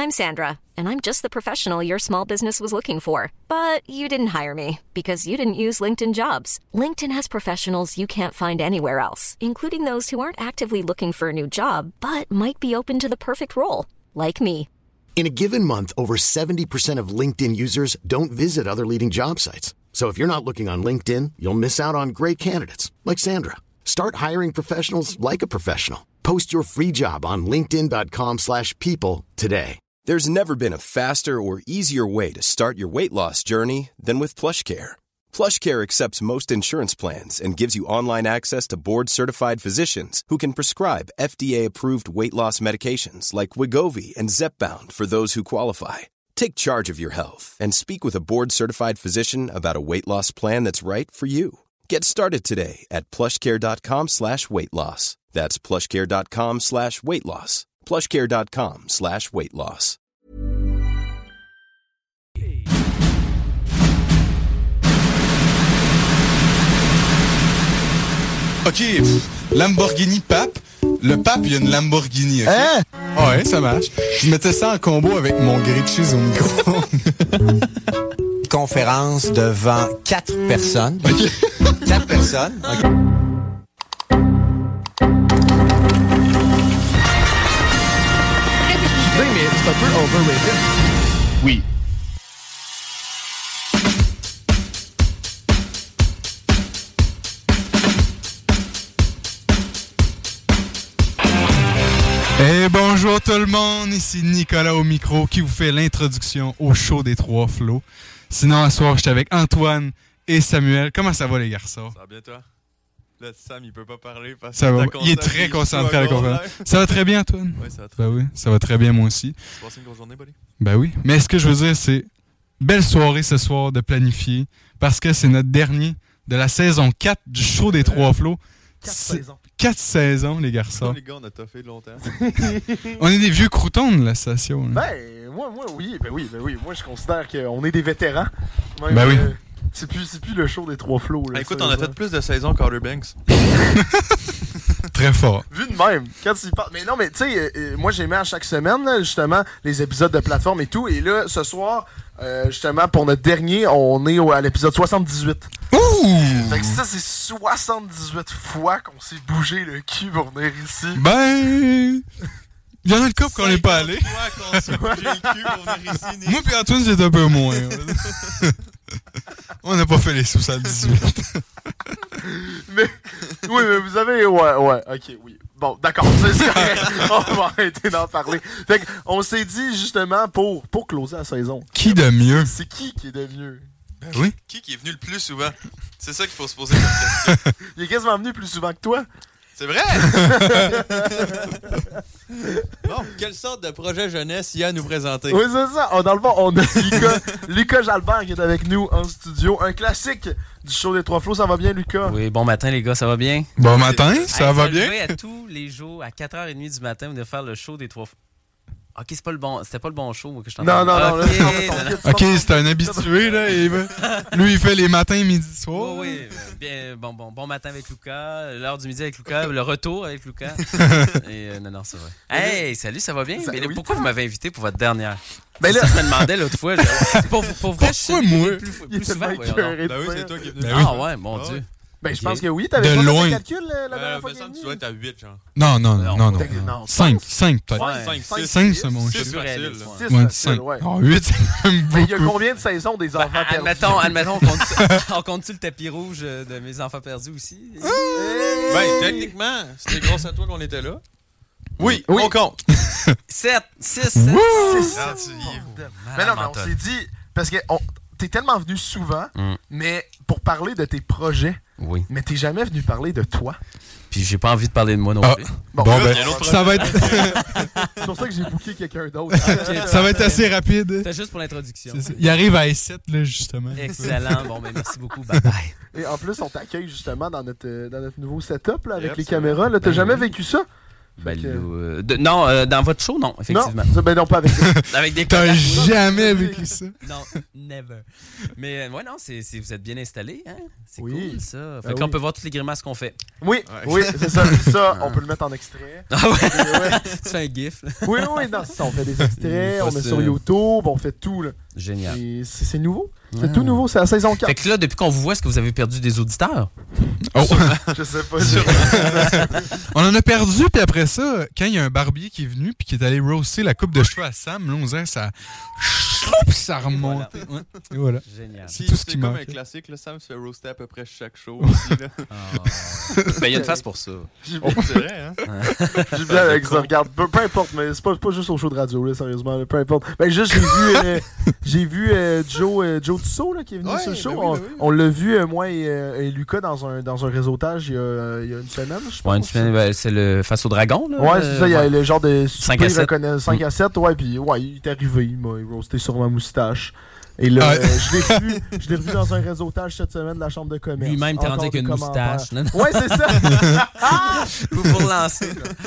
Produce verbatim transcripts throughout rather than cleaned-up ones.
I'm Sandra, and I'm just the professional your small business was looking for. But you didn't hire me because you didn't use LinkedIn Jobs. LinkedIn has professionals you can't find anywhere else, including those who aren't actively looking for a new job, but might be open to the perfect role, like me. In a given month, over seventy percent of LinkedIn users don't visit other leading job sites. So if you're not looking on LinkedIn, you'll miss out on great candidates like Sandra. Start hiring professionals like a professional. Post your free job on linkedin.com slash people today. There's never been a faster or easier way to start your weight loss journey than with PlushCare. PlushCare accepts most insurance plans and gives you online access to board-certified physicians who can prescribe F D A-approved weight loss medications like Wegovy and Zepbound for those who qualify. Take charge of your health and speak with a board-certified physician about a weight loss plan that's right for you. Get started today at plushcare.com slash weight loss. That's plushcare.com slash weight loss. plushcare.com slash weight loss. OK, Lamborghini Pape. Le Pape, il y a une Lamborghini, OK? Hein? Ouais, ça marche. Je mettais ça en combo avec mon grilled cheese au micro. Conférence devant quatre personnes. Okay. Quatre personnes. Okay. Mais c'est un peu overrated. Oui. Et bonjour tout le monde, ici Nicolas au micro qui vous fait l'introduction au show des Trois Flots. Sinon, ce soir, j'étais avec Antoine et Samuel. Comment ça va, les garçons? Ça va bien, toi? Là, Sam, il peut pas parler parce ça que va. Il est très concentré à la conférence. Ça va très bien, Antoine? Oui, ça va très ben bien. Oui, ça va très bien, moi aussi. Tu vas passer une grosse journée, buddy? Ben oui. Mais ce que je veux dire, c'est belle soirée ce soir de planifier parce que c'est notre dernier de la saison quatre du show des Trois Flots. Quatre saisons. Quatre saisons, les garçons. Non, les gars, on a toffé longtemps. On est des vieux croutons de la station. Là. Ben, moi, moi, oui, ben oui, ben oui. Moi, je considère qu'on est des vétérans. Même, ben oui. Euh, c'est plus, c'est plus le show des Trois Flots. Là, ah, écoute, ça, on a ça. fait plus de saisons qu'Outer Banks. Très fort. Vu de même, quand il parle. Mais non, mais tu sais, euh, moi, j'ai mis à chaque semaine, là, justement, les épisodes de plateforme et tout. Et là, ce soir, euh, justement, pour notre dernier, on est au, à l'épisode soixante-dix-huit. Ouh! Fait que ça, c'est soixante-dix-huit fois qu'on s'est bougé le cul pour venir ici. Ben... Il y en a le couple qu'on n'est pas allé. Qu'on s'est bougé le cul pour venir ici. Nick. Moi et Antoine, c'est un peu moins. On n'a pas fait les soixante-dix-huit. Mais, oui, mais vous avez... Ouais, ouais, ok, oui. Bon, d'accord, c'est, c'est correct. On va arrêter d'en parler. Fait qu'on s'est dit, justement, pour, pour closer la saison. Qui de mieux? C'est qui qui est de mieux? Ben oui. Qui qui est venu le plus souvent? C'est ça qu'il faut se poser comme question. Il est quasiment venu plus souvent que toi. C'est vrai? Bon, quelle sorte de projet jeunesse il y a à nous présenter? Oui, c'est ça. Oh, dans le fond, on a Lucas, Lucas Jalbert qui est avec nous en studio. Un classique du show des Trois Flots. Ça va bien, Lucas? Oui, bon matin, les gars, ça va bien? Bon matin, ça hey, va ça bien? lever à tous les jours, à quatre heures trente du matin, on va faire le show des Trois Flots. Ok, c'est pas le bon, c'était pas le bon show moi, que je t'entends. Non, non, non. Okay, là, non, non. Ok, c'est un habitué, là. Il va... Lui, il fait les matins, midi, soir. Oui, oui. Bien, bon, bon, bon matin avec Lucas, l'heure du midi avec Lucas, le retour avec Lucas. Et euh, non, non, c'est vrai. Hey, salut, ça va bien? Ça, Mais, oui. pourquoi vous m'avez invité pour votre dernière? Ben là, Ça, je me demandais l'autre fois. Je... C'est pour, pour vrai, je suis Pourquoi moi? plus, il est plus souvent. tellement voyons donc. écœuré de Ben oui, ça. c'est toi qui es venu. Ben oui. Ah ouais, mon Ah Dieu. ouais. Ben, je Ok. pense que oui. T'avais De pas loin. fait le calcul euh, la Euh, dernière fois me qu'il est semble que venu? tu dois être à huit, genre. Non, non, non, non. non. Non, cinq, cinq peut-être. Ouais. cinq, cinq, six. cinq, c'est mon six, chiffre. plus facile, réaliste, là. ouais. Six, Ouais, facile, cinq. ouais. Ah, huit, c'est quand même Mais il y a beaucoup. combien de saisons des enfants perdus? Admettons, admettons, on compte, on compte-tu le tapis rouge de mes enfants perdus aussi? Ben, techniquement, c'était grâce à toi qu'on était là. Oui, Oui. on compte. sept, six, sept. C'est Ah, ça. tu- Mais non, mais on s'est dit, parce que on- t'es tellement venu souvent, Mm. mais pour parler de tes projets, Oui. mais t'es jamais venu parler de toi. Puis j'ai pas envie de parler de moi non Ah. plus. Bon, Bon, là, ben, il y a un autre ça va être, c'est pour ça que j'ai booké quelqu'un d'autre. ça va être assez rapide. C'était juste pour l'introduction. C'est ça. Il arrive à S sept, là, justement. Excellent. Bon, ben merci beaucoup. Bye bye. Et en plus, on t'accueille justement dans notre, euh, dans notre nouveau setup là, avec Yep, les c'est caméras. Là, t'as Ben jamais oui. vécu ça? Ben, que... euh, de, non, euh, dans votre show, non, effectivement. Non, ben non, pas avec avec des T'as collages. jamais vécu ça? Non, never. Mais, euh, ouais, non, c'est, c'est, vous êtes bien installés, hein? C'est oui. cool, ça. Fait ben que là, oui. on peut voir toutes les grimaces qu'on fait. Oui, ouais. oui, c'est ça. ça, on peut le mettre en extrait. Ah ouais? ouais. Tu fais un gif, là. Oui, oui, non, c'est ça. On fait des extraits, on ça. met sur YouTube, on fait tout, là. Génial. Et c'est, c'est nouveau. C'est Ah. tout nouveau, c'est la saison quatre. Fait que là, depuis qu'on vous voit, est-ce que vous avez perdu des auditeurs? Oh. Je sais pas. Je... On en a perdu, puis après ça, quand il y a un barbier qui est venu puis qui est allé roaster la coupe de cheveux à Sam, là, on dirait ça... Puis ça remonte. Et Ouais. Et voilà. Génial. C'est tout ce qui C'est comme manque. un classique, là, Sam se fait roaster à peu près chaque show aussi. Là. Oh. Ben, il y a une face pour ça. J'ai C'est vrai, hein? J'ai bien avec ça, regarde, peu, peu importe, mais c'est pas, pas juste au show de radio, là, sérieusement, là, peu importe. Ben, juste, j'ai vu, euh, j'ai vu euh, Joe, euh, Joe Tissot, là, qui est venu Ouais, sur le show. ben oui, on, ben oui. on l'a vu, euh, moi et, euh, et Lucas, dans un, dans un réseautage il y a, euh, il y a une semaine, je pense. Ouais, une semaine, ben, c'est le Face au Dragon, là. Ouais, c'est ça, il y a ouais. le genre de cinq à sept. cinq à sept, ouais, puis ouais, il est arrivé, il m'a roasté sur ma moustache. Et là, Ah. euh, je l'ai revu, je l'ai revu dans un réseautage cette semaine de la chambre de commerce. Lui-même, t'es Encore rendu avec des une commentaires. moustache. Non, non. Ouais, c'est ça. Pour, pour lancer.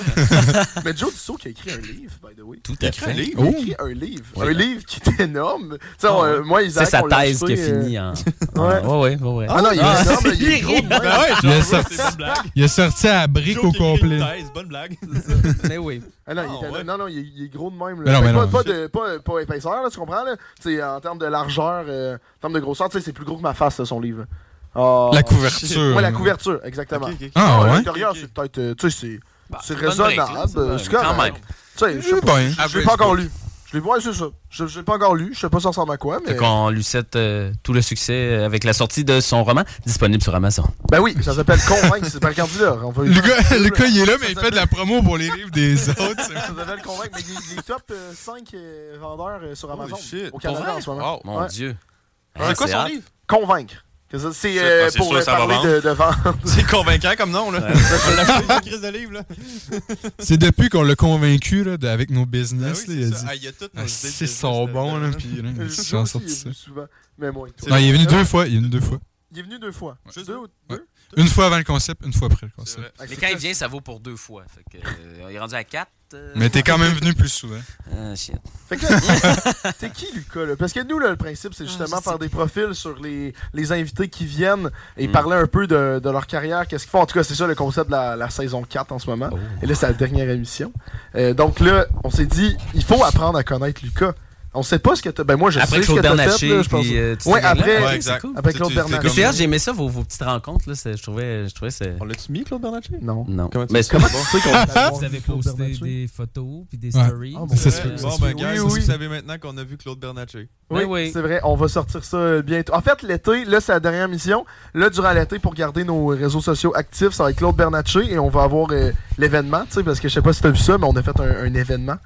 Mais Joe Tissot qui a écrit un livre, by the way. Tout à fait. Il a Oh. écrit un livre. Ouais. Un livre qui est énorme. Tu sais, Ah ouais. euh, moi, Isaac, C'est sa on l'a thèse qui acheté, a euh, fini en. Ouais. en- Ouais, ouais, ouais. ouais. Ah non, il est Ah. énorme, là, il est gros de même. Ben ouais, Il a genre, sorti- c'est une bonne blague. Il a sorti à la brique Joe au qui écrit complet. une thèse, bonne blague. Mais oui. Ah non, il Ah, était- ouais. non, non, il est, il est gros de même. Mais Là. non, Fait mais pas, non. pas, de, pas, pas épaisseur, là, tu comprends? Là? Tu sais, en termes de largeur, euh, en termes de grosseur, tu sais, c'est plus gros que ma face, là, son livre. Ah, La couverture. Ouais, la couverture, exactement. Ok, ok, ok. Ah, ouais? L'intérieur, Ok, ok. c'est peut-être. euh, tu sais, c'est, Bah, c'est une bonne break, là, raisonnable. ça, euh, ouais. c'est correct. Quand même. Tu sais, je sais Eh pas. ben. Je l'ai pas encore lu. Je l'ai ouais, c'est ça. Je je l'ai pas encore lu. Je sais pas ça ressemble à quoi, mais. Fait qu'on lui souhaite euh, tout le succès avec la sortie de son roman disponible sur Amazon. Ben oui, ça s'appelle Convaincre. C'est pas le candidat. On va Le gars, le gars, il est là, mais Ça il fait de la promo pour les livres des autres. Ça s'appelle Convaincre, mais il est, il est top euh, cinq euh, vendeurs euh, sur Amazon. shit. Au Canada Pour en ce moment. Wow. Mon Ouais. Dieu. C'est quoi son hâte. livre? Convaincre. Que ça, C'est C'est- euh, ah, c'est pour sûr, euh, ça va parler de, de vente. C'est convaincant comme nom, là. On l'a acheté une crise de livre, là. C'est depuis qu'on l'a convaincu là, de- avec nos Ah oui, business. là, il c'est a ça. dit Ah, il y a toutes nos ah, idées de c'est business son là-dedans, bon, là, là. puis là, Le il jeu s'en aussi, sort il est ça. venu souvent. Mais moi, toi. Non, il est venu deux fois. Il est venu deux fois. Il est venu deux fois. Juste deux deux? ou deux? Une fois avant le concept, une fois après le C'est concept. vrai. Ah, Mais c'est quand il ça. vient, ça vaut pour deux fois. Fait que, euh, il est rendu à quatre. euh, Mais t'es quand même venu plus souvent. Ah, shit. Fait que là, t'es qui, Lucas? Là? Parce que nous, là, le principe, c'est justement je faire sais des profils sur les, les invités qui viennent et Mm. parler un peu de, de leur carrière, qu'est-ce qu'ils font. En tout cas, c'est ça le concept de la, la saison quatre en ce moment. Oh. Et là, c'est la dernière émission. Euh, donc là, on s'est dit, il faut apprendre à connaître Lucas. On sait pas ce que t'as. Ben moi, je Après sais ce que Claude t'as fait. Bernatchez, Là, je pense. puis euh, tout Ouais, ce gang-là. après- Ok, Ouais, c'est exact. cool. Avec Tu- Claude tu- Bernatchez. t'es Mais comme- c'est vrai, j'ai aimé ça, vos, vos petites rencontres. Là, c'est- je trouvais, je trouvais c'est... On l'a-tu mis, Claude Bernatchez? Non. Non. Comment tu Mais sais c'est Comment tu sais qu'on va avoir Vous avez vu Claude posté Bernatchez? des photos puis des Ouais. stories. Ah, bon, Vous ça avez- se fait. Bon, Oui, ben, oui, guys, oui. vous savez maintenant qu'on a vu Claude Bernatchez. Oui, Ben oui. c'est vrai. On va sortir ça euh, bientôt. En fait, l'été, là, c'est la dernière mission. Là, durant l'été, pour garder nos réseaux sociaux actifs, ça va être Claude Bernatchez et on va avoir euh, l'événement, tu sais, parce que je sais pas si t'as vu ça, mais on a fait un, un événement.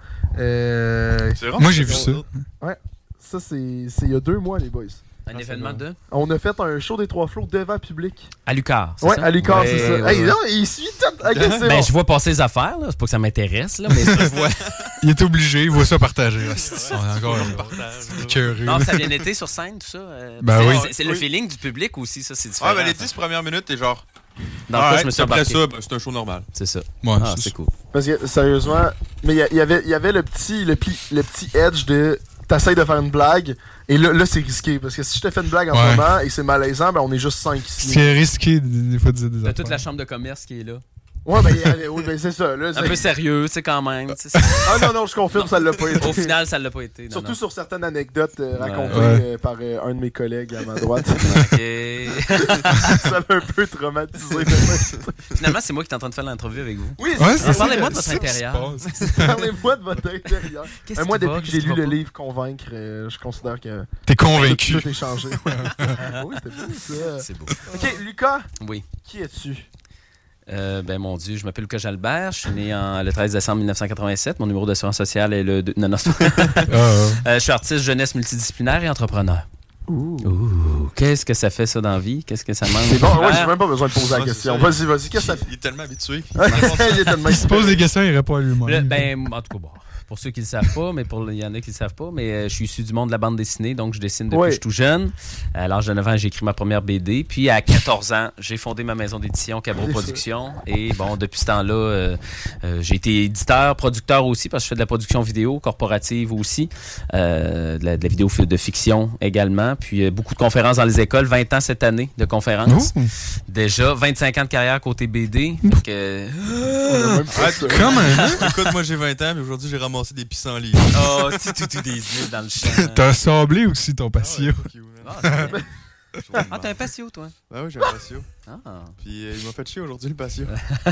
Euh, C'est vrai? Moi, j'ai vu ça. ça, c'est c'est il y a deux mois, les boys. Un événement de... On a fait un show des trois flots devant public. À Lucar, c'est Ouais, ça? à Lucas, c'est Ouais, ça. ouais, Hey, ouais. non, il suit tout. Ok, c'est Ben, bon. je vois passer les affaires, là. C'est pas que ça m'intéresse, là, mais je vois. Il est obligé, il voit ça partager. Ah, c'est- on est encore écœuré. Non, là. ça a bien été sur scène, tout ça. euh, Ben c'est, oui. C'est, c'est le Oui. feeling du public aussi, ça, c'est différent. Ah, ben, les dix premières minutes, t'es genre. Dans le cas, je me suis après embarqué. ça, ben, c'est un show normal. C'est ça. Ouais, Ah, c'est c'est ça. cool. Parce que, sérieusement, mais il y, a- il y avait, il y avait le petit, le, pi- le petit edge de t'essayes de faire une blague, et là, là c'est risqué. Parce que si je te fais une blague en Ouais. ce moment et c'est malaisant, ben on est juste cinq Ce ici. qui est risqué, des des fois, de dire des T'as affaires. toute la chambre de commerce qui est là. Ouais, ben, y a- oui, ben c'est ça. Là, Un c'est- peu sérieux, tu sais, quand même. tu sais, c'est- Ah non, non, je confirme, ça l'a pas été. Au final, ça l'a pas été. non, Surtout non. sur certaines anecdotes euh, racontées Ouais. euh, par euh, un de mes collègues à ma droite. Ok. Ça m'a un peu traumatisé. Finalement, c'est moi qui est en train de faire l'entrevue avec vous. Oui, Ouais, c'est c'est ça. Parlez-moi de votre ça qui se intérieur. passe. Parlez-moi de votre intérieur. Qu'est-ce Euh, moi, qui va, depuis que qu'est-ce j'ai qui lu va le pas? livre Convaincre, euh, je considère que T'es tout, convaincu. tout est changé. oui, c'était bien ça. C'est beau. Ok, Lucas, Oui. qui es-tu? Euh, ben, mon Dieu, je m'appelle Lucas Jalbert. Je suis né en, le treize décembre mille neuf cent quatre-vingt-sept. Mon numéro d'assurance sociale est le... deux- Non, non, c'est pas- Ah, ah. Euh, je suis artiste jeunesse multidisciplinaire et entrepreneur. Ouh. Ouh, qu'est-ce que ça fait ça dans la vie? Qu'est-ce que ça manque? C'est bon, de ouais, faire? j'ai même pas besoin de poser la Ouais, question. c'est ça. Vas-y, vas-y, qu'est-ce que ça Il est tellement habitué. fait? Il est tellement Il se pose des questions, il répond à Le- lui-même. ben, en tout cas, bon, pour ceux qui le savent pas, mais pour il y en a qui le savent pas, mais euh, je suis issu du monde de la bande dessinée, donc je dessine depuis Oui. que je suis tout jeune. À l'âge de neuf ans, j'ai écrit ma première B D. Puis à quatorze ans, j'ai fondé ma maison d'édition Cabro Productions. Et bon, depuis ce temps-là, euh, euh, j'ai été éditeur, producteur aussi, parce que je fais de la production vidéo, corporative aussi, euh, de, la, de la vidéo de fiction également. Puis euh, beaucoup de conférences dans les écoles, vingt ans cette année de conférences. Ouh. Déjà, vingt-cinq ans de carrière côté B D. Fait que... Quand même. Écoute, moi j'ai vingt ans, mais aujourd'hui j'ai ramassé des pissenlits. Oh, tu tout, tout des îles dans le champ. T'as sablé aussi ton patio. Ah, c'est vrai. Ah, t'as un patio, toi? Ah oui, j'ai un patio. Ah. Puis euh, il m'a fait chier aujourd'hui, le patio.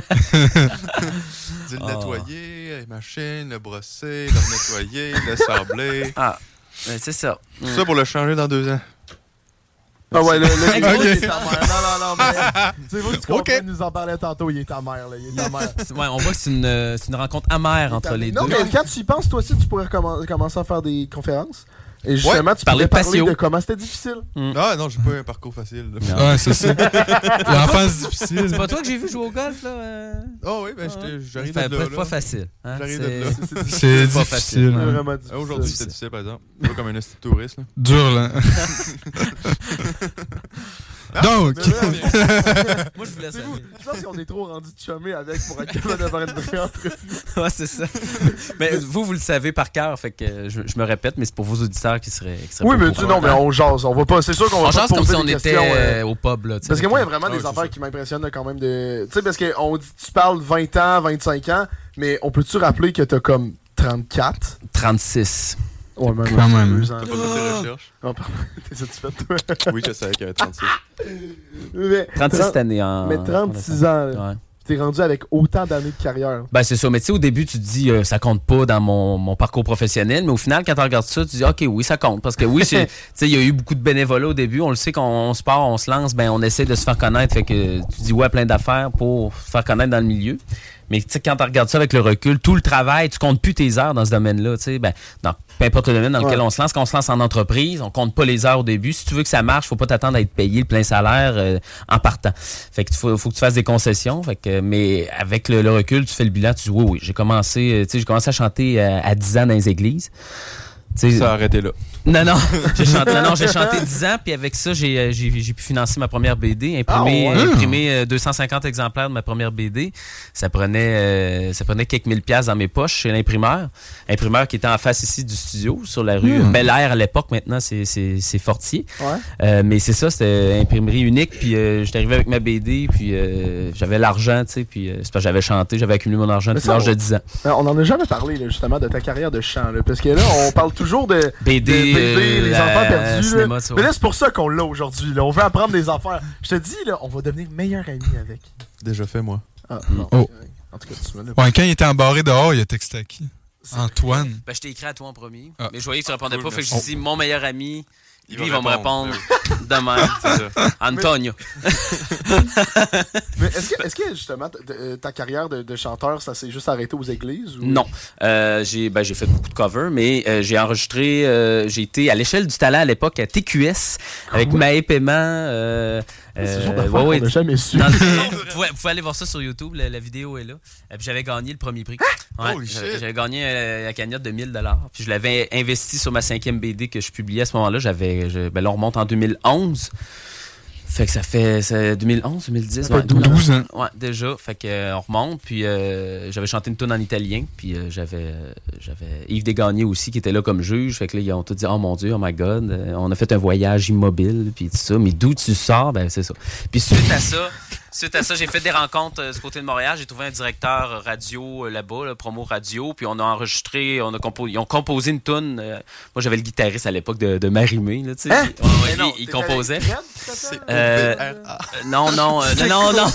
Dit le Oh. nettoyer, les machines, le brosser, le nettoyer, le sabler. Ah, ben, c'est ça. Tout ça pour le changer dans deux ans. Ah ouais, le, le Hey, gros, gros, c'est c'est- ta mère. Non, non, non, mais c'est vous qui Ok. okay. nous en parlait tantôt, il est ta mère, là, il est ta mère. Ouais, on voit que c'est une, euh, c'est une rencontre amère entre les non, deux. mais quand tu y penses, toi aussi, tu pourrais commen- commencer à faire des conférences. Et justement, tu parler pourrais de parler patio. de comment c'était difficile. Ah non, j'ai pas un parcours facile. là. Non. Ouais, c'est ça. L'enfance difficile. C'est pas toi que j'ai vu jouer au golf, là? euh? Oh oui, ben j'étais- j'arrive de Fait- là. pas, là. pas facile. Hein? J'arrive C'est- de là. C'est pas difficile. facile. C'est hein. vraiment difficile. Ah, aujourd'hui, c'était difficile, par exemple. Pas comme un esti de touriste. Là. Dur, là. Donc, Mais là, mais- Moi, je vous laisse C'est vous. aller. Je pense qu'on est trop rendu de chumé avec pour être capable de faire une vraie entrevue. Ouais, c'est ça. Mais vous, vous le savez par cœur, fait que euh, je, je me répète, mais c'est pour vos auditeurs qui seraient. Qui seraient Oui, pas mais au tu courant. non, mais on jase. On va pas. C'est sûr qu'on va On pas jase te comme si poser on des était questions, euh, euh, au pub, là. tu sais, Parce que avec- moi, il y a vraiment Ah oui, des c'est affaires ça. qui m'impressionnent là, quand même de. Tu sais, parce qu'on dit tu parles vingt ans, vingt-cinq ans, mais on peut-tu rappeler que t'as comme trente-quatre? trente-six. Ouais, même. Quand même. deux ans. T'as pas fait tes recherches? Oh, pardon. T'es satisfait, toi? Oui, je savais qu'il y avait trente-six. Mais, trente-six trente- cette année en. Mais trente-six ans, là. Ouais. T'es rendu avec autant d'années de carrière. Ben, c'est ça. Mais tu sais, au début, tu te dis, euh, ça compte pas dans mon, mon parcours professionnel. Mais au final, quand tu regardes ça, tu dis, OK, oui, ça compte. Parce que oui, c'est- tu sais, il y a eu beaucoup de bénévolat au début. On le sait, qu'on on se part, on se lance, ben, on essaie de se faire connaître. Fait que tu dis, ouais, à plein d'affaires pour se faire connaître dans le milieu. Mais tu sais, quand tu regardes ça avec le recul, tout le travail, tu comptes plus tes heures dans ce domaine-là. Tu sais, ben, dans peu importe le domaine dans lequel Ouais. on se lance, quand on se lance en entreprise, on compte pas les heures au début. Si tu veux que ça marche, faut pas t'attendre à être payé le plein salaire euh, en partant. Fait que faut, faut que tu fasses des concessions. Fait que, mais avec le, le recul, tu fais le bilan, tu dis oui, oui, j'ai commencé, euh, tu sais, j'ai commencé à chanter euh, à dix ans dans les églises. Tu sais, Ça a arrêté là. non, non, j'ai chanté, non, non, j'ai chanté dix ans, puis avec ça, j'ai, euh, j'ai, j'ai pu financer ma première B D, imprimer, Ah, ouais. imprimer euh, deux cent cinquante exemplaires de ma première B D. Ça prenait, euh, ça prenait quelques mille piastres dans mes poches chez l'imprimeur. Imprimeur qui était en face ici du studio, sur la rue Mm. Bel Air à l'époque, maintenant c'est, c'est, c'est Fortier. Ouais. Euh, mais c'est ça, c'était imprimerie unique, puis euh, j'étais arrivé avec ma B D, puis euh, j'avais l'argent, tu sais, puis euh, c'est parce que j'avais chanté, j'avais accumulé mon argent Mais depuis ça, l'âge on- de dix ans. Euh, On en a jamais parlé, là, justement, de ta carrière de chant. Là, parce que là, on parle toujours de. B D, de B D, euh, les la- enfants perdus. cinéma, là. ça, Mais ouais. là, c'est pour ça qu'on l'a aujourd'hui. Là. On veut apprendre des affaires. Je te dis, là, on va devenir meilleurs amis avec. Déjà fait, moi. Ah, non. Oh. En tout cas, tu me l'as Ouais, quand il était embarré dehors, il a texté à qui? Antoine. Ben, je t'ai écrit à toi en premier, Ah. mais je voyais que tu répondais Cool, pas, fait que je merci. dis mon meilleur ami, Il lui, il va va me répondre répondre, demain. C'est ça. Antonio. Mais est-ce que, est-ce que, justement, t- t- ta carrière de, de chanteur, ça s'est juste arrêté aux églises? Ou... Non. Euh, j'ai, ben, j'ai fait beaucoup de covers, mais euh, j'ai enregistré, euh, j'ai été à l'échelle du talent à l'époque à T Q S avec Maë Paiement. Euh, C'est le genre euh, d'affaire ouais, qu'on ouais, n'a jamais su. dans le- vous, pouvez, vous pouvez aller voir ça sur YouTube, la, la vidéo est là. Et puis j'avais gagné le premier prix. Ouais, Holy j'avais, shit. j'avais gagné euh, la cagnotte de mille dollars. Puis je l'avais investi sur ma cinquième B D que je publiais à ce moment-là. J'avais, je- ben là, on remonte en deux mille onze. Fait que ça fait c'est deux mille onze, deux mille dix. Ça fait ouais, douze ans. Ouais, déjà. Fait que euh, on remonte. Puis euh, j'avais chanté une tune en italien. Puis euh, j'avais, euh, j'avais Yves Desgagnés aussi qui était là comme juge. Fait que là, ils ont tout dit, oh mon Dieu, oh my God. Euh, on a fait un voyage immobile. Puis tout ça. Mais d'où tu sors? Ben, c'est ça. Puis suite à ça, suite à ça, j'ai fait des rencontres euh, du côté de Montréal. J'ai trouvé un directeur radio euh, là-bas, là, promo radio. Puis on a enregistré, on a compo- ils ont composé une tune. euh, moi, j'avais le guitariste à l'époque de, de Marimé. Là, tu sais. Hein? Puis, ouais, ouais, Mais non, lui, il t'étais composait. avec Fred, qui s'appelle? Euh, euh, non, non, euh, non, non, non.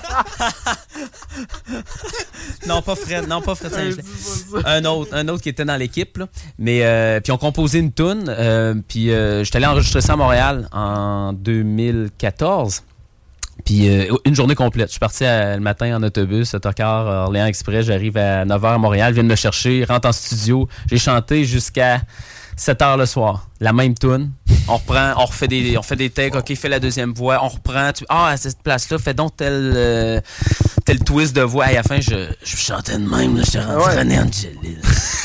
non, pas Fred, non, pas Fred Hey, Saint-Gelais. dis-moi ça. Un autre, un autre qui était dans l'équipe, là. Mais, euh, puis on composé une toune, euh, puis euh, j'étais allé enregistrer ça à Montréal en deux mille quatorze. Puis euh, une journée complète. Je suis parti à- le matin en autobus, sept heures quinze, Orléans Express. J'arrive à neuf heures à Montréal, je viens de me chercher, rentre en studio. J'ai chanté jusqu'à sept heures le soir. La même toune. On reprend, on refait des, on fait des takes, ok, fais la deuxième voix, on reprend, tu, ah, à cette place-là, fais donc tel, euh, tel twist de voix. Et à la fin, je, je chantais de même, là, j'étais rendu ouais. René Angelil.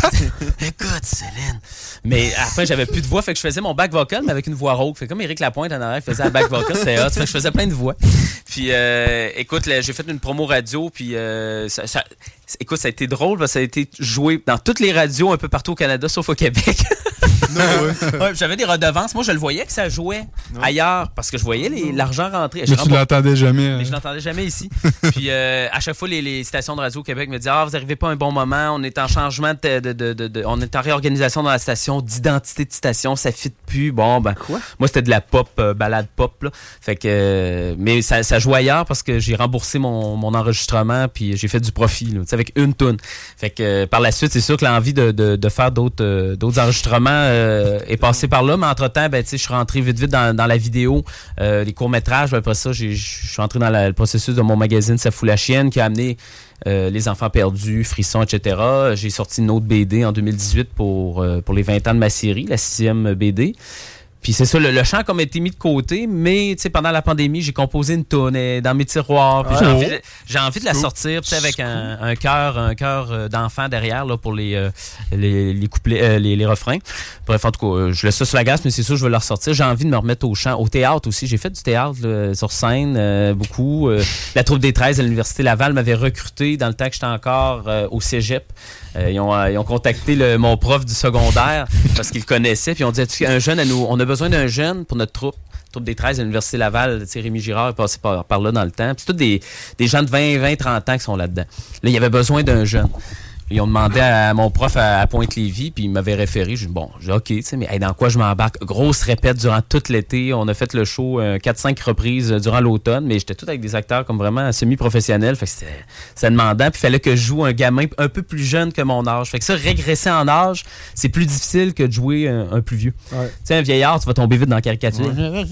Écoute, Céline. Mais à la fin, j'avais plus de voix, fait que je faisais mon back vocal, mais avec une voix rauque. Fait comme Éric Lapointe en arrière faisait un back vocal, c'était hot. Fait que je faisais plein de voix. Puis, euh, écoute, là, j'ai fait une promo radio, puis euh, ça, ça, écoute, ça a été drôle, parce que ça a été joué dans toutes les radios un peu partout au Canada, sauf au Québec. Non, ouais. Ouais, j'avais des redevances. Moi, je le voyais que ça jouait non. ailleurs, parce que je voyais les, l'argent rentrer. Mais tu l'entendais jamais. Mais je l'entendais jamais ici. Puis euh, à chaque fois, les, les stations de radio au Québec me disaient « Ah, vous n'arrivez pas à un bon moment, on est en changement, de, de, de, de, de on est en réorganisation dans la station, d'identité de station, ça ne fit plus. » Bon, ben, quoi? Moi, c'était de la pop, euh, balade pop, là. Fait que, euh, mais ça, ça jouait ailleurs parce que j'ai remboursé mon, mon enregistrement, puis j'ai fait du profit, là, avec une toune. Fait que euh, par la suite, c'est sûr que l'envie de, de, de faire d'autres, euh, d'autres enregistrements euh, est passée par là, mais entre-temps, ben, je suis rentré vite, vite dans, dans la vidéo, euh, les courts-métrages. Ben, après ça, je suis rentré dans la, le processus de mon magazine Ça fout la chienne qui a amené euh, Les enfants perdus, Frissons, et cetera. J'ai sorti une autre B D en deux mille dix-huit pour, euh, pour les vingt ans de ma série, la sixième B D. Puis c'est ça, le, le chant a comme été mis de côté, mais pendant la pandémie, j'ai composé une toune dans mes tiroirs. Puis oh. j'ai, envie de, j'ai envie de la sortir avec un, un cœur un cœur d'enfant derrière là, pour les, euh, les, les couplets, euh, les, les refrains. Bref, en tout cas, je laisse ça sur la glace, mais c'est sûr, je vais la ressortir. J'ai envie de me remettre au chant, au théâtre aussi. J'ai fait du théâtre là, sur scène, euh, beaucoup. Euh, la troupe des treize à l'Université Laval m'avait recruté dans le temps que j'étais encore euh, au cégep. Euh, ils, ont, euh, ils ont contacté le, mon prof du secondaire parce qu'ils le connaissaient. Puis ils ont dit, un jeune à nous, on a besoin d'un jeune pour notre troupe. Troupe des treize à l'Université Laval. Rémi Girard est passé par, par là dans le temps. Puis c'est tous des, des gens de vingt, vingt, trente ans qui sont là-dedans. Là, il y avait besoin d'un jeune. Ils ont demandé à mon prof à, à Pointe-Lévis, puis il m'avait référé. J'ai dit, bon, j'ai dit, OK, tu sais, mais hey, dans quoi je m'embarque? Grosse répète durant tout l'été. On a fait le show euh, quatre cinq reprises durant l'automne, mais j'étais tout avec des acteurs comme vraiment semi-professionnels. Fait que c'était, c'était demandant. Puis il fallait que je joue un gamin un peu plus jeune que mon âge. Fait que ça, régresser en âge, c'est plus difficile que de jouer un, un plus vieux. Ouais. Tu sais, un vieillard, tu vas tomber vite dans la caricature. Ouais.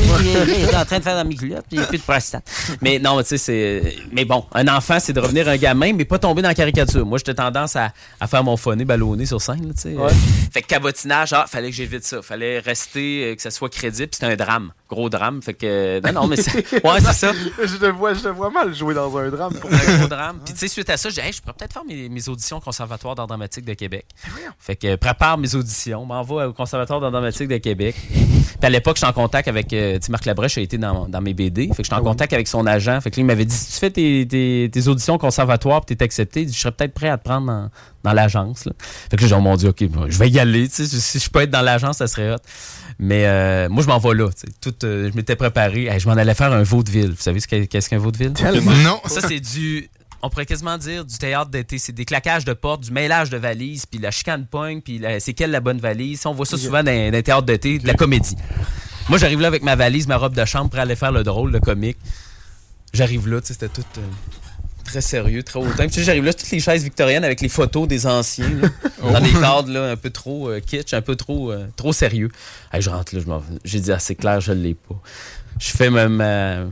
Il est en train de faire dans mes culottes, puis il n'y a plus de prostate. Mais non, tu sais, c'est. Mais bon, un enfant, c'est de revenir un gamin, mais pas tomber dans la caricature. Moi, j'étais tendance à, à faire mon phoné ballonné sur scène. Là, ouais. Fait que cabotinage, ah, fallait que j'évite ça. Fallait rester, euh, que ça soit crédible. C'était un drame. Gros drame. Fait que. Non, non, mais c'est. Ouais, c'est ça. je, te vois, je te vois mal jouer dans un drame. Pour un gros drame. Puis, tu sais, suite à ça, j'ai dit, hey, je pourrais peut-être faire mes, mes auditions au Conservatoire d'art dramatique de Québec. Fait que, prépare mes auditions. M'envoie au Conservatoire d'art dramatique de Québec. Puis, à l'époque, j'étais en contact avec. Euh, tu sais, Marc Labrèche a été dans, dans mes B D. Fait que j'étais en contact avec son agent. Fait que, là, il m'avait dit, si tu fais tes, tes, tes auditions au Conservatoire puis t'es accepté, je serais peut-être prêt à te prendre dans, dans l'agence. Là. Fait que là, j'ai dit, oh mon Dieu, OK, je vais y aller. Si je peux être dans l'agence, ça serait hot. Mais euh, moi, je m'en vais là. Tout, euh, je m'étais préparé. Hey, je m'en allais faire un vaudeville. Vous savez ce qu'est-ce qu'un vaudeville? Non. Ça, c'est du... On pourrait quasiment dire du théâtre d'été. C'est des claquages de portes, du mêlage de valises, puis la chicane pogne, puis la... c'est quelle la bonne valise. On voit ça souvent dans, dans les théâtres d'été, de la comédie. Moi, j'arrive là avec ma valise, ma robe de chambre, prêt à aller faire le drôle, le comique. J'arrive là, tu sais, c'était tout... Euh... très sérieux, très hautain. Puis tu sais, j'arrive là, toutes les chaises victoriennes avec les photos des anciens, là, oh. dans des cadres là, un peu trop euh, kitsch, un peu trop, euh, trop sérieux. Hey, je rentre là, je m'en... j'ai dit, ah, c'est clair, je l'ai pas. Je fais ma, ma...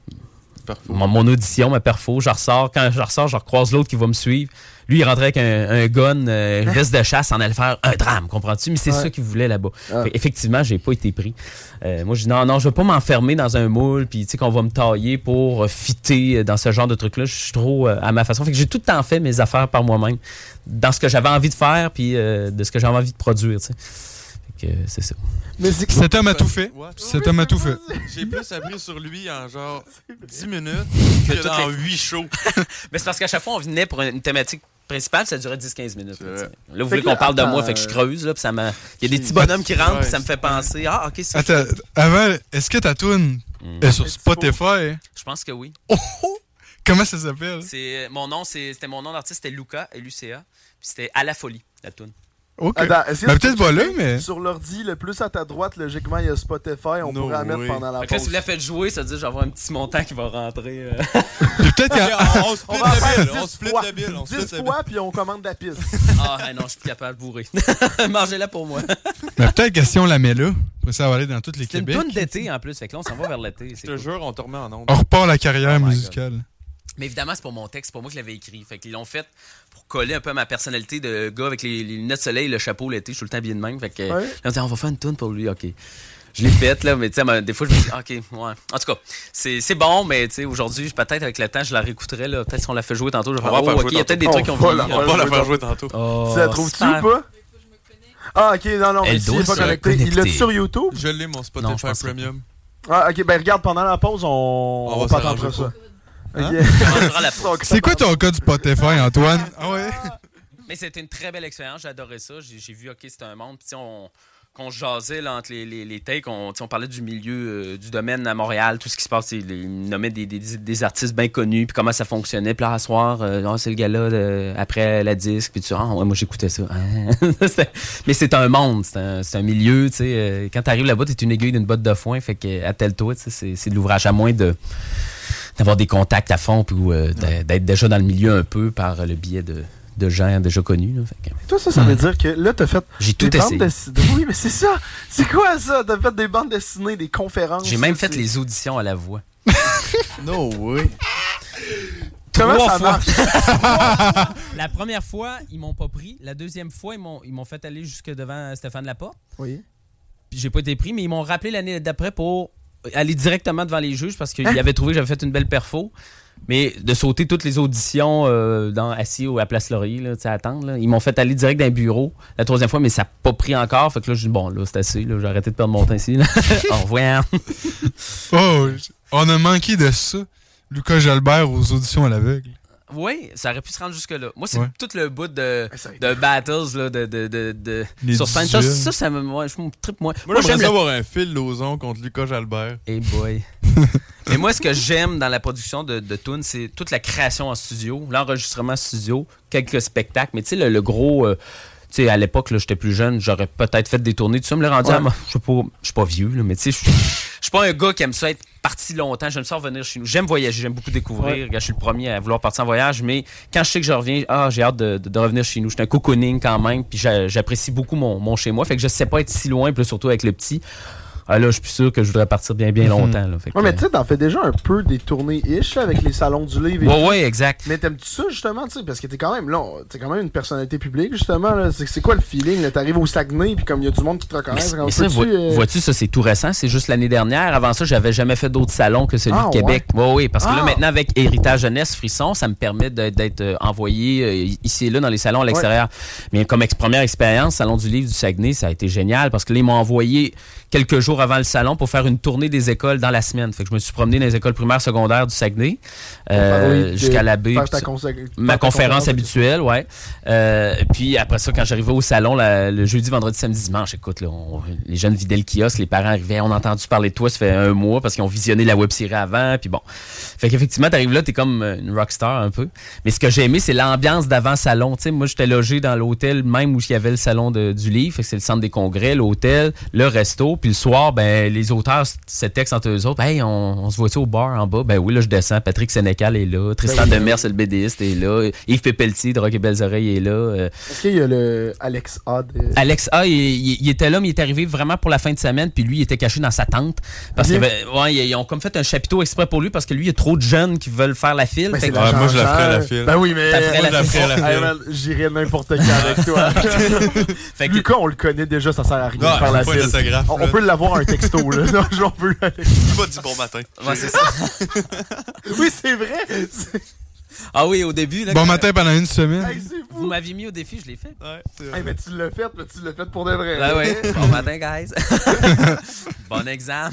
Mon, mon audition, ma perfo, je ressors. Quand je ressors, je recroise l'autre qui va me suivre. Lui, il rentrait avec un, un gun, euh, une veste de chasse, on allait faire un drame, comprends-tu? Mais c'est ouais. ça qu'il voulait là-bas. Ouais. Effectivement, j'ai pas été pris. Euh, moi, je dis non, non, je veux pas m'enfermer dans un moule, puis tu sais, qu'on va me tailler pour euh, fitter dans ce genre de truc-là. Je suis trop euh, à ma façon. Fait que j'ai tout le temps fait mes affaires par moi-même, dans ce que j'avais envie de faire, puis euh, de ce que j'avais envie de produire, tu sais. Fait que euh, c'est ça. Mais c'est Cet homme a tout fait. What? Cet homme a tout fait. J'ai plus appris sur lui en genre dix minutes que dans huit shows. Mais c'est parce qu'à chaque fois, on venait pour une thématique principale, ça durait dix à quinze minutes. Là, là, vous voulez qu'on parle de moi, fait que je creuse, là, puis ça m'a... Il y a des petits bonhommes qui rentrent, puis ça me fait penser, ah, OK, c'est Attends, avant, est-ce que ta toune mm. est sur Spotify? Je pense que oui. Oh, oh! Comment ça s'appelle? C'est, mon nom, c'est, c'était mon nom d'artiste, c'était Luca, L U C A, puis c'était À la folie, la toune. OK. Attends, ben, peut-être pas là, mais... Sur l'ordi, le plus à ta droite, logiquement, il y a Spotify. On no pourrait la mettre pendant la pause. Là, si vous la faites jouer, ça veut dire que je vais avoir un petit montant qui va rentrer. Euh... peut-être qu'il y a... On split la bille. On split la bille. dix fois, puis on commande la piste. Ah non, je suis plus capable de bourrer. Mangez-la pour moi. Mais peut-être que si on la met là, après ça va aller dans toutes les c'est Québec. C'est une toune d'été, en plus. Fait que là, on s'en va vers l'été. Je te cool. jure, on te remet en ondes. On repart la carrière oh musicale. Mais évidemment, c'est pas mon texte, c'est pas moi qui l'avais écrit. Fait qu'ils l'ont fait pour coller un peu à ma personnalité de gars avec les, les lunettes de soleil, le chapeau l'été, je suis tout le temps bien de même. Fait que ouais. là, on dit, on va faire une toune pour lui, OK. Je l'ai faite, là, mais tu sais, des fois, je me dis, OK, ouais. En tout cas, c'est, c'est bon, mais tu sais, aujourd'hui, peut-être avec le temps, je la réécouterai, là. Peut-être si on la fait jouer tantôt, je vais faire, oh, OK, il y a peut-être des trucs qui ont vieilli. On va la faire jouer tantôt. Oh, tu la trouves-tu ou pas? Ah, OK, non, non, Elle mais il est pas connecté. Il l'a sur YouTube? Je l'ai, mon Spotify non, Premium. Ah, OK, ben regarde, pendant la pause, on, on, on va t'entendre ça. Hein? Okay. C'est quoi ton code Spotify, Antoine? Ah ouais? Mais c'était une très belle expérience, j'ai adoré ça. J'ai, j'ai vu, OK, c'était un monde. Puis on, qu'on jasait là, entre les, les, les takes, on, on parlait du milieu, euh, du domaine à Montréal, tout ce qui se passe. Il nommait des, des, des artistes bien connus, puis comment ça fonctionnait. Puis là, à soir, euh, oh, c'est le gars-là de, après la disque. Puis tu dis, ah, ouais, moi j'écoutais ça. Mais c'est un monde, c'est un, c'est un milieu. Tu sais, euh, quand tu arrives là-bas, tu es une aiguille d'une botte de foin. Fait que attelle-toi, c'est, c'est de l'ouvrage, à moins de. D'avoir des contacts à fond, puis euh, d'être déjà dans le milieu un peu par le biais de, de gens déjà connus. Là, fait que... Toi, ça, ça veut dire que là, t'as fait J'ai des tout bandes dessinées. Oui, mais c'est ça. C'est quoi ça? T'as fait des bandes dessinées, des conférences. J'ai même fait c'est... les auditions à la voix. No way. Comment Trois ça fois. marche? La première fois, ils m'ont pas pris. La deuxième fois, ils m'ont, ils m'ont fait aller jusque devant Stéphane Laporte. Oui. Puis j'ai pas été pris, mais ils m'ont rappelé l'année d'après pour aller directement devant les juges parce qu'ils Hein? avaient trouvé que j'avais fait une belle perfo. Mais de sauter toutes les auditions euh, dans, assis à Place Laurier, là, à attendre, là. Ils m'ont fait aller direct dans un bureau la troisième fois, mais ça n'a pas pris encore. Fait que là, je dis, bon, là, c'est assez. Là, j'ai arrêté de perdre mon temps ici. Là. Au revoir. Oh, on a manqué de ça. Lucas Jalbert aux auditions à l'aveugle. Oui, ça aurait pu se rendre jusque-là. Moi, c'est ouais. tout le bout de, de battles, là, de, de, de, de sur scène. Ça, ça, ça me moi, je me trippe, moi. Moi, moi j'aimerais le... avoir un fil Lauzon contre Lucas Jalbert. Hey boy. Mais moi, ce que j'aime dans la production de, de Toon, c'est toute la création en studio, l'enregistrement en studio, quelques spectacles. Mais tu sais, le, le gros... Euh, tu sais, à l'époque, là, j'étais plus jeune, j'aurais peut-être fait des tournées. Tu sais, me l'as rendu ouais. à moi. Je suis pas, je suis pas vieux, là, mais tu sais, je suis pas un gars qui aime ça être parti longtemps. J'aime ça revenir chez nous. J'aime voyager, j'aime beaucoup découvrir. Ouais. Je suis le premier à vouloir partir en voyage, mais quand je sais que je reviens, ah, j'ai hâte de, de, de revenir chez nous. Je suis un cocooning quand même, puis j'apprécie beaucoup mon, mon chez moi. Fait que je sais pas être si loin, puis surtout avec le petit. Ah là, je suis plus sûr que je voudrais partir bien, bien longtemps. Là. Fait que, ouais, mais tu sais, t'en fais déjà un peu des tournées-ish avec les salons du livre. Et ouais, tout. Ouais, exact. Mais t'aimes-tu ça, justement, tu sais, parce que t'es quand même, là, t'es quand même une personnalité publique, justement, là. C'est, c'est quoi le feeling, là? T'arrives au Saguenay, puis comme il y a du monde qui te reconnaît. Mais, mais ça, vois, euh... vois-tu, ça, c'est tout récent, c'est juste l'année dernière. Avant ça, j'avais jamais fait d'autres salons que celui ah, de Québec. Ouais, ouais, parce que ah. là, maintenant, avec Héritage Jeunesse, Frisson, ça me permet d'être, d'être envoyé euh, ici et là dans les salons à l'extérieur. Ouais. Mais comme ex- première expérience, Salon du livre du Saguenay, ça a été génial, parce que là, ils m'ont envoyé quelques jours avant le salon pour faire une tournée des écoles dans la semaine. Fait que je me suis promené dans les écoles primaires secondaires du Saguenay euh, oui, jusqu'à la baie. Consé- ma conférence habituelle, ouais. Euh, puis après ça, quand j'arrivais au salon la, le jeudi, vendredi, samedi, dimanche, écoute, là, on, les jeunes vidaient le kiosque, les parents arrivaient, on a entendu parler de toi, ça fait un mois parce qu'ils ont visionné la web-série avant, puis bon. Fait qu'effectivement, t'arrives là, t'es comme une rockstar un peu. Mais ce que j'ai aimé, c'est l'ambiance d'avant-salon. Tu sais, moi, j'étais logé dans l'hôtel même où il y avait le salon de, du livre. Fait que c'est le centre des congrès, l'hôtel, le resto, puis le soir, ben les auteurs se textent entre eux autres. Hey, on, on se voit-tu au bar en bas? Ben oui, là, je descends. Patrick Sénécal est là. Tristan ben oui, Demers, le BDiste, est là. Yves Pépeltier de Rock et Belles Oreilles est là. Est-ce qu'il y a le Alex A? De... Alex A, il, il, il était là, mais il est arrivé vraiment pour la fin de semaine, puis lui, il était caché dans sa tente. Parce okay. que, ouais, ils ont comme fait un chapiteau exprès pour lui, parce que lui, il y a trop de jeunes qui veulent faire la file. Ben, fait que... ouais, moi, je la ferais la file. Ben oui, mais moi, la file. La file. Hey, j'irais n'importe quand avec toi. Fait que... Lucas, on le connaît déjà, ça sert à rien de faire la file. On, on peut l'avoir un texto, là. Non, j'en peux aller. Il m'a dit bon matin. Ouais, c'est ça. Oui, c'est vrai. C'est... Ah oui, au début. Là, bon matin pendant une semaine. Hey, vous m'aviez mis au défi, je l'ai fait. Ouais, hey, mais tu l'as fait, mais tu l'as fait pour de vrai. Ben oui. Bon matin, guys. Bon examen.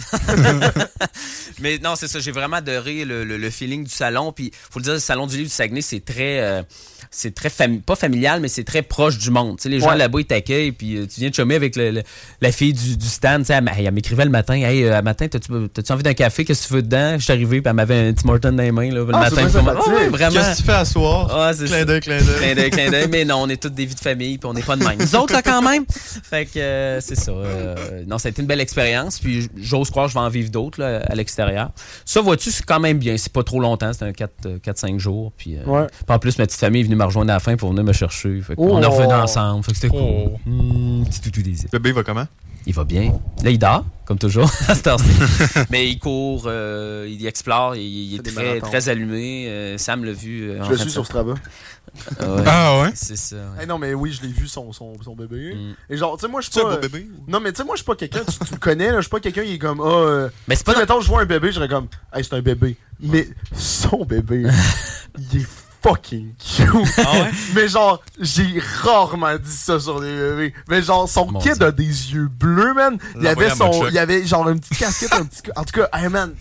Mais non, c'est ça. J'ai vraiment adoré le, le, le feeling du salon. Puis, faut le dire, le salon du livre du Saguenay, c'est très. Euh, c'est très fami- pas familial, mais c'est très proche du monde. Tu sais, les gens ouais. là-bas, ils t'accueillent, puis euh, tu viens de chômer avec le, le, la fille du, du stand. Elle, elle m'écrivait le matin, hey, euh, matin, t'as-tu, t'as-tu envie d'un café? Qu'est-ce que tu veux dedans? Je suis arrivé, puis elle m'avait un Tim Hortons dans les mains, là, le ah, matin. C'est oh, ouais, vraiment. Qu'est-ce que tu fais à soir? Ah, c'est clin d'œil, clin d'œil. Clin d'œil, clin d'œil. Mais non, on est toutes des vies de famille, puis on n'est pas de même. Nous autres, là, quand même. Fait que euh, c'est ça. Euh, non, ça a été une belle expérience, puis j'ose croire que je vais en vivre d'autres là, à l'extérieur. Ça, vois-tu, c'est quand même bien. C'est pas trop longtemps, c'est un quatre cinq jours. Puis, euh, ouais. puis en plus, ma petite famille est venue me rejoindre à la fin pour venir me chercher. Fait oh. On est revenus ensemble. Fait que c'était cool. Oh. Mmh, petit toutou des îles. Le bébé va comment? Il va bien. Là, il dort, comme toujours, à cette heure-ci. Mais il court, euh, il explore, il, il est très, très allumé. Euh, Sam l'a vu. Euh, je le suis sur Strava. Euh, ouais, ah ouais? C'est ça. Ouais. Hey, non, mais oui, je l'ai vu, son, son, son bébé. Mm. Et genre, tu sais, moi, je suis C'est pas. un beau bébé? Non, mais tu sais, moi, je suis pas quelqu'un, tu, tu le connais, là, je suis pas quelqu'un qui est comme. Ah, euh, mais c'est pas. Tu sais, mettons, je vois un bébé, je serais comme. Hey, c'est un bébé. Mais son bébé, il est fucking cute. Ah ouais? Mais genre, j'ai rarement dit ça sur des bébés. Mais genre, son Mon kid Dieu. a des yeux bleus, man. Il avait son. Il avait genre une petite casquette, un petit. En tout cas, hey, man.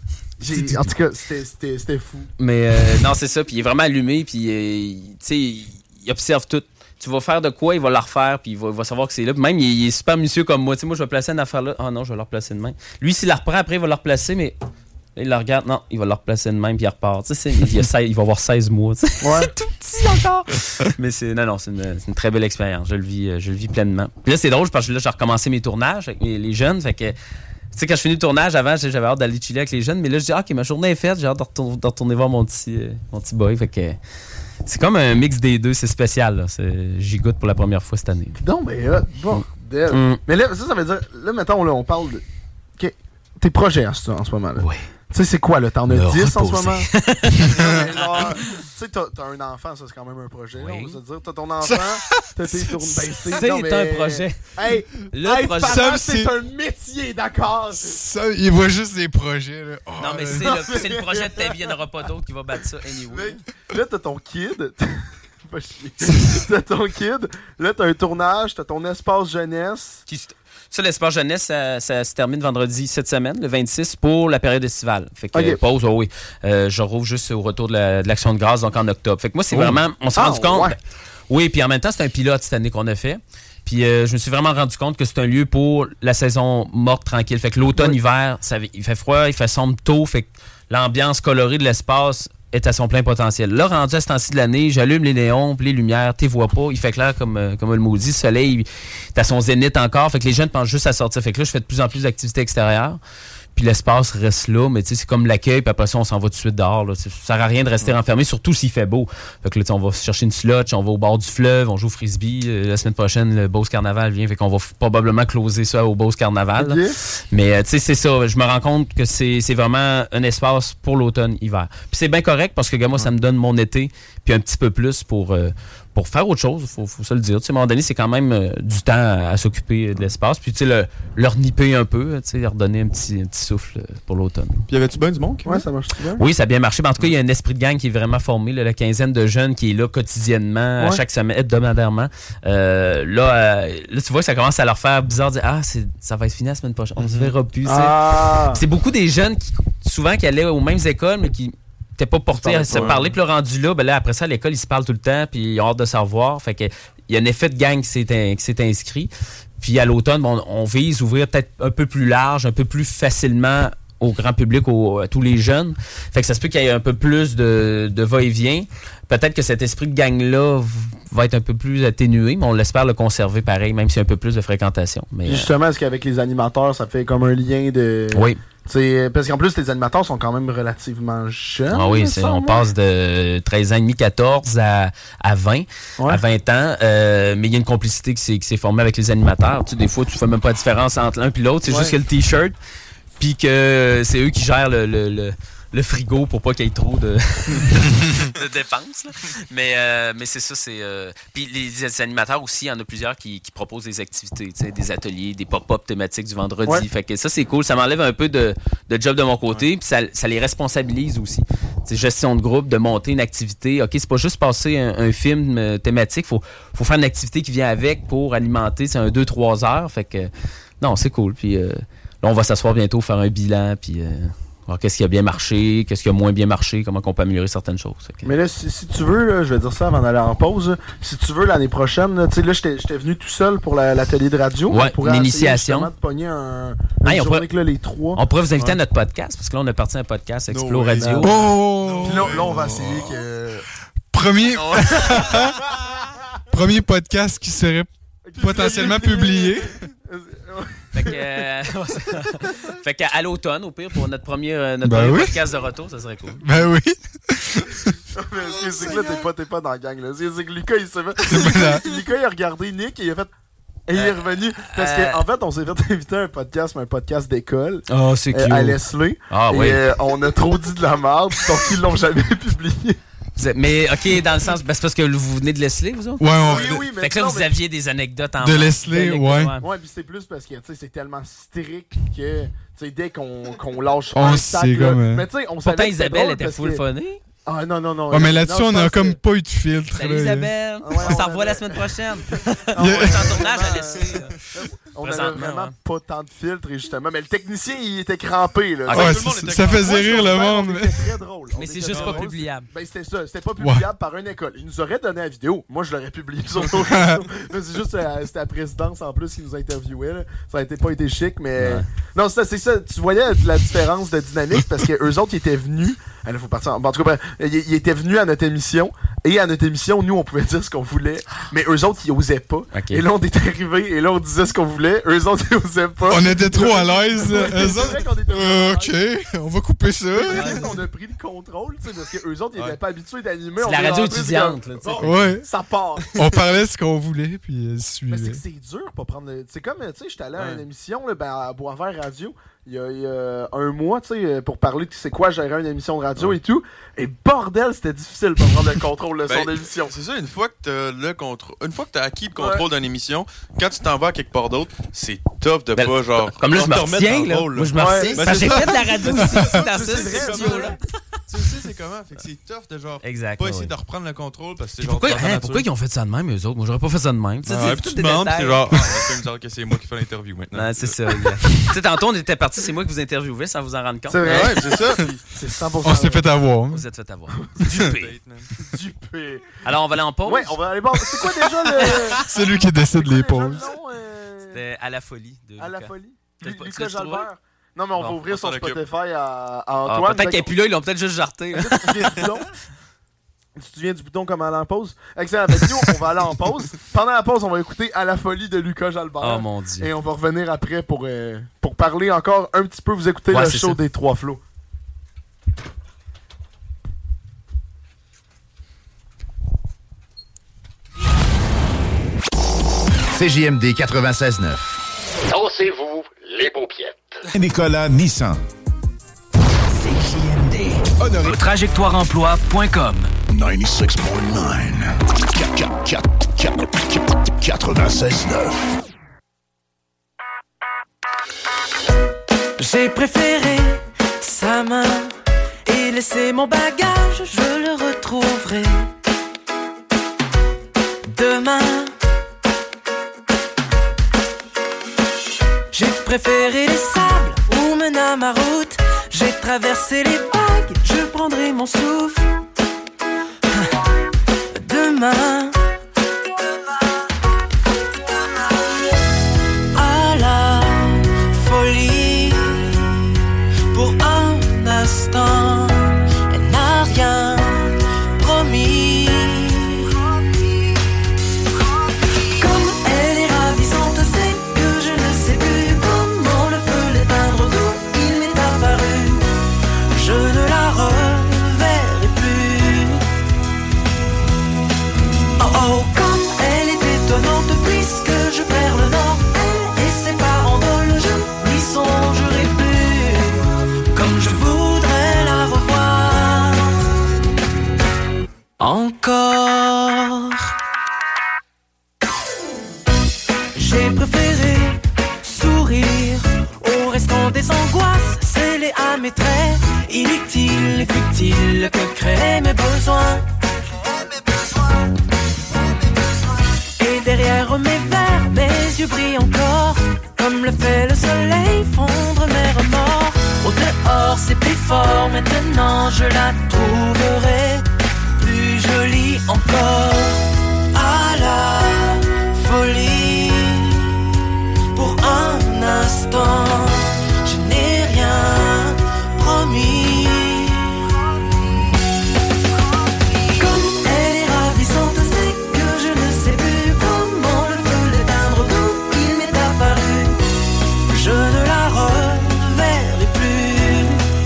J'ai, en tout cas, c'était, c'était, c'était fou. Mais euh, non, c'est ça. Puis il est vraiment allumé. Puis, euh, tu sais, il, il observe tout. Tu vas faire de quoi, il va la refaire. Puis il va, il va savoir que c'est là. Puis même, il, il est super minutieux comme moi. Tu sais, moi, je vais placer une affaire là. Ah oh, non, je vais la replacer de même. Lui, s'il la reprend, après, il va la replacer. Mais là, il la regarde. Non, il va la replacer de même. Puis il repart. Tu sais, il, a il va avoir seize mois. Tu sais. Ouais. C'est tout petit encore. Mais c'est, non, non, c'est une, c'est une très belle expérience. Je le vis, je le vis pleinement. Puis là, c'est drôle parce que là, j'ai recommencé mes tournages avec mes, les jeunes. Fait que. Tu sais, quand je finis le tournage, avant, j'avais hâte d'aller chiller avec les jeunes, mais là, je dis, ah, OK, ma journée est faite, j'ai hâte de retourner, de retourner voir mon petit, euh, mon petit boy. Fait que c'est comme un mix des deux, c'est spécial. Là. C'est, j'y goûte pour la première fois cette année. Non, mais euh, bon, mm. Mais là, ça, ça veut dire, là, mettons, là, on parle de. Okay. Tes projets en ce, en ce moment, là. Oui. Tu sais, c'est quoi, là? T'en as Le dix en ce reposer. moment? Mais genre, tu sais, t'as, t'as un enfant, ça, c'est quand même un projet. Oui. Là, on va se dire, t'as ton enfant, t'as tes tournées. Ben, c'est C'est non, mais... un projet. Hey, Le hey, projet. parent, Ça, c'est c'est- un métier, d'accord? Ça, il voit juste des projets. Là. Oh, Non, mais là. c'est le, c'est le projet de ta vie, il n'y en aura pas d'autre qui va battre ça anyway. Mec, là, t'as ton kid. Pas chier. T'as ton kid. Là, t'as un tournage, t'as ton espace jeunesse. Qui- Ça, l'espace jeunesse, ça, ça se termine vendredi cette semaine, le vingt-six, pour la période estivale. Fait que Ok. euh, pause, oh oui. Euh, je rouvre juste au retour de, la- de l'action de grâce, donc en octobre. Fait que moi, c'est Oh. vraiment... On s'est Ah, rendu compte... ouais. ben, oui, puis en même temps, c'est un pilote cette année qu'on a fait. Puis euh, je me suis vraiment rendu compte que c'est un lieu pour la saison morte, tranquille. Fait que l'automne, Oui. hiver, ça, il fait froid, il fait sombre tôt. Fait que l'ambiance colorée de l'espace est à son plein potentiel. Là, rendu à ce temps-ci de l'année, j'allume les néons, puis les lumières, t'es vois pas, il fait clair comme, euh, comme le maudit, le soleil, t'as son zénith encore, fait que les jeunes pensent juste à sortir. Fait que là, je fais de plus en plus d'activités extérieures, puis l'espace reste là, mais tu sais, c'est comme l'accueil, puis après ça, on s'en va tout de suite dehors. Là. Ça sert à rien de rester renfermé, surtout s'il fait beau. Fait que là, tu sais, on va chercher une slotch, on va au bord du fleuve, on joue au frisbee. Euh, la semaine prochaine, le Beauce Carnaval vient, fait qu'on va f- probablement closer ça au Beauce Carnaval. là. Ok. Mais euh, tu sais, c'est ça. Je me rends compte que c'est, c'est vraiment un espace pour l'automne-hiver. Puis c'est bien correct parce que gars, moi, ça me donne mon été, puis un petit peu plus pour, euh, pour faire autre chose. Faut, faut se le dire. Tu sais, à un moment donné, c'est quand même euh, du temps à, à s'occuper de l'espace. Puis tu sais, le, leur nipper un peu, tu sais, leur donner un petit, un petit souffle euh, pour l'automne. Puis y avait-tu bien du monde? qui Ouais, venait? ça marche très bien. Oui, ça a bien marché. Mais en tout cas, il y a un esprit de gang qui est vraiment formé. Là, la quinzaine de jeunes qui est là quotidiennement, à Ouais. chaque semaine, hebdomadairement. Euh, là, euh, là, tu vois que ça commence à leur faire bizarre de dire ah, c'est, ça va être fini la semaine prochaine. On se verra plus. tu sais. Ah! C'est beaucoup des jeunes qui, souvent, qui allaient aux mêmes écoles, mais qui n'étaient pas portés à se pas, parler. ouais. Puis le rendu là, ben là, après ça, à l'école, ils se parlent tout le temps, puis ils ont hâte de savoir. Fait que il y a un effet de gang qui s'est, in- qui s'est inscrit. Puis à l'automne, bon, on vise ouvrir peut-être un peu plus large, un peu plus facilement au grand public, au- à tous les jeunes. Fait que ça se peut qu'il y ait un peu plus de, de va-et-vient. Peut-être que cet esprit de gang-là v- va être un peu plus atténué, mais on l'espère le conserver pareil, même s'il y a un peu plus de fréquentation. Mais, Puis justement, est-ce qu'avec les animateurs, ça fait comme un lien de. euh, oui. T'sais, parce qu'en plus, les animateurs sont quand même relativement jeunes. Ah oui, me c'est, semble, on ouais. passe de treize ans et demi, quatorze à, à vingt, Ouais. à vingt ans. Euh, mais il y a une complicité qui s'est, qui s'est formée avec les animateurs. Tu sais, des fois, tu fais même pas la différence entre l'un et l'autre. C'est Ouais. juste que le T-shirt, puis que c'est eux qui gèrent le, le, le, le frigo pour pas qu'il y ait trop de, de dépenses. Là. Mais, euh, mais c'est ça. c'est euh... Puis les, les animateurs aussi, il y en a plusieurs qui, qui proposent des activités, tu sais, des ateliers, des pop-up thématiques du vendredi. Ouais. Fait que ça, c'est cool. Ça m'enlève un peu de, de job de mon côté, puis ça, ça les responsabilise aussi. C'est gestion de groupe, de monter une activité. OK, c'est pas juste passer un, un film euh, thématique. Faut, faut faire une activité qui vient avec pour alimenter. C'est un deux trois heures. Fait que, non, c'est cool. Puis euh, là, on va s'asseoir bientôt, faire un bilan, puis... Euh, voir qu'est-ce qui a bien marché, qu'est-ce qui a moins bien marché, comment on peut améliorer certaines choses. Fait que- Mais là, si, si tu veux, là, je vais dire ça avant d'aller en pause. là, Si tu veux, l'année prochaine, là, tu sais, là, j'étais j'étais venu tout seul pour la- l'atelier de radio. Ouais, On pourrait une essayer initiation. justement de pogner un, Ah, une on journée pourrait- que là, les trois. On pourrait vous inviter Ouais. à notre podcast, parce que là, on a parti un podcast Explo way. Radio. Oh! Puis là, là, on va essayer que... Premier... Premier podcast qui serait potentiellement publié. Fait que, euh, fait qu'à à l'automne, au pire, pour notre premier, euh, notre Ben premier oui. podcast de retour, ça serait cool. Ben oui. Mais c'est que là, t'es pas, t'es pas dans la gang, là. C'est c'est que Lucas, il s'est fait... là. Lucas, il a regardé Nick et il a fait... Et il est revenu. Parce Euh... qu'en en fait, on s'est fait inviter à un podcast, mais un podcast d'école. Oh, c'est euh, cute. à Leslie. Ah et oui. euh, on a trop dit de la merde, donc ils l'ont jamais publié. Mais, OK, dans le sens... Ben, c'est parce que vous venez de Leslie, vous autres? Ouais, on Oui, oui, mais Fait que là, non, vous mais- aviez des anecdotes en De Leslie, ouais. Ouais, puis c'est plus parce que, tu sais, c'est tellement strict que, tu sais, dès qu'on qu'on lâche On un sait sac, là, comme, euh, mais tu sais, on savait Pourtant, que c'était Isabelle drôle était parce full que- funny. Ah, non, non, non. Ouais, mais non, là-dessus, je on pense a comme que- pas eu de filtre. Salut là. Isabelle. Ouais, on s'en on revoit la avait- semaine prochaine. Ah, On ouais, va être en vraiment, tournage à euh, laisser. On avait Présentement, vraiment ouais. pas tant de filtres, et justement. Mais le technicien, il était crampé, là. Ah, Ouais, tout le monde ça, était ça faisait Moi, rire je le trouve monde. qu'on était très drôle. On Mais c'est était juste pas drôle. publiable. Ben, c'était ça. C'était pas publiable par une école. Ils nous auraient donné la vidéo. Moi, je l'aurais publié sur nos réseaux. Mais c'est juste, euh, c'était la présidence en plus qui nous interviewait, là. Ça a été, pas été chic, mais. Ouais. Non, c'est c'est ça. Tu voyais la différence de dynamique parce que eux autres, ils étaient venus. Ah, là, faut partir. En, bon, en tout cas, bref, ils, ils étaient venus à notre émission. Et à notre émission, nous, on pouvait dire ce qu'on voulait. Mais eux autres, ils osaient pas. Ok. Et là, on était arrivés. Et là, on disait ce qu'on voulait. Eux autres, ils osaient pas. On était trop à l'aise. C'est Eux vrai autres, qu'on était euh, vraiment à l'aise. ok, on va couper ça. On a pris le contrôle, tu sais, parce qu'eux autres, ils étaient Ouais. pas habitués d'animer. C'est On la est radio rentrés, c'est étudiante, comme, là, tu sais. bon, Ouais. ça part. On parlait ce qu'on voulait, puis euh, Mais c'est suivait. que c'est dur pour prendre le... C'est comme, tu sais, j'étais allé à Ouais. une émission, là, ben, à Boisvert Radio, il y, a, il y a un mois, tu sais, pour parler de c'est quoi gérer une émission de radio Ouais. et tout. Et bordel, c'était difficile pour prendre le contrôle de son Ben, émission. C'est ça, une fois que t'as le contrôle, une fois que t'as acquis le contrôle d'une émission, quand tu t'en vas à quelque part d'autre, c'est tough de Ben, pas genre. Comme là, je me te remettre retiens, dans le là. rôle, Moi, je me Ouais. retiens. Ben, Parce que c'est j'ai ça. fait de la radio aussi, ici, dans Tu ce sais, c'est comme studio-là. ça. Tu sais c'est comment, fait que c'est tough de genre Exact. pas ouais, essayer ouais. de reprendre le contrôle parce que c'est Puis genre. Pourquoi, dans ta hein, nature. pourquoi ils ont fait ça de même, eux autres? Moi, j'aurais pas fait ça de même. Tu sais, Ouais, c'est puis tout tu des demandes, puis détails. c'est genre, ah, ça me semble que c'est moi qui fais l'interview maintenant. Non, c'est ça. gars. Tu sais, tantôt, on était partis, c'est moi qui vous interviewais sans vous en rendre compte. C'est vrai. Ouais, c'est ça. Puis C'est cent pour cent. On s'est fait avoir. Vous êtes fait avoir. Dupé. Dupé. Alors, on va aller en pause. Ouais, on va aller voir. C'est quoi déjà le. C'est lui qui décide les c'est quoi déjà pauses. le nom, euh, C'était à la folie de À la Lucas. folie. Tu l'as Lu- pas- tu Lucas l'as-tu trouvé? Jalbert. Non, mais on va Bon, ouvrir on s'en son occupe. Spotify à, à Ah, Antoine. peut-être Fait qu'il n'est plus là, ils l'ont peut-être juste jarté. là. Tu te souviens du bouton? Tu te souviens du bouton comme aller en pause? Excellent. Fait que nous, on va aller en pause. Pendant la pause, on va écouter À la folie de Lucas Jalbert. Oh mon Dieu. Et on va revenir après pour, euh, pour parler encore un petit peu. Vous écoutez Ouais, le c'est show ça. des Trois Flots. C J M D quatre-vingt-seize neuf. Dansez-vous les paupiettes. Nicolas Nissan. C J M D. Honoré. Trajectoireemploi point com. quatre-vingt-seize neuf. quatre-vingt-seize neuf. J'ai préféré sa main et laisser mon bagage, je le retrouverai demain. J'ai préféré les sables où mena ma route. J'ai traversé les vagues, je prendrai mon souffle demain. À la folie, pour un instant, elle n'a rien promis. Comme elle est ravissante, c'est que je ne sais plus comment le feu l'éteindre, d'où il m'est apparu. Je ne la reverrai plus. Oh oh, comme elle est étonnante, puisque je perds le nord, elle et ses farandoles, je n'y songerai plus. Comme je voudrais la revoir encore. J'ai préféré sourire au restant des angoisses scellées à mes traits, inutiles et futiles que créent mes besoins. Et derrière mes verres, mes yeux brillent encore, comme le fait le soleil fondre mes remords. Au dehors c'est plus fort, maintenant je la trouverai plus jolie encore. À la folie, pour un instant, je n'ai rien promis. Comme elle est ravissante, c'est que je ne sais plus comment le feu l'éteindre, d'où il m'est apparu. Je ne la reverrai plus.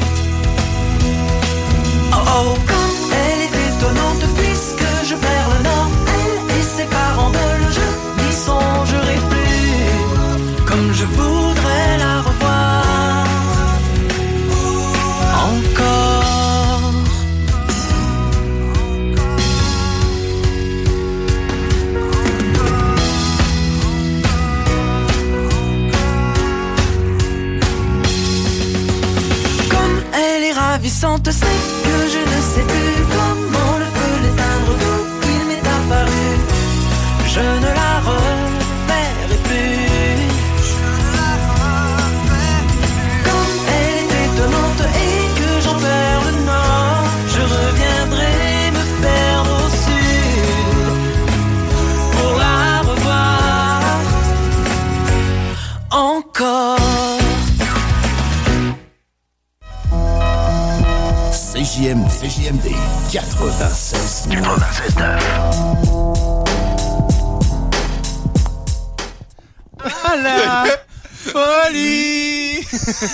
Oh oh, comme elle est étonnante, puisque je perds le nord, elle et ses farandoles, je n'y songe voudrais la revoir encore. Comme elle est ravissante, c'est que je ne sais plus comment le feu l'éteindre d'où il m'est apparu. Je ne la reverrai plus. Comme elle est étonnante et que j'en perds le nord, je reviendrai me perdre au sud pour la revoir encore. C J M D, C J M D quatre-vingt-seize neuf. À la folie!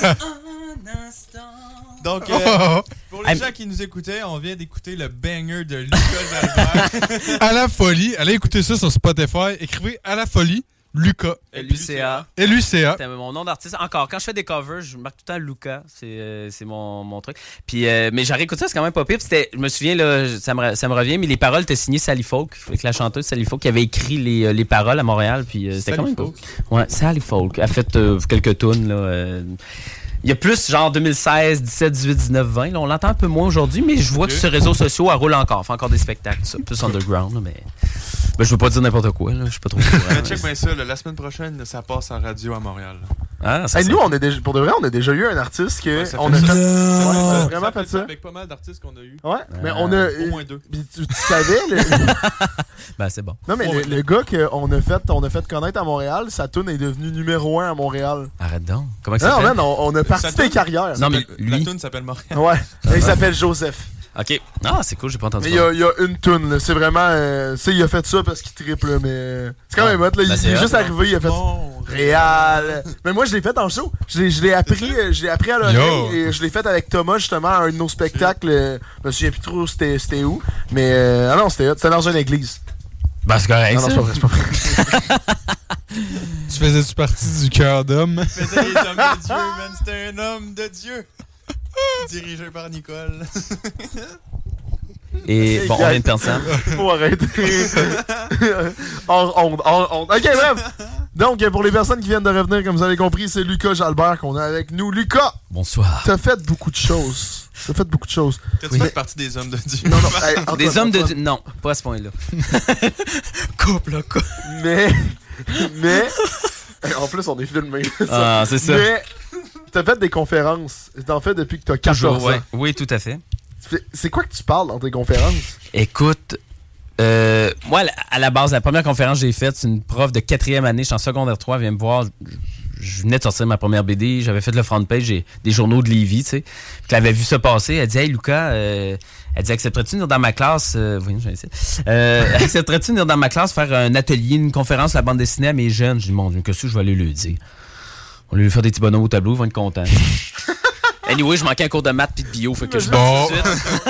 Donc, euh, Oh. pour les gens qui nous écoutaient, on vient d'écouter le banger de Lucas Jalbert. À la folie. Allez écouter ça sur Spotify. Écrivez À la folie, Lucas. L U C A. L U C A. C'était mon nom d'artiste. Encore, quand je fais des covers, je marque tout le temps Lucas. C'est, euh, c'est mon, mon truc. Puis, euh, mais j'ai réécouté ça, c'est quand même pas pire. Puis c'était, je me souviens, là, ça me, ça me revient, mais les paroles étaient signées Sally Folk, avec la chanteuse Sally Folk, qui avait écrit les, les paroles à Montréal. Puis euh, c'était Sally quand même Folk. cool. Ouais, Sally Folk. Elle a fait euh, quelques tunes, là. Euh, il y a plus, genre deux mille seize, dix-sept, dix-huit, dix-neuf, vingt. Là, on l'entend un peu moins aujourd'hui, mais je vois que sur les réseaux sociaux, elle roule encore. Elle fait encore des spectacles, ça, plus underground. Là, mais ben, je veux pas dire n'importe quoi. Là. Je suis pas trop courant. Mais check bien ça. Là, la semaine prochaine, ça passe en radio à Montréal. Ah, ça Hey, nous, on est déjà, pour de vrai, on a déjà eu un artiste que Ouais, ça on fait a fait. ça. Ouais, on a Ça vraiment fait fait ça. avec pas mal d'artistes qu'on a eu. Ouais, mais Ah. on a. Au moins deux. Puis tu, tu savais, le... Ben, c'est bon. non mais Ouais. le, le gars qu'on a fait, on a fait connaître à Montréal, sa tune est devenue numéro un à Montréal. Arrête donc. Comment ça Non, s'appelle? man, on, on a parti Sa des tune- carrières. Non, mais La lui. tune s'appelle Montréal. Ouais, il s'appelle Joseph. OK. Ah, c'est cool, j'ai pas entendu Mais il y, a- il y a une tune, là. C'est vraiment. Euh, tu sais, il a fait ça parce qu'il triple, là, mais. C'est quand Ah. même hot, là. Il, Ben, il c'est est hot, juste hein. arrivé, il a fait. Bon, Réal. Mais moi, je l'ai fait en show. Je l'ai, je l'ai appris, euh, je l'ai appris à l'oreille Yo. et je l'ai fait avec Thomas, justement, à un de nos spectacles. euh, Je me souviens plus trop c'était, c'était où. Mais. Euh, ah non, c'était hot. C'était dans une église. Ben, c'est correct. Non, non, ça. c'est pas vrai, c'est pas vrai. Tu faisais-tu partie du cœur d'homme? Il faisait les hommes de Dieu, man. C'était un homme de Dieu. Dirigé par Nicole. Et bon, on vient de perdre ça. Faut arrêter. hors onde, hors onde. Ok, bref. Donc, pour les personnes qui viennent de revenir, comme vous avez compris, c'est Lucas Jalbert qu'on a avec nous. Lucas, Bonsoir. t'as fait beaucoup de choses. T'as fait beaucoup de choses. T'as-tu fait partie des hommes de Dieu? Non, non, hey, Antoine, Des hommes de Antoine. Dieu. Non, pas à ce point-là. Couple, là, couple. Mais, mais, en plus, on est filmé. Ah, c'est ça. Mais, t'as fait des conférences. T'en fais depuis que t'as quatorze Toujours, ouais. ans. Oui, tout à fait. C'est- C'est quoi que tu parles dans tes conférences? Écoute, euh, moi, à la base, la première conférence que j'ai faite, c'est une prof de quatrième année, je suis en secondaire trois, elle vient me voir. Je venais de sortir ma première B D, j'avais fait le front page j'ai des journaux de Lévis, tu sais. Puis elle avait vu ça passer, elle dit « Hey, Lucas, euh, elle dit, accepterais-tu de venir dans ma classe? Euh, voyons, j'ai essayé. Euh, accepterais-tu de venir dans ma classe faire un atelier, une conférence à la bande dessinée à mes jeunes? » Je dis, mon Dieu, qu'est-ce que je vais aller lui dire? On va lui faire des petits bonhommes au tableau, ils vont être contents. Anyway, je manquais un cours de maths puis de bio, fait que je Bon. tout de suite.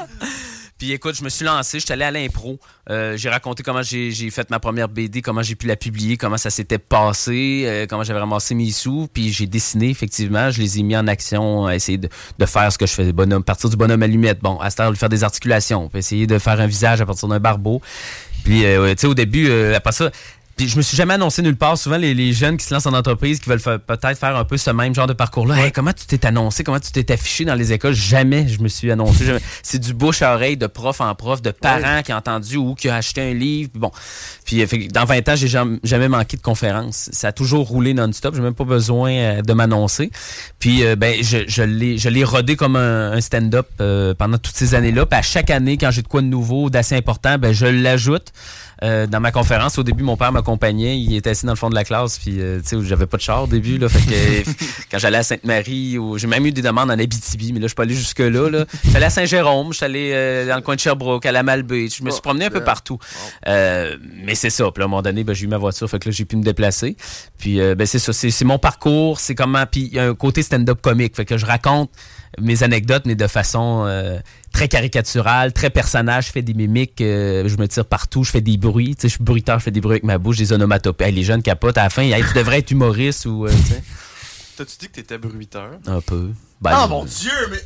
Puis écoute, je me suis lancé, je suis allé à l'impro. Euh, j'ai raconté comment j'ai, j'ai fait ma première B D, comment j'ai pu la publier, comment ça s'était passé, euh, comment j'avais ramassé mes sous. Puis j'ai dessiné, effectivement, je les ai mis en action, à essayer de, de faire ce que je faisais, bonhomme, partir du bonhomme allumette. Bon, à cette heure, de faire des articulations, puis essayer de faire un visage à partir d'un barbeau. Puis, euh, tu sais, au début, euh, après ça... Puis je me suis jamais annoncé nulle part. Souvent, les, les jeunes qui se lancent en entreprise, qui veulent fa- peut-être faire un peu ce même genre de parcours-là. Hey, comment tu t'es annoncé? Comment tu t'es affiché dans les écoles? Jamais je me suis annoncé. Jamais. C'est du bouche à oreille, de prof en prof, de parents ouais. qui ont entendu ou qui ont acheté un livre. Puis bon. Puis fait, dans vingt ans, j'ai jamais, jamais manqué de conférences. Ça a toujours roulé non-stop. J'ai même pas besoin euh, de m'annoncer. Puis euh, ben, je, je, l'ai, je l'ai rodé comme un, un stand-up euh, pendant toutes ces années-là. Puis à chaque année, quand j'ai de quoi de nouveau, d'assez important, ben, je l'ajoute. Euh, dans ma conférence, au début, mon père m'accompagnait. Il était assis dans le fond de la classe. Puis, euh, tu sais, j'avais pas de char au début. Là, fait que quand j'allais à Sainte-Marie, ou, j'ai même eu des demandes en Abitibi, mais là, je suis pas allé jusque-là. Là. J'allais à Saint-Jérôme, je suis allé euh, dans le coin de Sherbrooke, à la Malbaie. Je me suis promené un peu partout. Euh, mais c'est ça. Puis, à un moment donné, ben, j'ai eu ma voiture. Fait que là, j'ai pu me déplacer. Puis, euh, ben, c'est ça. C'est, c'est mon parcours. C'est comment. Puis, il y a un côté stand-up comique. Fait que je raconte mes anecdotes, mais de façon euh, très caricaturale, très personnage. Je fais des mimiques, euh, je me tire partout, je fais des bruits. Tu sais, je suis bruiteur, je fais des bruits avec ma bouche, des onomatopées. Hey, les jeunes capotent à la fin. Hey, tu devrais être humoriste ou... Euh, tu sais. T'as-tu dit que t'étais bruiteur? Un peu. Ben, Ah, je- mon Dieu, mais...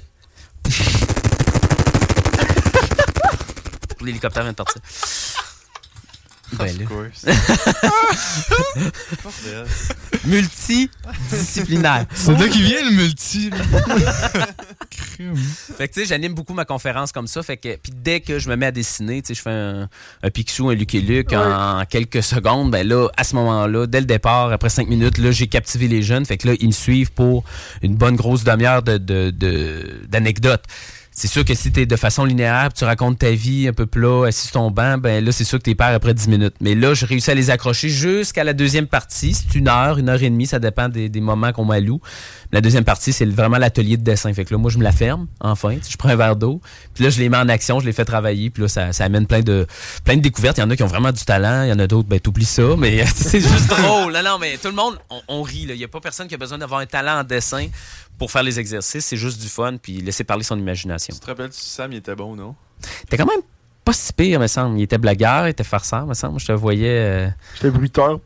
L'hélicoptère vient de partir. Ben là. Multidisciplinaire. C'est là qu'il vient le multi. là. Fait que tu sais, j'anime beaucoup ma conférence comme ça. Fait que puis dès que je me mets à dessiner, tu sais, je fais un, un Picsou, un Lucky Luke Ouais. en, en quelques secondes. Ben là, à ce moment-là, dès le départ, après cinq minutes, là, j'ai captivé les jeunes. Fait que là, ils me suivent pour une bonne grosse demi-heure de, de, de, d'anecdotes. C'est sûr que si t'es de façon linéaire, puis tu racontes ta vie un peu plat, assis sur ton banc, ben là, c'est sûr que t'es perds après dix minutes. Mais là, j'ai réussi à les accrocher jusqu'à la deuxième partie. C'est une heure, une heure et demie, ça dépend des, des moments qu'on m'alloue. La deuxième partie, c'est vraiment l'atelier de dessin. Fait que là, moi, je me la ferme, enfin. Je prends un verre d'eau, puis là, je les mets en action, je les fais travailler, puis là, ça, ça amène plein de, plein de découvertes. Il y en a qui ont vraiment du talent, il y en a d'autres, ben, t'oublies ça, mais c'est juste drôle. Non, non, mais tout le monde, on, on rit, là. Il n'y a pas personne qui a besoin d'avoir un talent en dessin pour faire les exercices. C'est juste du fun, puis laisser parler son imagination. Tu te rappelles, Sam, il était bon, non? T'es quand même pas si pire, me semble. Il était blagueur, il était farceur, me semble. Je te voyais... Euh... J'étais bruiteur.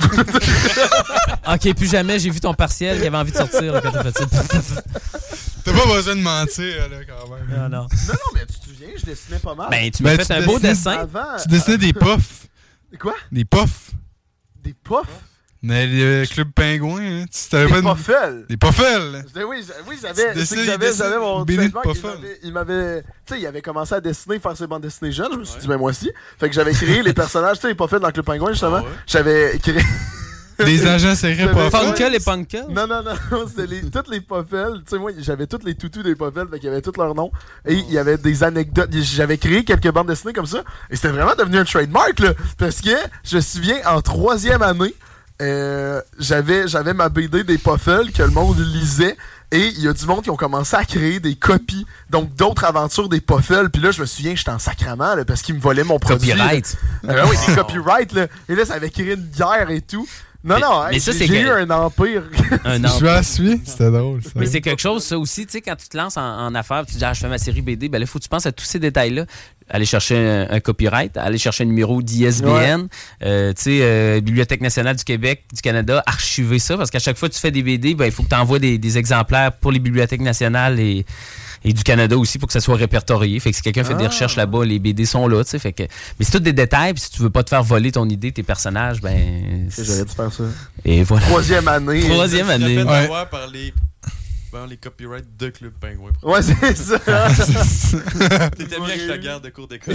OK, plus jamais, j'ai vu ton partiel, il avait envie de sortir là, quand t'as fait ça. T'as pas besoin de mentir, là, quand même. Non, non. Non, non, mais tu te souviens, je dessinais pas mal. Ben, tu m'as Ben, fait tu un beau dessinais- dessin. Avant, Tu dessinais des puffs. Quoi? Des puffs. Des puffs? Mais le club pingouin, hein, tu t'avais Des pas de- puffels. Des puffels. J'étais- Oui, j'- oui, j'avais. Tu c'est que dessines- j'avais, il dessine j'avais mon B D de trademark, il Puffel. m'avait- Il m'avait. Tu sais, il avait commencé à dessiner, faire ses bandes dessinées jeunes. Je me suis dit, ben moi aussi. Fait que j'avais créé les personnages, tu sais, les Puffels dans le Club Pingouin, justement. J'avais créé. Des agents secrets J'avais- Puffels. Funkel et Punkel? Non, non, non, c'était les, toutes les Puffels. Tu sais, moi, j'avais tous les toutous des Puffels, fait qu'il y avait tous leurs noms. Et il y avait des anecdotes. J'avais créé quelques bandes dessinées comme ça. Et c'était vraiment devenu un trademark, là. Parce que je me souviens, en troisième année, euh, j'avais, j'avais ma B D des Puffels que le monde lisait. Et il y a du monde qui ont commencé à créer des copies, donc d'autres aventures des Puffels. Puis là, je me souviens, j'étais en sacrament, là, parce qu'ils me volaient mon produit. Copyright. là. Euh, oui, des copyrights, là. Et là, ça avait créé une guerre et tout. Non, Mais- non, mais hey, ça, j'ai c'est j'ai que- eu un empire. Un Je an. suis à suivre. C'était drôle, ça. Mais c'est quelque chose, ça aussi, tu sais, quand tu te lances en, en affaires, tu dis, ah, je fais ma série B D, ben là, il faut que tu penses à tous ces détails-là. Aller chercher un, un copyright, aller chercher un numéro d'I S B N, euh, tu sais, euh, Bibliothèque nationale du Québec, du Canada, archiver ça, parce qu'à chaque fois que tu fais des B D, ben, il faut que tu envoies des, des exemplaires pour les bibliothèques nationales et, et du Canada aussi pour que ça soit répertorié. Fait que si quelqu'un fait des Ah. recherches là-bas, les B D sont là, tu sais. Fait que, mais c'est tous des détails, puis si tu veux pas te faire voler ton idée, tes personnages, ben. J'aurais dû faire ça. Et voilà. Troisième année. Troisième Tu te année. rappelles Ouais. d'avoir par les, par les copyrights de Club Pingouin. Ouais, c'est ça. T'étais bien avec la garde de cours d'école.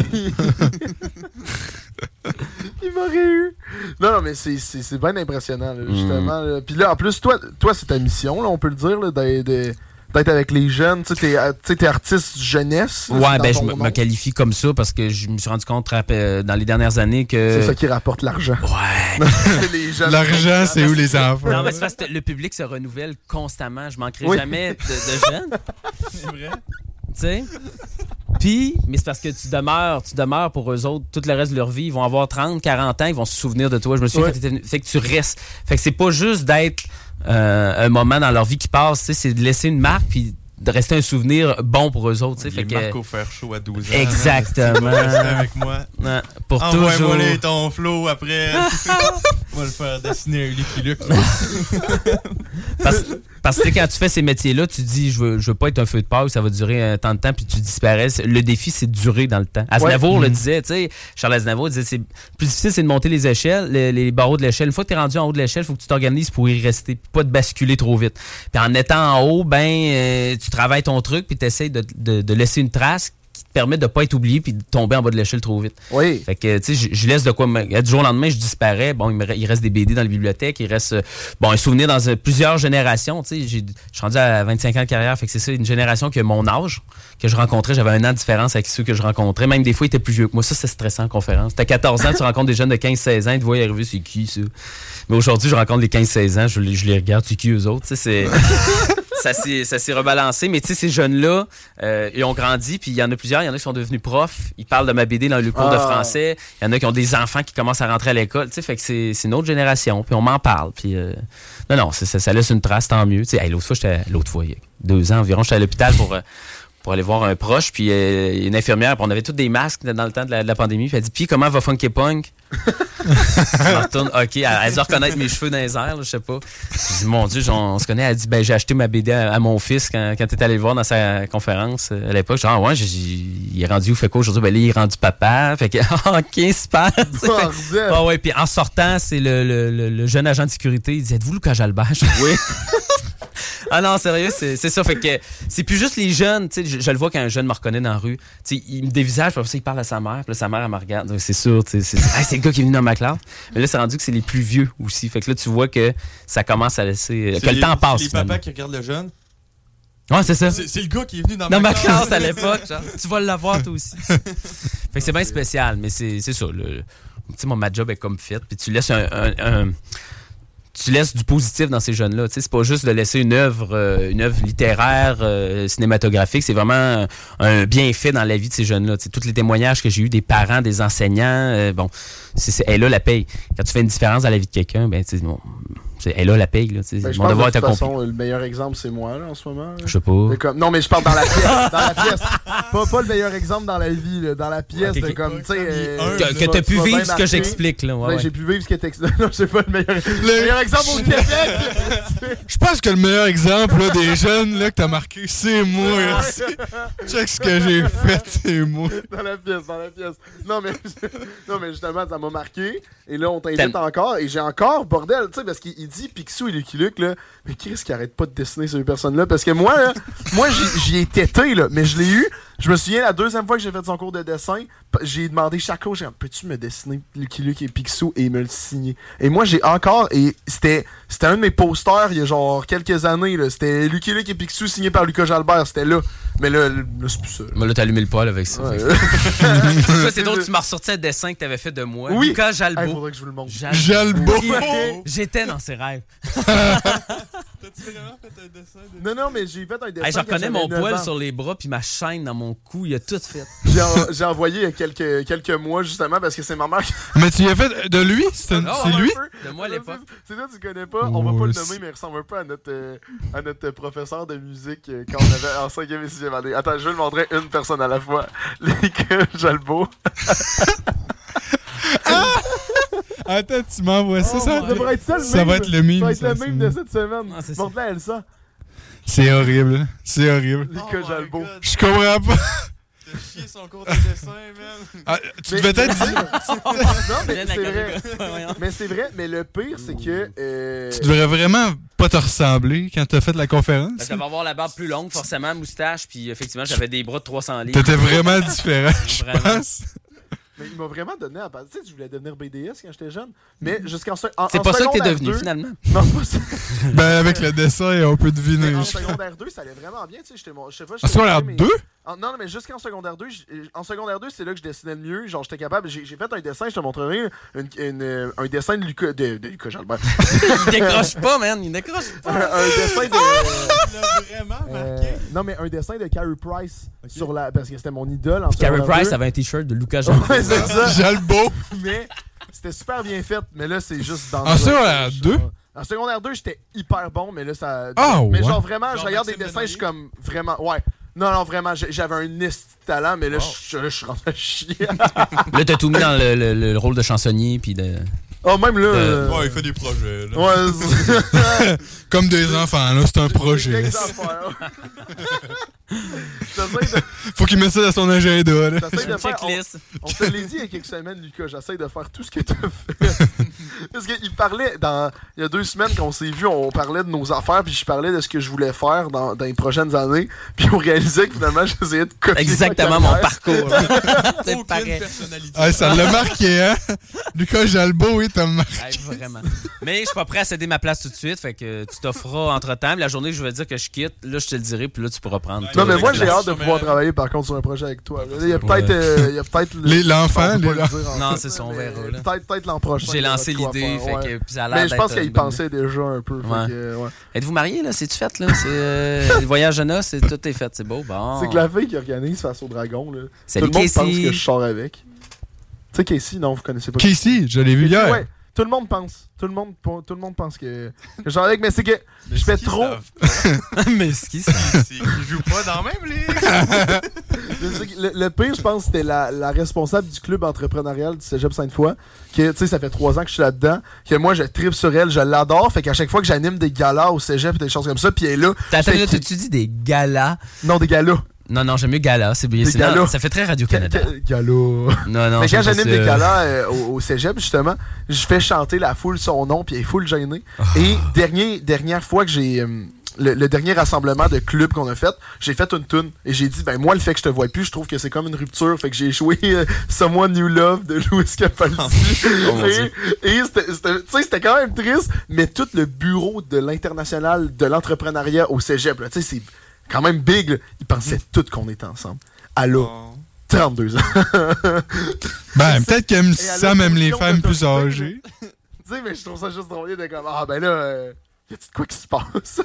Il m'aurait eu. Non, non, mais c'est, c'est, c'est bien impressionnant, là, Mm. justement. là. Puis là, en plus, toi, toi c'est ta mission, là, on peut le dire, là, d'être, d'être avec les jeunes. Tu sais, t'es, tu sais, t'es artiste jeunesse. là, Ouais, c'est ben dans je ton me- nom. me qualifie comme ça parce que je me suis rendu compte euh, dans les dernières années que. C'est ça qui rapporte l'argent. Ouais. Les jeunes. L'argent, c'est où les enfants? Non, mais c'est parce que le public se renouvelle constamment. Je manquerai Oui. jamais de, de jeunes. C'est vrai? Tu sais? Puis, mais c'est parce que tu demeures, tu demeures pour eux autres tout le reste de leur vie. Ils vont avoir trente, quarante ans, ils vont se souvenir de toi. Je me souviens Ouais. quand t'étais venu. Fait que tu restes. Fait que c'est pas juste d'être euh, un moment dans leur vie qui passe, tu sais, c'est de laisser une marque puis de rester un souvenir bon pour eux autres. Tu sais. Il Fait est que... Marco Faire Chaud à douze ans. Exactement. Reste avec moi. Ouais, pour Envoie-moi toujours. les ton flow après. On va le faire dessiner un Lucky Luke. Parce, parce que tu sais, quand tu fais ces métiers-là, tu dis je veux, je veux pas être un feu de paille, ça va durer un temps de temps, puis tu disparais. Le défi, c'est de durer dans le temps. Aznavour Ouais. le Mm. disait, tu sais, Charles Aznavour disait c'est plus difficile, c'est de monter les échelles, les, les barreaux de l'échelle. Une fois que tu es rendu en haut de l'échelle, il faut que tu t'organises pour y rester, puis pas de basculer trop vite. Puis en étant en haut, ben, euh, tu travailles ton truc, puis tu essaies de, de, de laisser une trace qui te permet de pas être oublié puis de tomber en bas de l'échelle trop vite. Oui. Fait que, tu sais, je- je laisse de quoi... me- Du jour au lendemain, je disparais. Bon, il, me re- il reste des B D dans les bibliothèques. Il reste, euh, bon, un souvenir dans euh, plusieurs générations. Tu sais, j'ai- je suis rendu à vingt-cinq ans de carrière. Fait que c'est ça, une génération qui a mon âge, que je rencontrais. J'avais un an de différence avec ceux que je rencontrais. Même des fois, ils étaient plus vieux que moi. Ça, c'est stressant en conférence. T'as quatorze ans, tu rencontres des jeunes de quinze seize ans. Ils te voient arriver, c'est qui, ça? Mais aujourd'hui, je rencontre les quinze seize ans. Je les, je les regarde, c'est qui, eux autres? Tu sais, c'est... ça s'est, ça s'est rebalancé. Mais tu sais, ces jeunes-là, euh, ils ont grandi, puis il y en a plusieurs. Il y en a qui sont devenus profs. Ils parlent de ma B D dans le cours ah. de français. Il y en a qui ont des enfants qui commencent à rentrer à l'école. Tu sais, fait que c'est, c'est une autre génération. Puis on m'en parle. Puis euh, non, non, ça, ça laisse une trace, tant mieux. Tu sais, hey, l'autre fois, j'étais, l'autre fois, il y a deux ans environ, j'étais à l'hôpital pour... Euh, pour aller voir un proche, puis euh, une infirmière, puis on avait tous des masques dans le temps de la, de la pandémie, puis elle dit, puis comment va Funky Punk? Je me retourne, OK, elle, elle doit reconnaître mes cheveux dans les airs, là, je sais pas. Je dis, mon Dieu, on, on se connaît, elle dit, ben j'ai acheté ma B D à, à mon fils quand, quand t'es allé le voir dans sa conférence euh, à l'époque. Je dis, ah ouais, j'ai, il est rendu où, fait quoi aujourd'hui? Ben là, il est rendu papa, fait que, OK, super. Ah ouais, puis en sortant, c'est le, le, le, le jeune agent de sécurité, il dit, êtes-vous Lucas Jalbert? Je dis, oui. Ah non, sérieux, c'est, c'est ça. Fait que c'est plus juste les jeunes. Tu sais, je, je le vois quand un jeune me reconnaît dans la rue. Tu sais, il me dévisage, puis après ça, il parle à sa mère. Puis là, sa mère, elle me regarde. C'est sûr, tu sais, c'est, c'est, hey, c'est le gars qui est venu dans ma classe. Mais là, c'est rendu que c'est les plus vieux aussi. Fait que là, tu vois que ça commence à laisser. C'est que les, le temps passe. C'est les papas qui regardent le jeune. Ouais, c'est ça. C'est, c'est le gars qui est venu dans, dans ma, ma classe. classe à l'époque. Genre. Tu vas l'avoir, toi aussi. Fait que c'est bien spécial, mais c'est, c'est ça. Le, tu sais, mon ma job est comme fit. Puis tu laisses un. un, un tu laisses du positif dans ces jeunes-là. Tu sais, c'est pas juste de laisser une œuvre, euh, une œuvre littéraire, euh, cinématographique. C'est vraiment un, un bienfait dans la vie de ces jeunes-là. Tu sais, tous les témoignages que j'ai eus des parents, des enseignants, euh, bon, c'est, c'est, elle a la paye. Quand tu fais une différence dans la vie de quelqu'un, ben, tu sais, bon, c'est, elle a la paye. Là, tu sais, ben, mon devoir est accompli. De toute façon, le meilleur exemple, c'est moi, là, en ce moment. Là. Je sais pas. Comme, non, mais je parle dans la pièce. dans la pièce. Pas, pas le meilleur exemple dans la vie, là, dans la pièce. Okay, de, comme, tu sais, euh, que, que t'as pu vivre ce que j'explique. Là, ouais, ben, ouais. J'ai pu vivre ce que t'expliques. Non, c'est pas le meilleur, le meilleur exemple au Québec. Je pense que le meilleur exemple là, des jeunes là, que t'as marqué, c'est moi. Check ce que j'ai fait, c'est moi. Dans la pièce, dans la pièce. Non, mais, non, mais justement, ça m'a marqué. Et là, on t'invite encore. Et j'ai encore, bordel, tu sais, parce qu'il dit Picsou et Lucky Luke, là. Mais Chris qui arrête pas de dessiner ces personnes-là. Parce que moi, là, moi, j'y, j'y ai tété, là. Mais je l'ai eu. Je me souviens, la deuxième fois que j'ai fait son cours de dessin, j'ai demandé chaque cours, j'ai dit, peux-tu me dessiner Lucky Luke et Picsou, et il me le signait. Et moi, j'ai encore, et c'était, c'était un de mes posters il y a genre quelques années, là. C'était Lucky Luke et Picsou signé par Lucas Jalbert, c'était là. Mais là, là c'est plus ça. Là. Mais là, t'as allumé le poil avec ça. Ouais. Toi, c'est drôle, tu m'as ressorti un dessin que t'avais fait de moi. Oui. Lucas Jalbeau. Il hey, faudrait que je vous le montre. Jalbeau. J'étais dans ses rêves. T'as-tu vraiment fait un dessin de... Non, non, mais j'ai fait un dessin. Hey, je reconnais mon poil sur les bras puis ma chaîne dans mon cou, il a tout fait. J'ai, en, j'ai envoyé il y a quelques, quelques mois, justement, parce que c'est ma mère qui... Mais tu y as fait de lui? C'est, un, oh, c'est lui? De moi à l'époque. C'est ça, tu connais pas. On va pas le nommer, mais il ressemble un peu à notre, euh, à notre professeur de musique euh, quand on avait en cinquième et sixième année. Attends, je vais le montrer une personne à la fois. Lucas Jalbeau. Ah! Attends, tu m'envoies ça, oh, ça, ça, va être ça, le ça meme, va être le meme. Ça va être ça, le meme de cette semaine. Ah, montre-la, Elsa. C'est horrible. C'est horrible. Lucas oh Jalbeau. Je comprends pas. T'as chié son cours de dessin, man. Ah, tu devais être dit. Non, mais c'est vrai. Mais c'est vrai, mais le pire, c'est que. Euh... Tu devrais vraiment pas te ressembler quand t'as fait la conférence. Ben, ça va avoir la barbe plus longue, forcément, moustache, puis effectivement, j'avais des bras de trois cents livres. T'étais vraiment différent, je pense. Mais il m'a vraiment donné à penser. Tu sais, je voulais devenir B D S quand j'étais jeune. Mais jusqu'en en, C'est en pas ça que t'es devenu, deux, finalement. Non, pas ça. Ben, avec le dessin, on peut deviner. Mais en secondaire deux, ça allait vraiment bien. Tu sais, j'étais mon. Je sais pas. En secondaire deux? En, non, mais jusqu'en secondaire deux, en secondaire deux, c'est là que je dessinais le mieux. Genre, j'étais capable. J'ai, j'ai fait un dessin, je te montrerai. Une, une, une, un dessin de Lucas. De, de Lucas Jalbert. Il décroche pas, man. Il décroche pas. un, un dessin de. Il l'a vraiment marqué. Euh, non, mais un dessin de Carey Price. Okay. Sur la, parce que c'était mon idole en Carey Price avait un t-shirt de Lucas Jalbert. Ouais, c'est ça. Jalbeau. Mais c'était super bien fait. Mais là, c'est juste dans. En secondaire deux? En secondaire deux, j'étais hyper bon. Mais là, ça. Oh, mais ouais. genre, vraiment, genre je regarde des dessins, je suis comme. Vraiment. Ouais. Non, non, vraiment, j'avais un esti de talent, mais là, wow. je, je suis rentré à chier. Là, t'as tout mis dans le, le, le rôle de chansonnier, puis de... Oh, même là... Euh... Ouais, il fait des projets, là. Ouais, comme des enfants, là, c'est un projet. Des affaires. de... Faut qu'il mette ça dans son agenda, là. J'essaie de faire... On, on te l'a dit il y a quelques semaines, Lucas, j'essaie de faire tout ce que t'as fait. Parce qu'il parlait, dans... il y a deux semaines qu'on s'est vu, on parlait de nos affaires, puis je parlais de ce que je voulais faire dans, dans les prochaines années, puis on réalisait que finalement, j'essayais de copier exactement mon parcours. C'est aucune pareil. Personnalité. Ah, ça l'a marqué, hein? Lucas Jalbeau, oui, t'as marqué. Ouais, vraiment. Mais je suis pas prêt à céder ma place tout de suite, fait que tu t'offreras entre-temps. La journée que je vais dire que je quitte, là, je te le dirai, puis là, tu pourras prendre. Non, Non, mais moi, j'ai hâte de pouvoir travailler, par contre, sur un projet avec toi. Il y a peut-être... Ouais. euh, il y a peut-être Les- l'enfant, les- Non, c'est ça, on verra. là. Peut-être peut-être l'an prochain. J'ai il y aura lancé de quoi l'idée, faire, fait ouais. que puis ça a l'air Mais je pense d'être qu'il une bonne- pensait déjà un peu. fait Ouais. que, ouais. Êtes-vous mariés, là? C'est-tu fait, là? C'est, euh, le voyage de noces, c'est, tout est fait, c'est beau. Bon. C'est que la fille qui organise Face au Dragon, là, Salut, tout le monde Casey. pense que je sors avec. Tu sais, Casey, non, vous connaissez pas. Casey, je l'ai vu hier. Ouais, tout le monde pense. Tout le monde, tout le monde pense que, que je sors avec, mais c'est que Mais je fais qui trop. Mais ce qui c'est. Ils jouent pas dans la même ligue. le, le pire, je pense, c'était la, la responsable du club entrepreneurial du Cégep Sainte-Foy. Que, tu sais, ça fait trois ans que je suis là-dedans. Que moi, je tripe sur elle, je l'adore. Fait qu'à chaque fois que j'anime des galas au Cégep et des choses comme ça, puis elle est là. Attends, fait là, que- tu dis des galas? Non, des galas. Non, non, j'aime mieux gala. C'est bien. Des c'est- non, galas. ça fait très Radio-Canada. Ga- ga- Gala. Non, non. Mais j'aime quand pas j'anime ça. des galas euh, au, au Cégep, justement, je fais chanter la foule son nom, puis elle est full gênée. Et dernier, dernière fois que j'ai. euh, le, le dernier rassemblement de club qu'on a fait, j'ai fait une toune. Et j'ai dit, ben moi, le fait que je te vois plus, je trouve que c'est comme une rupture. Fait que j'ai joué euh, Someone New Love de Louis Capaldi. Oh, mon et Dieu. et c'était c'était- tu sais, c'était quand même triste, mais tout le bureau de l'international de l'entrepreneuriat au Cégep, là, tu sais, c'est quand même big. Là. Ils pensaient tous qu'on était ensemble. Allô? trente-deux ans. Ben, peut-être qu'elle Et ça, elle a même les l'option femmes de plus te- âgées. Tu sais, mais je trouve ça juste drôle de comme, ah ben là, euh, y a-t-il de quoi qui se passe?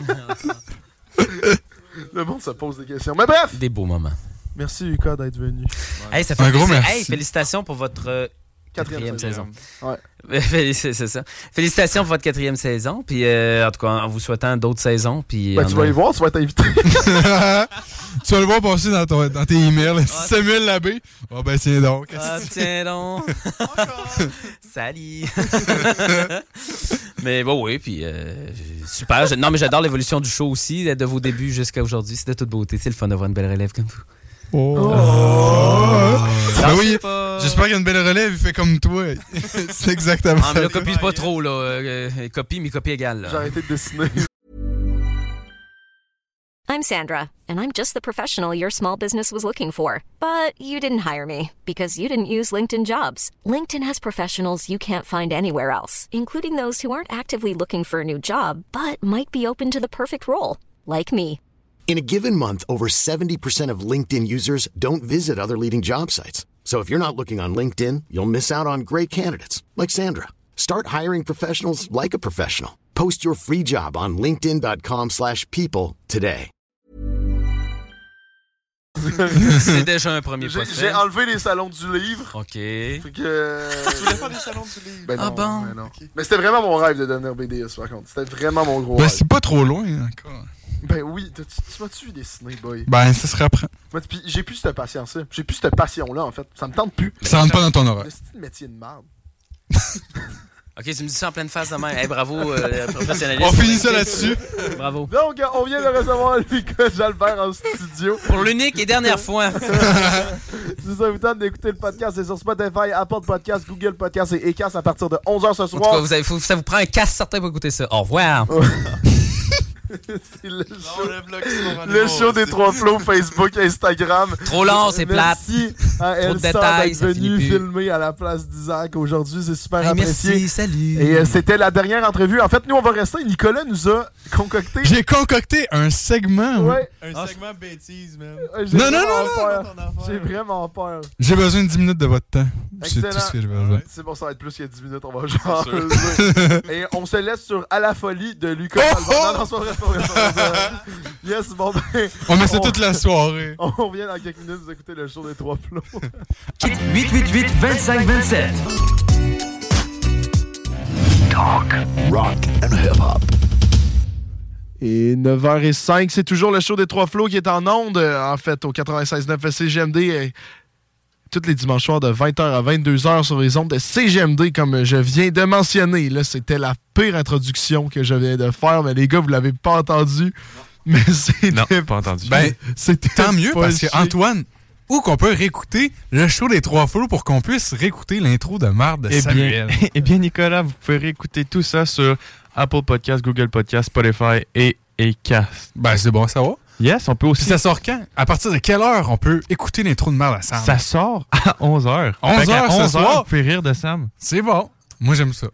Le monde se pose des questions. Mais bref! Des beaux moments. Merci Lucas d'être venu. Hey, ça fait Un gros plaisir. merci. Hey, félicitations pour votre euh, Quatrième quatrième saison. Ouais. c'est c'est ça. Félicitations pour votre quatrième saison. Puis, euh, en tout cas, en vous souhaitant d'autres saisons. Puis, Ben, en tu vas a- y voir, tu vas être invité. Tu vas le voir passer dans, ton, dans tes emails. Samuel Labbé. Oh, ben, tiens donc. Ah, tiens donc. Salut. Mais bon, oui, puis euh, super. Je- non, mais j'adore l'évolution du show aussi, de vos débuts jusqu'à aujourd'hui. C'est de toute beauté. C'est le fun d'avoir une belle relève comme vous. Oh. Ben oui, j'espère qu'il y a une belle relève. Il fait comme toi. C'est exactement Ah, mais là, ça. copie pas trop, là. Euh, euh, copie, mais copie égale. J'ai arrêté de dessiner. I'm Sandra, and I'm just the professional your small business was looking for. But you didn't hire me because you didn't use LinkedIn Jobs. LinkedIn has professionals you can't find anywhere else, including those who aren't actively looking for a new job, but might be open to the perfect role, like me. In a given month, over seventy percent of LinkedIn users don't visit other leading job sites. So if you're not looking on LinkedIn, you'll miss out on great candidates like Sandra. Start hiring professionals like a professional. Post your free job on linkedin.com slash people today. C'est déjà un premier J'ai pas fait. j'ai enlevé les salons du livre. OK. Fait que, euh, Tu voulais faire des salons du livre? Ben non, Ah bon? ben non. Mais c'était vraiment mon rêve de devenir B D S, par contre. C'était vraiment mon gros Ben, rêve. c'est pas trop loin encore. Ben oui, tu, tu m'as-tu dessiné, boy? Ben, ça se reprend. Moi, puis j'ai plus cette patience-là. J'ai plus cette passion-là, en fait. Ça me tente plus. Ça rentre pas dans ton horaire. Mais c'est un métier de merde. OK, tu me dis ça en pleine face de même. Hey, bravo, euh, professionnalisme. On finit ça là-dessus. Bravo. Donc, on vient de recevoir Lucas Jalbert en studio. Pour l'unique et dernière fois. Si ça vous tente d'écouter le podcast, c'est sur Spotify, Apple Podcast, Google Podcast et Acast à partir de onze heures ce En tout soir. cas, vous avez, faut- ça vous prend un casse certain pour écouter ça. Au revoir. C'est le show, Non, le bloc, c'est mon le rendez-vous, show des c'est- trois flots, Facebook, Instagram. Trop long, c'est plate. Merci à Trop de Elsa détails, d'être ça finit venue plus. filmer à la place d'Isaac aujourd'hui. C'est super Hey, apprécié. merci, salut. Et euh, c'était la dernière entrevue. En fait, nous, on va rester. Nicolas nous a concocté. J'ai concocté un segment. oui. Ouais. Un Ah, segment bêtise, man. Ouais, j'ai Non, non, vraiment non, peur. Ton affaire. J'ai vraiment peur. J'ai besoin de dix minutes de votre temps. C'est Excellent. tout ce que j'ai besoin. C'est bon, ça va être plus qu'il y a dix minutes, on va genre. Et on se laisse sur À la folie de Lucas Oh, Jalbert. oh! Non, non, c'est pas vrai, c'est pas vrai, c'est pas vrai. Yes, bon ben. On met ça toute la soirée. On revient dans quelques minutes, vous écoutez le show des trois plots. huit huit huit vingt-cinq vingt-sept. Talk, rock and hip-hop. Et neuf heures cinq, c'est toujours le show des trois flots qui est en onde, en fait, au quatre-vingt-seize neuf C G M D. euh, Tous les dimanches soirs de vingt heures à vingt-deux heures sur les ondes de C G M D, comme je viens de mentionner. Là, c'était la pire introduction que je viens de faire, mais les gars, vous l'avez pas entendu. Mais c'était... Non, pas entendu. Ben, c'était tant mieux pas parce que chic. Antoine, où qu'on peut réécouter le show des trois flots pour qu'on puisse réécouter l'intro de marde de Eh Samuel. bien, eh bien, Nicolas, vous pouvez réécouter tout ça sur Apple Podcast, Google Podcast, Spotify et Acast. Ben, c'est bon à savoir. Yes, on peut aussi... Puis ça sort quand? À partir de quelle heure on peut écouter l'intro de marde à Sam? Ça sort à onze heures. onze Fait qu'à heures ce onze heures, soir? vous pouvez rire de Sam. C'est bon. Moi, j'aime ça.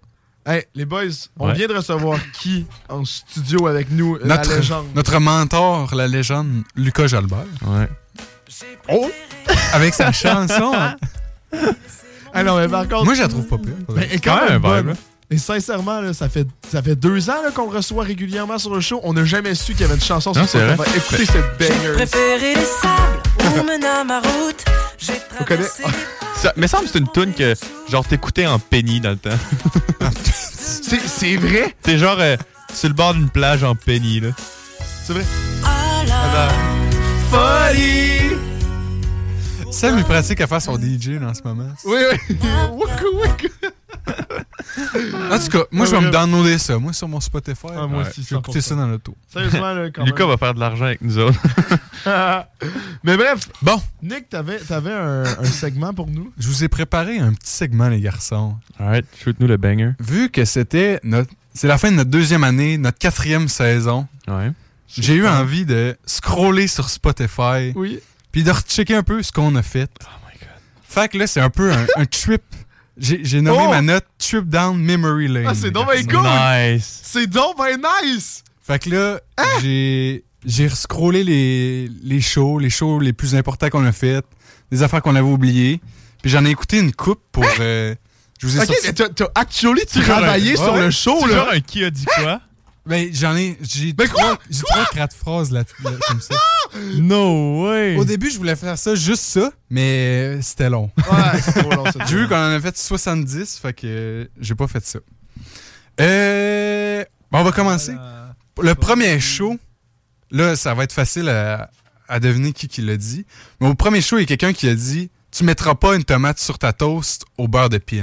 Hey, les boys, on Ouais. vient de recevoir qui en studio avec nous? Notre, la légende. notre mentor, la légende, Lucas Jalbert. Ouais. Oh! Avec sa chanson. Ah non, mais par contre... Moi, je la trouve pas pire. Ben, elle est quand Ouais, même un bonne. vibe, Et sincèrement, là, ça, fait, ça fait deux ans là, qu'on le reçoit régulièrement sur le show. On n'a jamais su qu'il y avait une chanson sur Non, c'est Spotify. vrai. Écoutez Ben- cette banger. Préféré les sables, on mène à ma route. J'ai traversé. Ça me semble que c'est une toune que, genre, t'écoutais en penny dans le temps. c'est, c'est vrai? T'es genre euh, sur le bord d'une plage en penny, là. C'est vrai? À la folie! Sam, il pratique à faire son D J là, en ce moment. Oui, oui. Woukou, woukou. En tout cas, moi, je vais me downloader ça. Moi, sur mon Spotify. Ah, moi Ouais, aussi, je vais écouter ça dans l'auto. Sérieusement, là, quand Lucas même. va faire de l'argent avec nous autres. Mais bref. Bon. Nick, t'avais, t'avais un, un segment pour nous? Je vous ai préparé un petit segment, les garçons. Alright, shoot-nous le banger. Vu que c'était notre... c'est la fin de notre deuxième année, notre quatrième saison, ouais. j'ai eu envie de scroller sur Spotify. Oui. Puis de rechecker un peu ce qu'on a fait. Oh my god. Fait que là, c'est un peu un, un trip. J'ai, j'ai nommé Oh! ma note Trip Down Memory Lane. Ah, c'est les donc ben garçons. cool! Nice! C'est donc ben nice! Fait que là, j'ai, j'ai scrollé les, les shows, les shows les plus importants qu'on a fait, des affaires qu'on avait oubliées. Puis j'en ai écouté une coupe pour... euh, je vous ai Ok, sorti... mais t'as, t'as actually C'est travaillé genre un- sur ouais, le show, c'est là. genre un qui a dit quoi? Ben, j'en ai... J'ai Mais trois, quoi? j'ai trois quatre phrases là, là, comme ça. No way! Au début, je voulais faire ça, juste ça, mais c'était long. Ouais, c'est trop long, ça. J'ai vu qu'on en a fait soixante-dix, fait que euh, j'ai pas fait ça. Euh... Bon, on va commencer. Le premier show, là, ça va être facile à, à deviner qui qui l'a dit. Mais au premier show, il y a quelqu'un qui a dit « Tu mettras pas une tomate sur ta toast au beurre de pin. »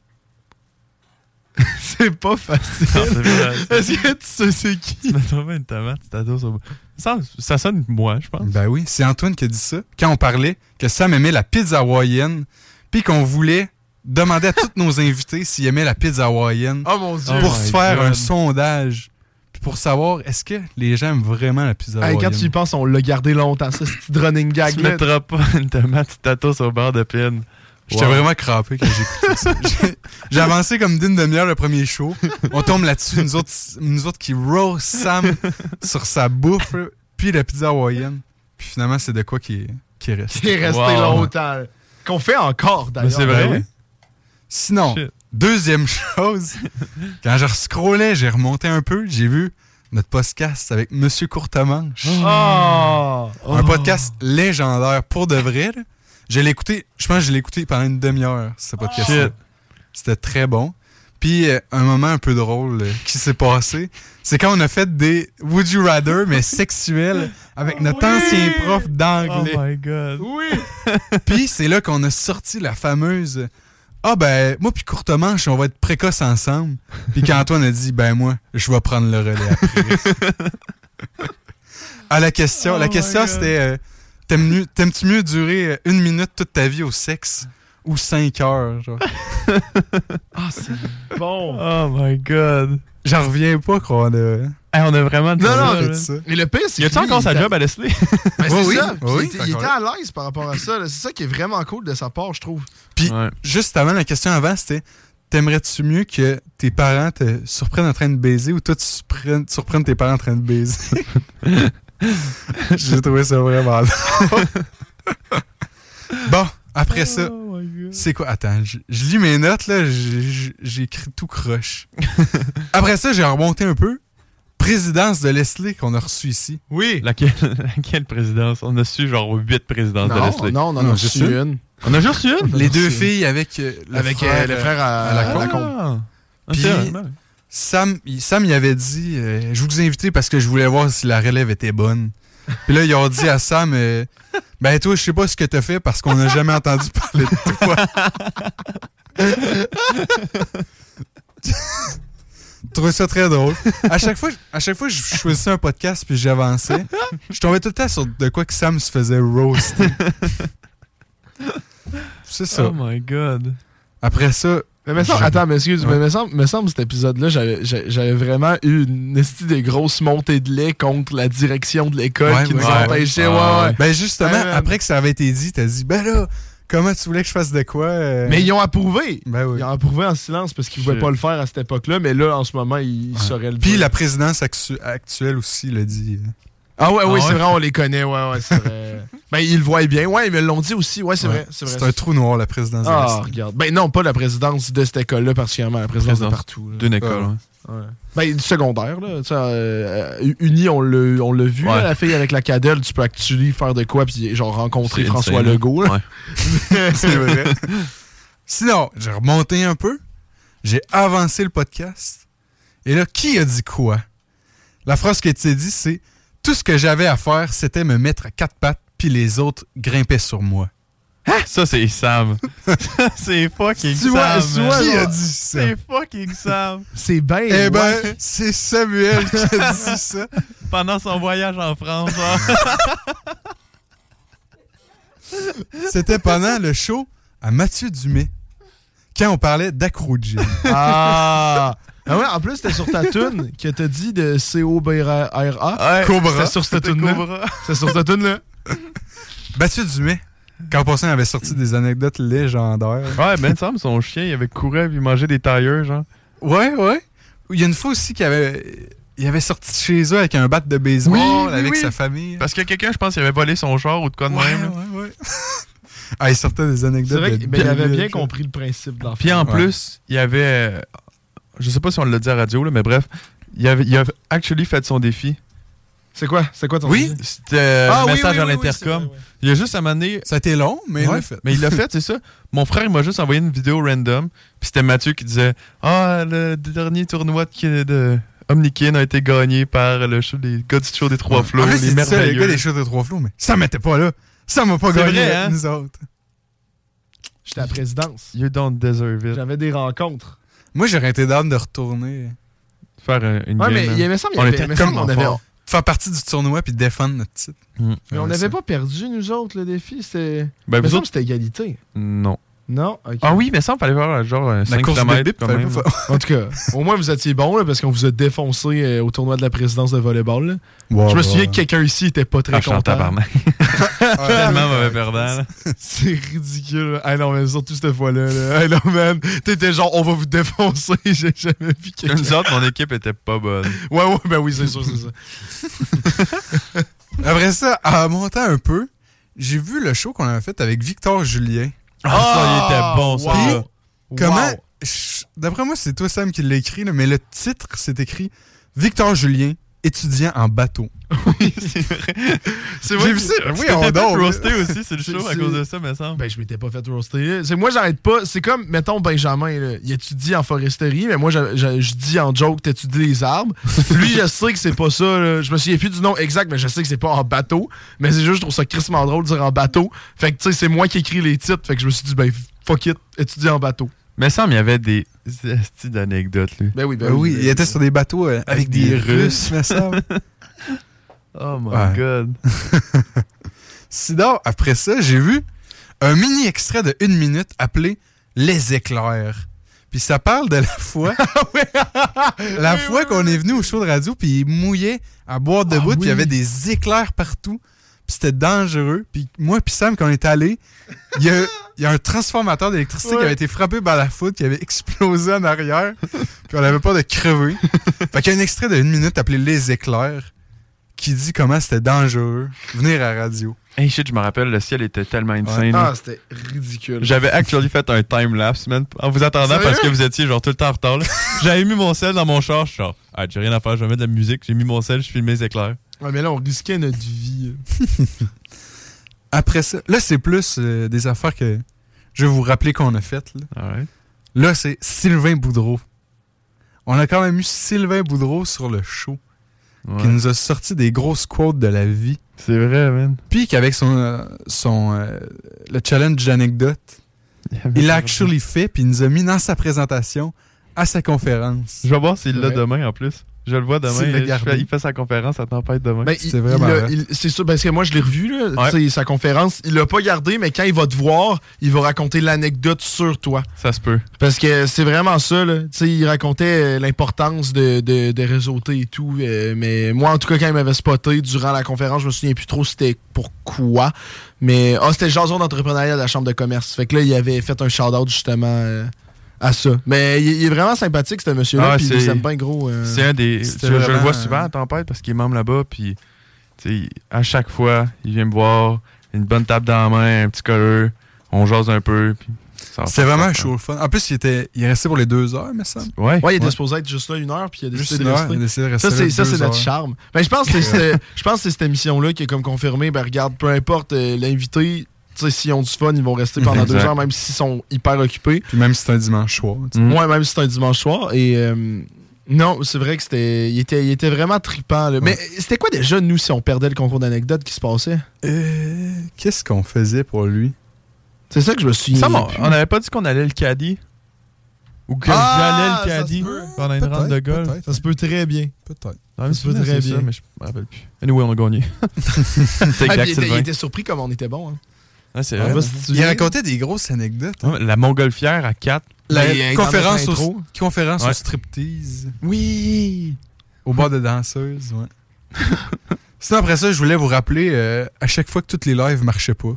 C'est pas facile. Non, c'est vrai, c'est- Est-ce que tu sais c'est qui? Tu m'as trouvé une tomate, ta dose au... ça, ça sonne moi, je pense. Ben oui, c'est Antoine qui a dit ça. Quand on parlait que Sam aimait la pizza hawaïenne, puis qu'on voulait demander à tous nos invités s'ils aimaient la pizza hawaïenne Oh mon dieu! pour Oh se my faire God. un sondage, puis pour savoir est-ce que les gens aiment vraiment la pizza Hey, hawaïenne. quand tu y penses, on l'a gardé longtemps, ça, ce petit running gag Tu là. mettras pas une tomate, ta toast au beurre de pin. J'étais Wow. vraiment crampé quand j'ai écouté ça. J'ai- J'ai avancé comme d'une demi-heure le premier show. On tombe là-dessus, nous autres, nous autres qui roast Sam sur sa bouffe, puis la pizza hawaïenne. Puis finalement, c'est de quoi qui est, qui est resté. Qui est resté Wow. longtemps. Qu'on fait encore, d'ailleurs. Mais c'est vrai. Ben oui. Sinon, Shit. deuxième chose, quand je scrollais, j'ai remonté un peu, j'ai vu notre podcast avec Monsieur Courtemanche. Oh! Un podcast légendaire pour de vrai. Là. Je l'ai écouté, je pense que je l'ai écouté pendant une demi-heure, ce podcast. Shit. C'était très bon. Puis euh, un moment un peu drôle euh, qui s'est passé, c'est quand on a fait des Would You Rather, mais sexuels, avec notre Oui! ancien prof Oh d'anglais. my god. Oui! Puis c'est là qu'on a sorti la fameuse Ah ben, moi puis Courtemanche, on va être précoces ensemble. Puis qu'Antoine a dit Ben moi, je vais prendre le relais après. À la question, Oh la my question God. c'était euh, T'aimes mieux- T'aimes-tu mieux durer une minute toute ta vie au sexe ou cinq heures, genre? Ah, c'est bon! Oh my god. J'en reviens pas qu'on a. Hey, on a vraiment Non, non, fait mais- ça. Et le pire, c'est Y a-tu que lui, encore il sa était- job à Leslie? Ben, c'est Oui, oui. ça. Puis Oui, il était, il d'accord. était à l'aise par rapport à ça. là. C'est ça qui est vraiment cool de sa part, je trouve. Puis, Ouais. juste avant, la question avant, c'était T'aimerais-tu mieux que tes parents te surprennent en train de baiser ou toi, tu surprennes, tu surprennes tes parents en train de baiser? J'ai trouvé ça vraiment drôle. Bon, après ça, Oh my god. c'est quoi? Attends, je, je lis mes notes, là, j'ai- j'ai j'ai écrit tout croche. Après ça, j'ai remonté un peu. Présidence de Leslie qu'on a reçu ici. Oui! Laquelle, laquelle présidence? On a su genre huit présidences de Non, Leslie. non, on en Non, a juste reçu une. une. On a juste une? Les deux reçu. filles avec euh, le Avec frère, euh, le frère à, à la à la con. con. Ah. Ah, Puis- c'est vrai, ben. Sam, il, Sam, il avait dit euh, je vous ai invité parce que je voulais voir si la relève était bonne. Puis là, ils ont dit à Sam euh, ben toi, je sais pas ce que t'as fait parce qu'on n'a jamais entendu parler de toi. Je trouvais ça très drôle. À chaque fois, à chaque fois que je choisissais un podcast puis j'avançais, je tombais tout le temps sur de quoi que Sam se faisait roaster. C'est ça. Oh my god. Après ça, Mais me semble, J'avais- attends, mais excuse, Ouais. mais me semble, me semble cet épisode-là, j'avais, j'ai- j'avais vraiment eu une esti des grosses montées de lait contre la direction de l'école Ouais, qui ouais. nous Ouais. empêchait. Ouais, Ouais, ouais. ouais. ben justement, Hey, man. après que ça avait été dit, t'as dit ben là, comment tu voulais que je fasse de quoi? Euh... Mais ils ont approuvé. Ben oui. Ils ont approuvé en silence parce qu'ils ne pouvaient pas le faire à cette époque-là, mais là, en ce moment, ils ouais. sauraient le Puis dire. la présidence actu- actuelle aussi l'a dit. Ah ouais, ah oui, ouais? c'est vrai, on les connaît, ouais, ouais, c'est vrai. Ben, ils le voient bien, ouais, mais ils l'ont dit aussi, ouais, c'est ouais. vrai. C'est, vrai. c'est un trou noir, la présidence. Ah, regarde. Ben non, pas la présidence de cette école-là, particulièrement, la présidence, présidence de partout. Là. D'une école, ouais. Ouais. Ben, du secondaire, là. Euh, Uni, on l'a, on l'a vu, ouais. là, la fille avec la cadelle, tu peux actually faire de quoi, puis genre rencontrer c'est François insane, Legault. Là. Ouais. C'est vrai. Sinon, j'ai remonté un peu, j'ai avancé le podcast, et là, qui a dit quoi? La phrase qui a été dit, c'est « Tout ce que j'avais à faire, c'était me mettre à quatre pattes, puis les autres grimpaient sur moi. » Hein? Ça, c'est Sam. C'est fucking tu Sam. Vois, vois, qui a dit ça? C'est fucking Sam. C'est bien. Eh ben, ouais. c'est Samuel qui a dit ça. Pendant son voyage en France. C'était pendant le show à Mathieu Dumais, quand on parlait d'Acro-Gym. Ah! Ah ouais, en plus, c'était sur ta toune que t'as dit de C O B R A. Ouais, Cobra. C'était sur cette toune-là. C'était sur cette toune-là. Mathieu Dumais. Quand passant, il avait sorti des anecdotes légendaires. Ouais, ben, ça me son chien, il avait couru et il mangeait des tailleurs, genre. Ouais, ouais. Il y a une fois aussi qu'il avait, il avait sorti de chez eux avec un bat de baseball, oui, oui, avec oui. sa famille. Parce que quelqu'un, je pense, il avait volé son char ou de quoi de ouais, même. Ouais, ouais, ah, il sortait des anecdotes. C'est vrai de ben, il avait bien compris le principe de l'enfant. Puis en ouais. plus, il y avait... Je sais pas si on l'a dit à la radio, là, mais bref, il, avait, il a actually fait son défi. C'est quoi? C'est quoi ton Oui, défi? c'était euh, ah, un message oui, oui, à oui, l'intercom. Oui, vrai, ouais. Il a juste amené... Ça a été long, mais ouais, il l'a fait. Mais il l'a fait, c'est ça. Mon frère, il m'a juste envoyé une vidéo random. Puis c'était Mathieu qui disait « Ah, le dernier tournoi de, de Omnikin a été gagné par le show des gars du show des Trois Flots. » En fait, les c'est merveilleux. ça, les gars des shows des Trois Flots, mais ça m'était pas là. Ça m'a pas c'est gagné, vrai, hein? nous autres. J'étais à la présidence. You don't deserve it. J'avais des rencontres. Moi, j'aurais été d'âme de retourner. Faire euh, une ouais, game. mais il y avait ça, mais on il y était avait, comme on avait... faire partie du tournoi puis défendre notre titre. Mmh. Mais on n'avait pas perdu, nous autres, le défi. C'était... Ben, mais vous ça, autres... c'était égalité. Non. Non? Okay. Ah oui, mais ça, il fallait faire genre un cinq kilomètres quand même. En tout cas, au moins, vous étiez bon là, parce qu'on vous a défoncé euh, au tournoi de la présidence de volleyball. Là. Wow, je me wow. souviens que quelqu'un ici était pas très ah, content. Tabarnak. Tellement mauvais perdant. C'est ridicule. Ah non, mais surtout cette fois-là. Là. Ah non, man. T'étais genre, on va vous défoncer. J'ai jamais vu quelqu'un. Nous autres, mon équipe était pas bonne. Ouais, ouais, ben oui, c'est sûr, c'est ça. Après ça, en montant un peu, j'ai vu le show qu'on avait fait avec Victor Julien. Ah, oh, ça, il était bon, ça. Wow. Là. Comment... Wow. Je, d'après moi, c'est toi, Sam, qui l'a écrit, là, mais le titre, c'est écrit « Victor Julien, étudiant en bateau ». Oui, c'est vrai. C'est vrai. J'ai vu ça. Oui, on t'es fait roaster aussi, c'est le show à cause de ça, me semble. Ben, je m'étais pas fait roaster. C'est, moi, j'arrête pas. C'est comme, mettons, Benjamin, là, il étudie en foresterie, mais moi, je, je, je dis en joke, t'étudies les arbres. Lui, je sais que c'est pas ça. Là. Je me souviens plus du nom exact, mais je sais que c'est pas en bateau. Mais c'est juste, je trouve ça crissement drôle de dire en bateau. Fait que, tu sais, c'est moi qui écris les titres. Fait que je me suis dit, ben, fuck it, étudier en bateau. Mais ça, il y avait des astuces d'anecdotes, lui. Ben oui, ben, ben oui. oui, il était sur des bateaux euh, avec, avec des, des Russes, me semble. Oh my ouais. God. Sinon, après ça, j'ai vu un mini extrait de une minute appelé Les éclairs. Puis ça parle de la fois la oui, fois oui, qu'on oui. est venu au show de radio, puis il mouillait à boire debout, ah, puis il oui. y avait des éclairs partout. Puis c'était dangereux. Puis moi puis Sam, quand on est allés, il y a, y a un transformateur d'électricité ouais. qui avait été frappé par la foudre, qui avait explosé en arrière. Puis on n'avait pas de crever. Fait qu'il y a un extrait de une minute appelé Les éclairs qui dit comment c'était dangereux venir à la radio. Hey shit, je me rappelle, le ciel était tellement insane. Ouais. Ah, c'était ridicule. J'avais actually fait un time-lapse, man, en vous attendant parce que vous étiez genre tout le temps en retard. Là. J'avais mis mon sel dans mon char, je suis genre, ah, j'ai rien à faire, je vais mettre de la musique. J'ai mis mon sel, je filmais les éclairs. Ouais, mais là, on risquait notre vie. Après ça, là, c'est plus euh, des affaires que je vais vous rappeler qu'on a faites. Là, right. là c'est Sylvain Boudreau. On a quand même eu Sylvain Boudreau sur le show. Ouais. Qui nous a sorti des grosses quotes de la vie. C'est vrai, man. Puis qu'avec son, euh, son euh, le challenge d'anecdote, il l'a actually fait, puis il nous a mis dans sa présentation à sa conférence. Je vais voir s'il l'a demain en plus. Je le vois demain. Tu l'as Il gardé. fait, il fait sa conférence à Tempête demain. Ben, il- C'est il vraiment l'a- vrai. il- c'est sûr, parce que moi, je l'ai revu, là, Ouais. tu sais, sa conférence. Il l'a pas gardé, mais quand il va te voir, il va raconter l'anecdote sur toi. Ça se peut. Parce que c'est vraiment ça, là. Tu sais, il racontait euh, l'importance de, de, de réseauter et tout. euh, mais moi, en tout cas, quand il m'avait spoté durant la conférence, je me souviens plus trop c'était pourquoi. Mais, ah, c'était le jason d'entrepreneuriat de la Chambre de commerce. Fait que là, il avait fait un shout-out, justement, euh, à ça. Mais il, il est vraiment sympathique, ce monsieur-là. Ah, Puis il c'est- nous aime bien gros. euh, C'est un des. Je, C'était je le vraiment, vois souvent à Tempête parce qu'il est membre là-bas. Puis, tu sais, à chaque fois, il vient me voir, une bonne table dans la main, un petit colleux, on jase un peu. Puis ça va C'était faire vraiment ça. un show fun. En plus, il, était, il est resté pour les deux heures, mais ça. Ouais. Ouais, il était Ouais. supposé être juste là une heure, puis il a Juste décidé une de heure, rester. il a décidé de rester Ça, là c'est, ça, deux c'est notre heures. charme. Ben, je pense que c'est cette- je pense que c'est cette émission-là qui a comme confirmé, ben regarde, peu importe euh, l'invité, tu sais, s'ils ont du fun, ils vont rester pendant Exact. deux heures, même s'ils sont hyper occupés. Puis même si c'est un dimanche soir. tu sais. Mm. Ouais, même si c'est un dimanche soir. Et euh, non, c'est vrai que c'était. Il était, il était vraiment trippant. Là. Mais c'était quoi déjà, nous, si on perdait le concours d'anecdotes qui se passait? Euh, Qu'est-ce qu'on faisait pour lui? C'est ça que je me suis Ça, on on n'avait pas dit qu'on allait le caddie? Ou que Ah, j'allais le ça caddie se peut. pendant une ronde de golf? Peut-être. Ça se peut très bien. Peut-être. Ah, mais Ça se peut c'est très ça, bien. mais je me rappelle plus. Anyway, on a gagné. C'est Ah, exact, puis il, était, Sylvain. il était surpris comme on était bon. Hein. Ah, c'est Je sais vrai. pas si tu te Il souviens. racontait des grosses anecdotes. hein. Ouais, la montgolfière à quatre. La Mais, euh, conférence, dans notre au, intro. conférence Ouais. au striptease. Oui! Au bar de danseuses, ouais. Sinon, après ça, je voulais vous rappeler, euh, à chaque fois que toutes les lives marchaient pas.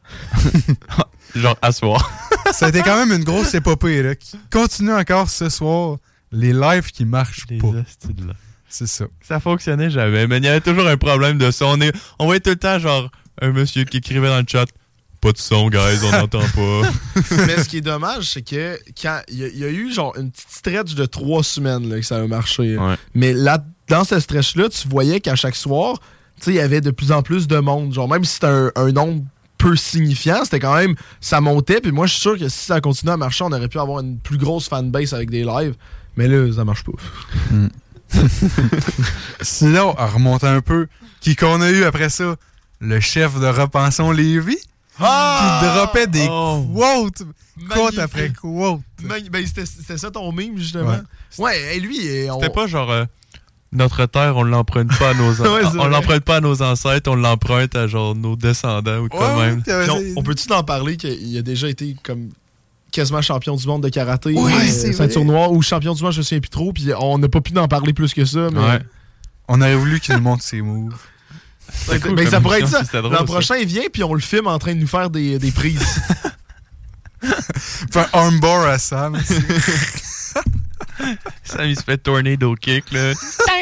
Genre, à soir. Ça a été quand même une grosse épopée, là. Qui continue encore ce soir. Les lives qui marchent Les pas. hosties de là. C'est ça. Ça fonctionnait jamais, mais il y avait toujours un problème de son. On, est, on voyait tout le temps, genre, un monsieur qui écrivait dans le chat pas de son, guys, on n'entend pas. Mais ce qui est dommage, c'est que quand il y, a- il y a eu genre une petite stretch de trois semaines là, que ça a marché. Ouais. Mais là, dans cette stretch-là, tu voyais qu'à chaque soir, tu sais, il y avait de plus en plus de monde. Genre, même si c'était un, un nombre peu signifiant, c'était quand même. Ça montait. Puis moi, je suis sûr que si ça continuait à marcher, on aurait pu avoir une plus grosse fanbase avec des lives. Mais là, ça marche pas. Sinon, en remontant un peu, qui qu'on a eu après ça? Le chef de Repensons Lévis. Ah! Qui droppait des Oh! quotes. Quote Magnifique. après quote. Ben, ben, c'était c'était ça ton meme, justement. Ouais, et lui, et on... C'était pas genre euh, notre terre, on l'emprunte pas à nos an- Ouais, c'est on vrai. l'emprunte pas à nos ancêtres, on l'emprunte à genre nos descendants ou quoi Ouais, même. ouais, Puis on, on peut-tu en parler qu'il a déjà été comme quasiment champion du monde de karaté, Oui, euh, c'est ceinture vrai. noire ou champion du monde, je me souviens plus trop, puis on n'a pas pu en parler plus que ça. Mais Ouais. On aurait voulu qu'il nous montre ses moves. C'était cool Ben, comme ça pourrait être émission, ça. c'était drôle, L'an ça. prochain, il vient, puis on le filme en train de nous faire des, des prises. Fait un armbar à Sam. Ça, il se fait tornado kick, là.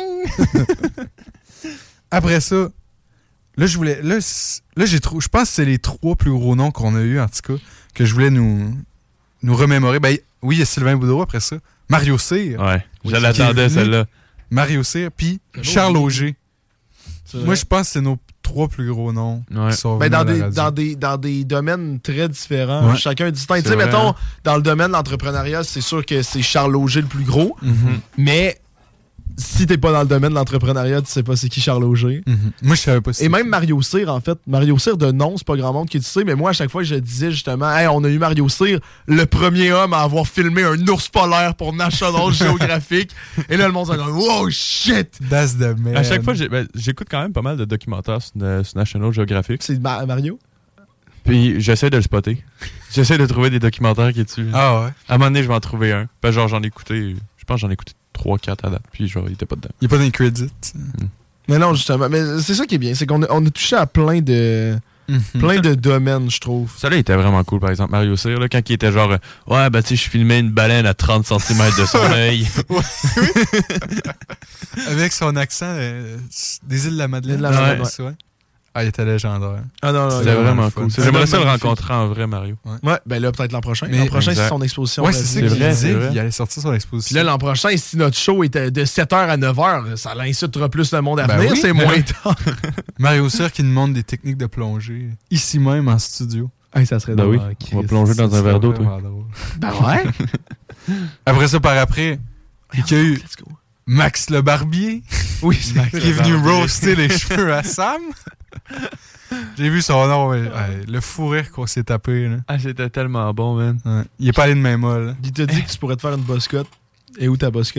Après ça, là, je voulais. Là, c- là j'ai trop. Je pense que c'est les trois plus gros noms qu'on a eu, en tout cas, que je voulais nous, nous remémorer. Ben, oui, il y a Sylvain Boudreau après ça. Mario Cyr. Ouais, Oui, je qui l'attendais, est venu. celle-là. Mario Cyr, puis Charles Auger. Moi, je pense que c'est nos trois plus gros noms Ouais. qui sont Ben, venus dans, à la des, radio. dans, des, dans des domaines très différents, Ouais. chacun distinct. Tu C'est sais, vrai, mettons, hein. dans le domaine de l'entrepreneuriat, c'est sûr que c'est Charles Auger le plus gros, Mhm. mais si t'es pas dans le domaine de l'entrepreneuriat, tu sais pas c'est qui Charles Auger. Mhm. Moi, je savais pas si Et même Mario Cyr, en fait. Mario Cyr, de nom, c'est pas grand monde qui le sait, mais moi, à chaque fois, je disais justement, hey, on a eu Mario Cyr, le premier homme à avoir filmé un ours polaire pour National Geographic. Et là, le monde s'est dit, wow, shit! Das de merde. À chaque fois, j'ai- ben, j'écoute quand même pas mal de documentaires sur, euh, sur National Geographic. C'est Ma- Mario? Puis j'essaie de le spotter. J'essaie de trouver des documentaires qui est dessus. Ah ouais. À un moment donné, je vais en trouver un. Ben, genre, j'en ai écouté, je pense que j'en ai écouté trois quatre à date. Puis genre, il était pas dedans. Il n'y a pas dans les credits. Mais non, justement. Mais c'est ça qui est bien, c'est qu'on a, on a touché à plein de, plein de domaines, je trouve. Ça là, il était vraiment cool, par exemple. Mario Cyr, là, quand il était genre, euh, ouais, ben, tu sais, je filmais une baleine à trente centimètres de son œil. Ouais, oui. Avec son accent euh, des îles de la Madeleine. L'île de la Madeleine, Ouais, ouais. Ah, il était légendaire. Ah non, non, C'était il est vraiment fun. cool. C'est J'aimerais vraiment ça le magnifique. rencontrer en vrai, Mario. Ouais, ben là, peut-être l'an prochain. Mais- L'an prochain, c'est exact. son exposition. Ouais, au c'est ça Brésil. qu'il vrai, c'est disait. vrai. Il allait sortir son Puis exposition. là, l'an prochain, si notre show était de sept heures à neuf heures, ça l'incitera plus le monde à Ben venir, oui. c'est moins tard. Mario Cyr qui nous montre des techniques de plongée ici même en studio. Hey, ça serait Ben drôle. oui, Ah, on va Christ. plonger dans Ça un verre d'eau, serait toi. vraiment drôle. Ben ouais. Après ça, par après, il y a eu Let's go. Max le Barbier Oui, c'est qui est venu roaster les cheveux à Sam. J'ai vu son nom, ouais, ouais, le fou rire qu'on s'est tapé. Là. Ah, c'était tellement bon, man. Ouais. Il est pas allé de main molle. Il t'a dit que tu pourrais te faire une boscotte. Et où ta boscotte?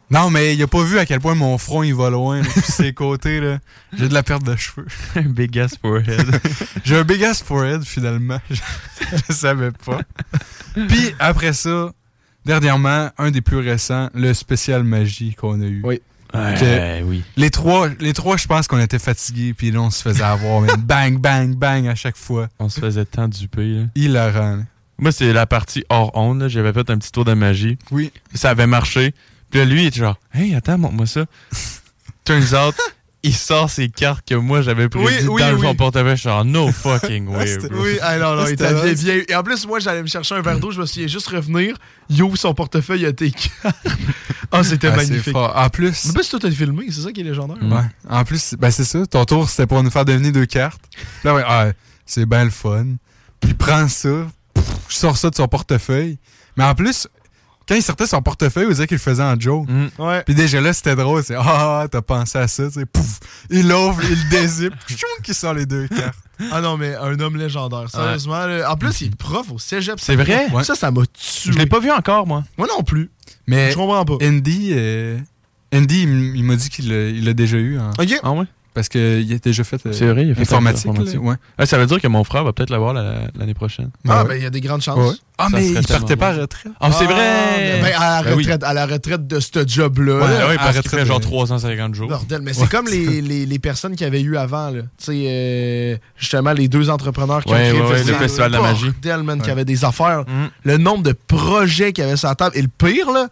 Non, mais il a pas vu à quel point mon front il va loin. Là, puis ses côtés, là, j'ai de la perte de cheveux. Un big ass forehead. J'ai un big ass forehead, finalement. Je, je savais pas. Puis après ça, dernièrement, un des plus récents, le spécial magie qu'on a eu. Oui. Ouais, oui. Les trois, les trois, je pense qu'on était fatigués, puis là, on se faisait avoir. Mais bang, bang, bang à chaque fois. On se faisait tant duper. Là. Hilarant. Là. Moi, c'est la partie hors onde. Là. J'avais fait un petit tour de magie. Oui. Ça avait marché. Puis là, lui, il était genre, hey, attends, montre-moi ça. Turns out, il sort ses cartes que moi, j'avais prévues oui, oui, dans oui. son portefeuille. Je suis genre, no fucking way, bro. Oui, ah non, non, il t'avait bien. Et en plus, moi, j'allais me chercher un verre d'eau. Je me souviens juste revenir. Il ouvre son portefeuille, il a tes cartes. Ah, c'était ah, magnifique. En plus. En plus, toi, t'as filmé. C'est ça qui est légendaire. Ouais. Hein? En plus, ben, c'est ça. Ton tour, c'était pour nous faire devenir deux cartes. Là, ouais, ah, c'est bien le fun. Puis il prend ça. Pff, je sors ça de son portefeuille. Mais en plus, quand il sortait son portefeuille, on dirait qu'il le faisait en joke. Mm. Ouais. Puis déjà là, c'était drôle. C'est ah, t'as pensé à ça. T'sais, pouf, il l'ouvre, il le dézippe. Qui sort les deux cartes. Ah non, mais un homme légendaire. Sérieusement. Ouais. En plus, il est prof au cégep. C'est vrai? Ouais. Ça, ça m'a tué. Je l'ai pas vu encore, moi. Moi non plus. Mais je comprends pas. Andy, euh, Andy il, il m'a dit qu'il l'a, il l'a déjà eu. Hein. OK. Ah ouais? Parce qu'il a déjà fait, euh, c'est vrai, il a fait informatique. informatique. Là, ouais. Ah, ça veut dire que mon frère va peut-être l'avoir la, l'année prochaine. Ah, ouais. ben il y a des grandes chances. Ouais. Ah, ça mais il partait pas à la retraite. Ah, c'est vrai! Ben, à, la ben retraite, oui. à la retraite de ce job-là. Ouais, là, ouais, parce qu'il fait genre de... trois cent cinquante jours. Bordel, mais c'est ouais. comme les, les, les personnes qu'il y avait eu avant. Tu sais, euh, justement, les deux entrepreneurs qui ouais, ont créé ouais, le, ouais, festival, le festival de la magie. Bordel, man, ouais. qui avait des affaires. Mm. Le nombre de projets qu'il y avait sur la table. Et le pire, là,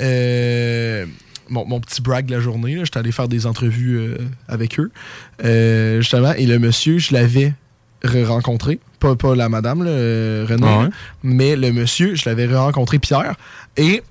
euh, Mon, mon petit brag de la journée, j'étais allé faire des entrevues euh, avec eux, euh, justement, et le monsieur, je l'avais rencontré, pas, pas la madame, là, euh, René, ah ouais. mais le monsieur, je l'avais rencontré, Pierre, et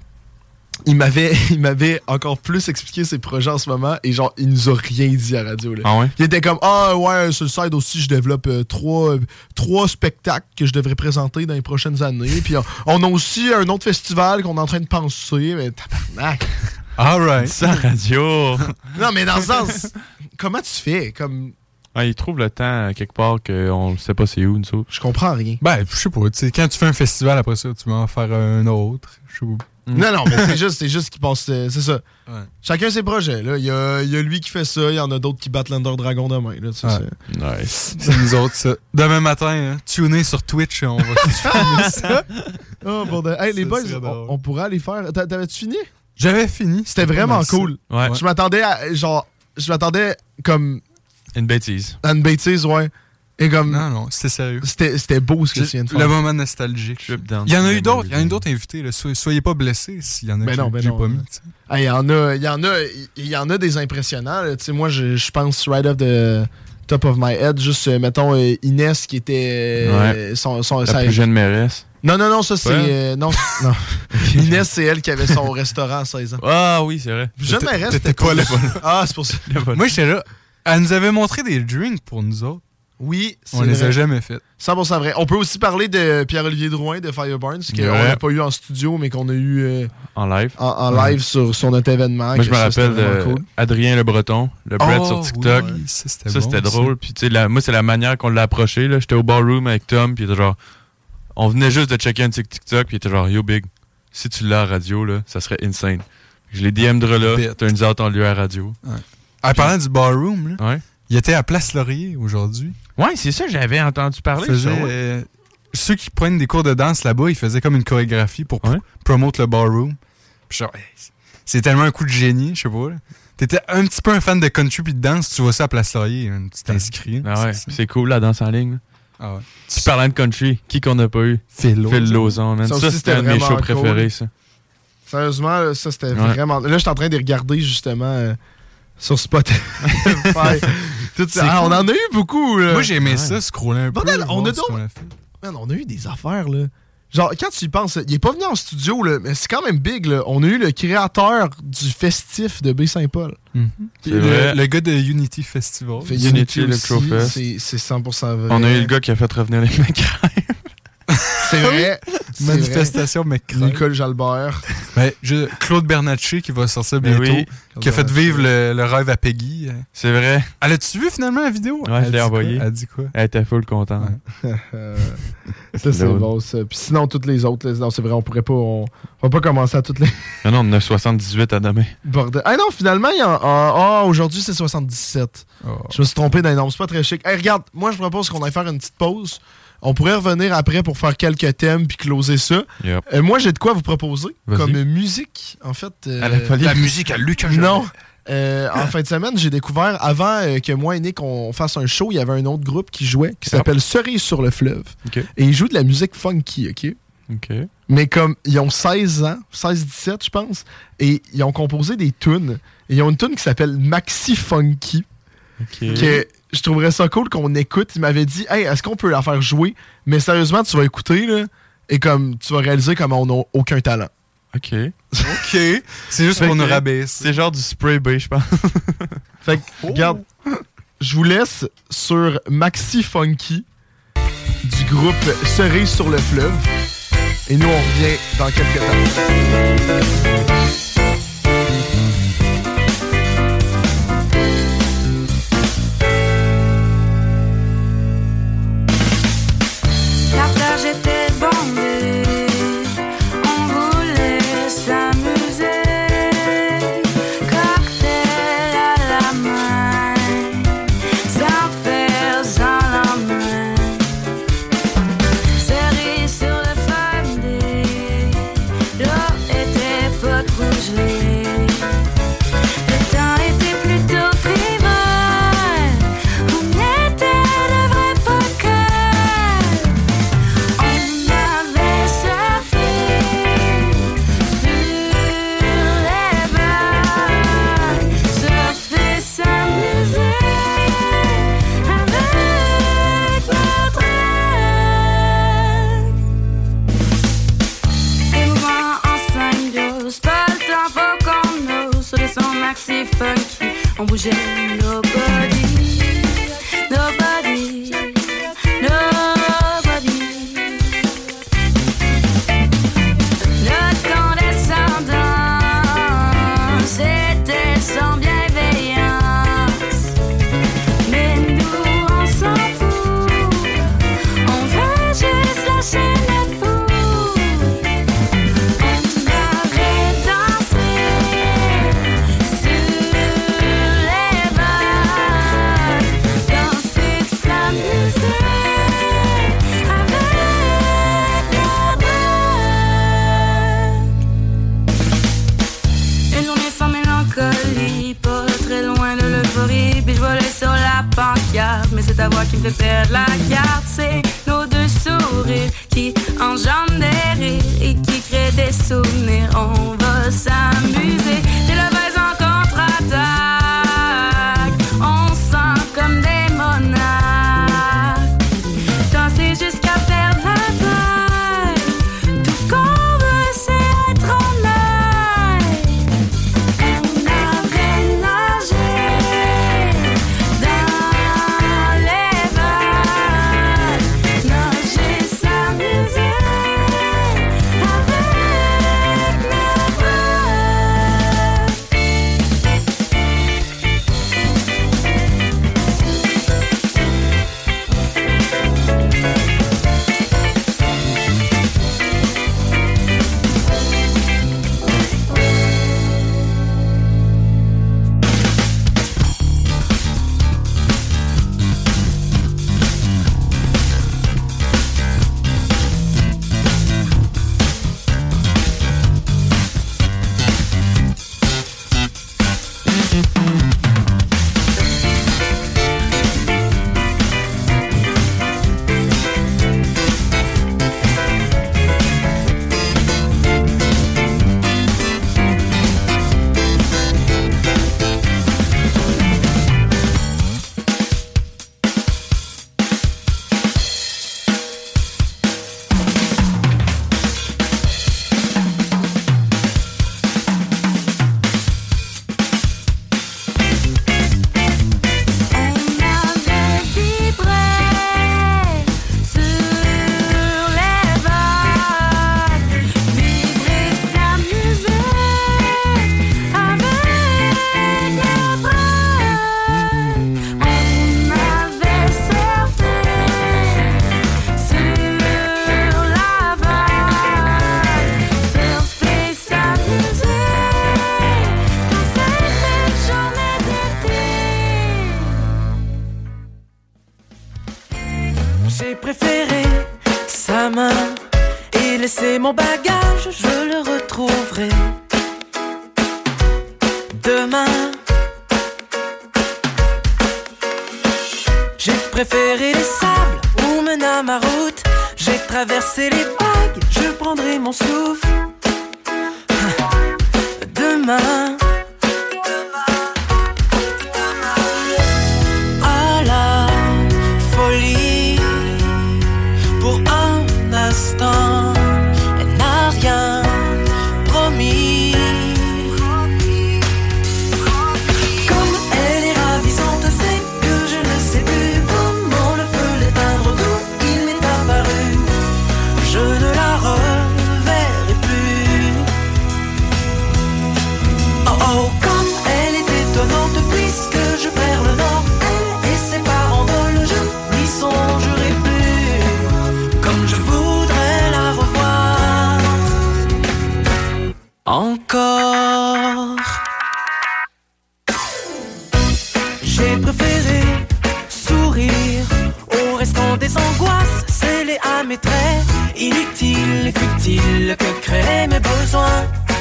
il m'avait, il m'avait encore plus expliqué ses projets en ce moment, et genre, il nous a rien dit à la radio. Là. Ah ouais? Il était comme, ah ouais, sur le side aussi, je développe euh, trois, euh, trois spectacles que je devrais présenter dans les prochaines années, puis on, on a aussi un autre festival qu'on est en train de penser, mais tabarnak! Alright. Ça, radio. Non, mais dans le sens, comment tu fais? Comme... Ah, il trouve le temps quelque part qu'on ne sait pas c'est où, nous autres. Je comprends rien. Ben, je sais pas. Tu sais, quand tu fais un festival après ça, tu vas en faire un autre. Je sais pas. Mm. Non, non, mais c'est juste, c'est juste qu'il passe. Euh, c'est ça. Ouais. Chacun ses projets. Il y a, y a lui qui fait ça, il y en a d'autres qui battent l'Under Dragon demain. Là, tu sais, ouais. c'est... Nice. C'est nous autres, ça. Demain matin, hein, tuner sur Twitch, on va filmer ça. Oh, bordel. Hey, les ça boys, on, on pourrait aller faire. T'a, t'avais-tu fini? J'avais fini. C'était vraiment cool. Ouais. Je m'attendais à. Genre. Je m'attendais comme. Une bêtise. À une bêtise, ouais. Et comme. Non, non, c'était sérieux. C'était, c'était beau ce que tu viens de faire. Le moment nostalgique. Il y en a eu d'autres. Il y en a eu d'autres invités. Là. So, soyez pas blessés s'il y en a ben que non, ben j'ai non, pas ben mis. Il y en a. Il y en a. Il y en a des impressionnants. Tu sais, moi, je, je pense right off the top of my head. Juste, euh, mettons, euh, Inès qui était. Euh, ouais. son, son, La sa... plus jeune mairesse. Non, non, non, ça c'est. Ouais. Euh, non, non. Inès, c'est elle qui avait son restaurant à seize ans. Ah oui, c'est vrai. Jeune mairesse, c'était pas là. Ah, c'est pour ça. Moi, j'étais là. Elle nous avait montré des drinks pour nous autres. Oui, c'est On vrai. les a jamais fait. cent pour cent vrai. On peut aussi parler de Pierre-Olivier Drouin de Fireburns, qu'on ouais. n'a pas eu en studio, mais qu'on a eu euh, en live. En, en live ouais. sur, sur notre événement. Moi, je me ça, rappelle de cool. Adrien Le Breton, le Brad oh, sur TikTok. Oui, ça, c'était, ça, bon, c'était ça. drôle. Puis, tu sais, la, moi, c'est la manière qu'on l'a approché. Là. J'étais au ballroom avec Tom, puis il était genre. On venait juste de checker un TikTok, puis il était genre, yo, Big, si tu l'as à radio, là, ça serait insane. Je l'ai D M de là, turns out, on l'a eu à radio. Ouais. En parlant du ballroom, là, ouais. il était à Place Laurier aujourd'hui. Ouais, c'est ça, j'avais entendu parler. Faisait, ça, ouais. euh, ceux qui prennent des cours de danse là-bas, ils faisaient comme une chorégraphie pour ouais. promouvoir le ballroom. Puis genre, hey, c'est tellement un coup de génie, je sais pas. Là. T'étais un petit peu un fan de country puis de danse, tu vois ça à Place Laurier, hein, tu t'inscris. Ah ouais, c'est, c'est cool la danse en ligne. Là. Ah ouais. Tu parlant de country, qui qu'on n'a pas eu? Phil Lozon. Phil Lozon, man. Ça, ça c'était un de mes shows cool. préférés, ça. Sérieusement, ça, c'était ouais. vraiment... Là, je suis en train de regarder, justement, euh, sur Spotify. Tout ça. Ah, cool. On en a eu beaucoup, là. Moi, j'ai aimé ouais. ça, scroller un Bordel, peu. On a, donc... Man, on a eu des affaires, là. Genre, quand tu y penses, il est pas venu en studio, là, mais c'est quand même big, là. On a eu le créateur du festif de Baie-Saint-Paul. Mm-hmm. Le, le gars de Unity Festival. Fait Unity Electrofest. C'est, c'est cent pour cent vrai. On a eu le gars qui a fait revenir les McCrave. C'est vrai. C'est Manifestation McCrave. Nicole Jalbert. Ben, je, Claude Bernatchez qui va sortir Ben bientôt, oui. qui a fait vivre le, le rêve à Peggy. C'est vrai. Elle a-tu vu finalement la vidéo? Ouais, je l'ai envoyée. Elle dit quoi? Elle était full contente. Ouais. Ça, c'est bon, ça. Puis sinon, toutes les autres, là, non, c'est vrai, on pourrait pas. On, on va pas commencer à toutes les. Non, non, on en a soixante-dix-huit à demain. Bordel. Ah non, finalement, il y a. Ah, oh, aujourd'hui, c'est soixante-dix-sept. Oh. Je me suis trompé d'un nombre. C'est pas très chic. Hey, regarde, moi, je propose qu'on aille faire une petite pause. On pourrait revenir après pour faire quelques thèmes puis closer ça. Yep. Euh, moi, j'ai de quoi vous proposer Vas-y. comme musique, en fait. Euh, à la, folie. La musique à Lucas Jean. Non. Euh, en fin de semaine, j'ai découvert, avant euh, que moi et Nick on fasse un show, il y avait un autre groupe qui jouait, qui s'appelle Cerise sur le fleuve. Okay. Et ils jouent de la musique funky, OK? OK. Mais comme, ils ont seize ans, seize dix-sept, je pense, et ils ont composé des tunes. Et ils ont une tune qui s'appelle Maxi Funky. OK. Que je trouverais ça cool qu'on écoute. Il m'avait dit, hey, est-ce qu'on peut la faire jouer? Mais sérieusement, tu vas écouter, là, et comme, tu vas réaliser comment on n'a aucun talent. OK. OK. C'est juste pour nous rabaisser. C'est genre du spray bay, je pense. Fait que, oh. Regarde, je vous laisse sur Maxi Funky du groupe Cerise sur le fleuve. Et nous, on revient dans quelques temps. La plage était bandée. On bougeait, nobody, nobody, nobody. Notre condescendance était sans bienveillance. Mais nous, on s'en fout. On veut juste lâcher notre fou. On avait dansé. Mais c'est ta voix qui me fait perdre la carte. C'est nos deux sourires qui engendrent des rires et qui créent des souvenirs. On va s'amuser. T'es la vase en contre-attaque. On sent comme des monarques. Danser jusqu'à perdre la vague. Tout ce qu'on veut, c'est être en air. On avait nagé. J'ai préféré sa main et laisser mon bagage, je le retrouverai demain. J'ai préféré les sables où mena ma route. J'ai traversé les vagues, je prendrai mon souffle demain. À la folie, pour un instant, elle n'a rien promis. Comme elle est ravissante, c'est que je ne sais plus comment le feu l'éteindre, d'où il m'est apparu. Je ne la reverrai plus. Oh oh, comme elle est étonnante, puisque je perds le nord, elle et ses parents volent, je n'y songerai plus. Comme je voudrais la revoir encore. J'ai préféré sourire au restant des angoisses scellées à mes traits, inutiles et futiles que créent mes besoins.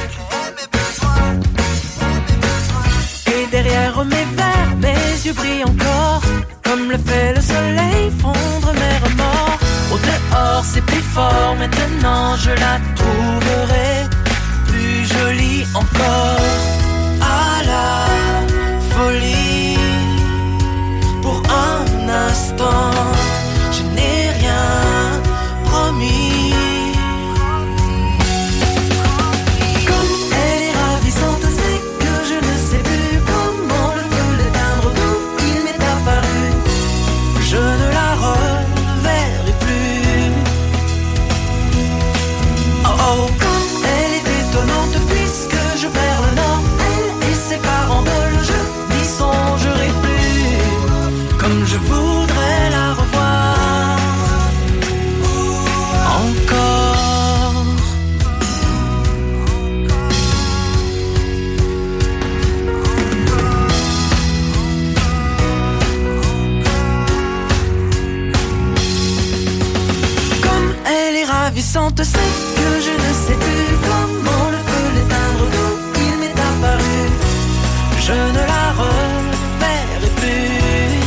Et derrière mes verres, mes yeux brillent encore, comme le fait le soleil fondre mes remords. Au dehors c'est plus fort, maintenant je la trouverai plus jolie encore. À la folie, pour un instant, je n'ai rien promis. Comme elle est ravissante, c'est que je ne sais plus comment le feu l'éteindre, d'où il m'est apparu. Je ne la reverrai plus. Oh oh, comme elle est étonnante, puisque je perds le nord, elle et ses parents volent, je n'y songerai plus. Comme je voudrais la revoir encore. Comme elle est ravissante, c'est que je ne sais plus comment le feu l'éteindre, d'où il m'est apparu. Je ne la reverrai plus.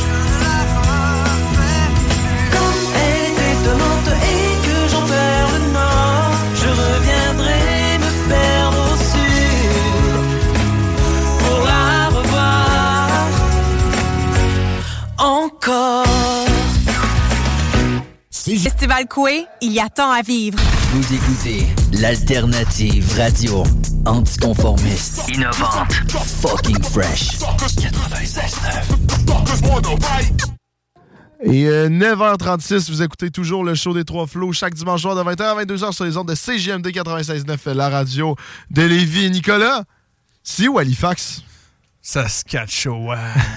Comme elle est étonnante et que j'en perds le nord, je reviendrai me perdre au sud pour la revoir encore. Festival Coué, il y a tant à vivre. Vous écoutez l'alternative radio anticonformiste, innovante, fucking fresh. quatre-vingt-seize neuf. Et euh, neuf heures trente-six, vous écoutez toujours le show des Trois Flots chaque dimanche soir de vingt heures à vingt-deux heures sur les ondes de C J M D quatre-vingt-seize neuf, la radio de Lévis. Nicolas, c'est où Halifax? Saskatchewan.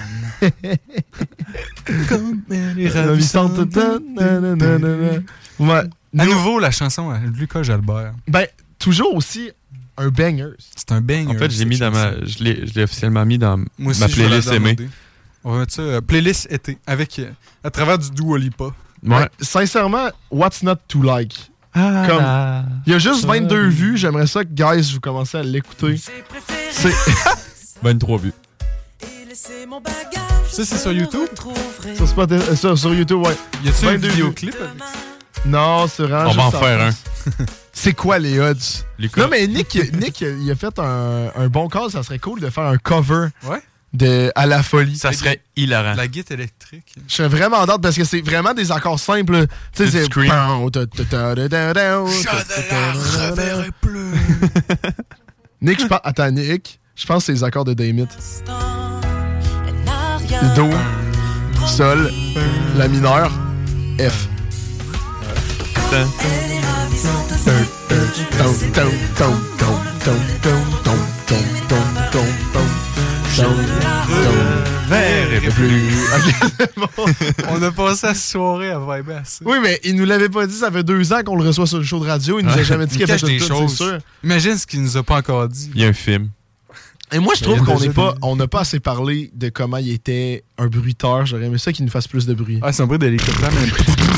Comme elle est ravissante. Ouais. À nouveau, la chanson à Lucas Jalbert. Ben, toujours aussi un banger. C'est un banger. En fait, je l'ai mis dans ma, je l'ai, je l'ai officiellement mis dans Moi aussi, ma je vais playlist la aimée. downloader. On va mettre ça, euh, playlist été, avec, euh, à travers du Dua Lipa. Ouais. Ben, sincèrement, what's not to like? Ah, Comme, là. il y a juste vingt-deux vues. J'aimerais ça que, guys, vous commencez à l'écouter. C'est vingt-trois vues. Ça, c'est sur YouTube? Sur, Spot- euh, sur, sur YouTube, ouais. Y a-tu un vingt-deux vidéoclip vues. avec ça? Non, c'est vraiment On va en juste faire un. C'est quoi les odds? Les non, mais Nick, Nick il a fait un, un bon call. Ça serait cool de faire un cover ouais. de À la folie. Ça serait hilarant. La guitare électrique. Je serais vraiment en date parce que c'est vraiment des accords simples. Tu sais, c'est. Scream. Je ne reverrai plus. Nick, je pense. Attends, Nick, je pense que c'est les accords de Dammit. Do, Sol, La mineur, F. Je ne verrai plus. On a passé la soirée à vibrer à ça. Oui, mais il nous l'avait pas dit, ça fait deux ans qu'on le reçoit sur le show de radio. Il nous a jamais dit qu'il avait fait des tout, choses. c'est sûr. Imagine ce qu'il nous a pas encore dit. Il y a un film. Et moi, je trouve Il y a qu'on déjà n'est pas, des- on n'a pas assez parlé de comment il était un bruiteur. J'aurais aimé ça qu'il nous fasse plus de bruit. Ah, c'est un bruit d'hélicoptère, mais.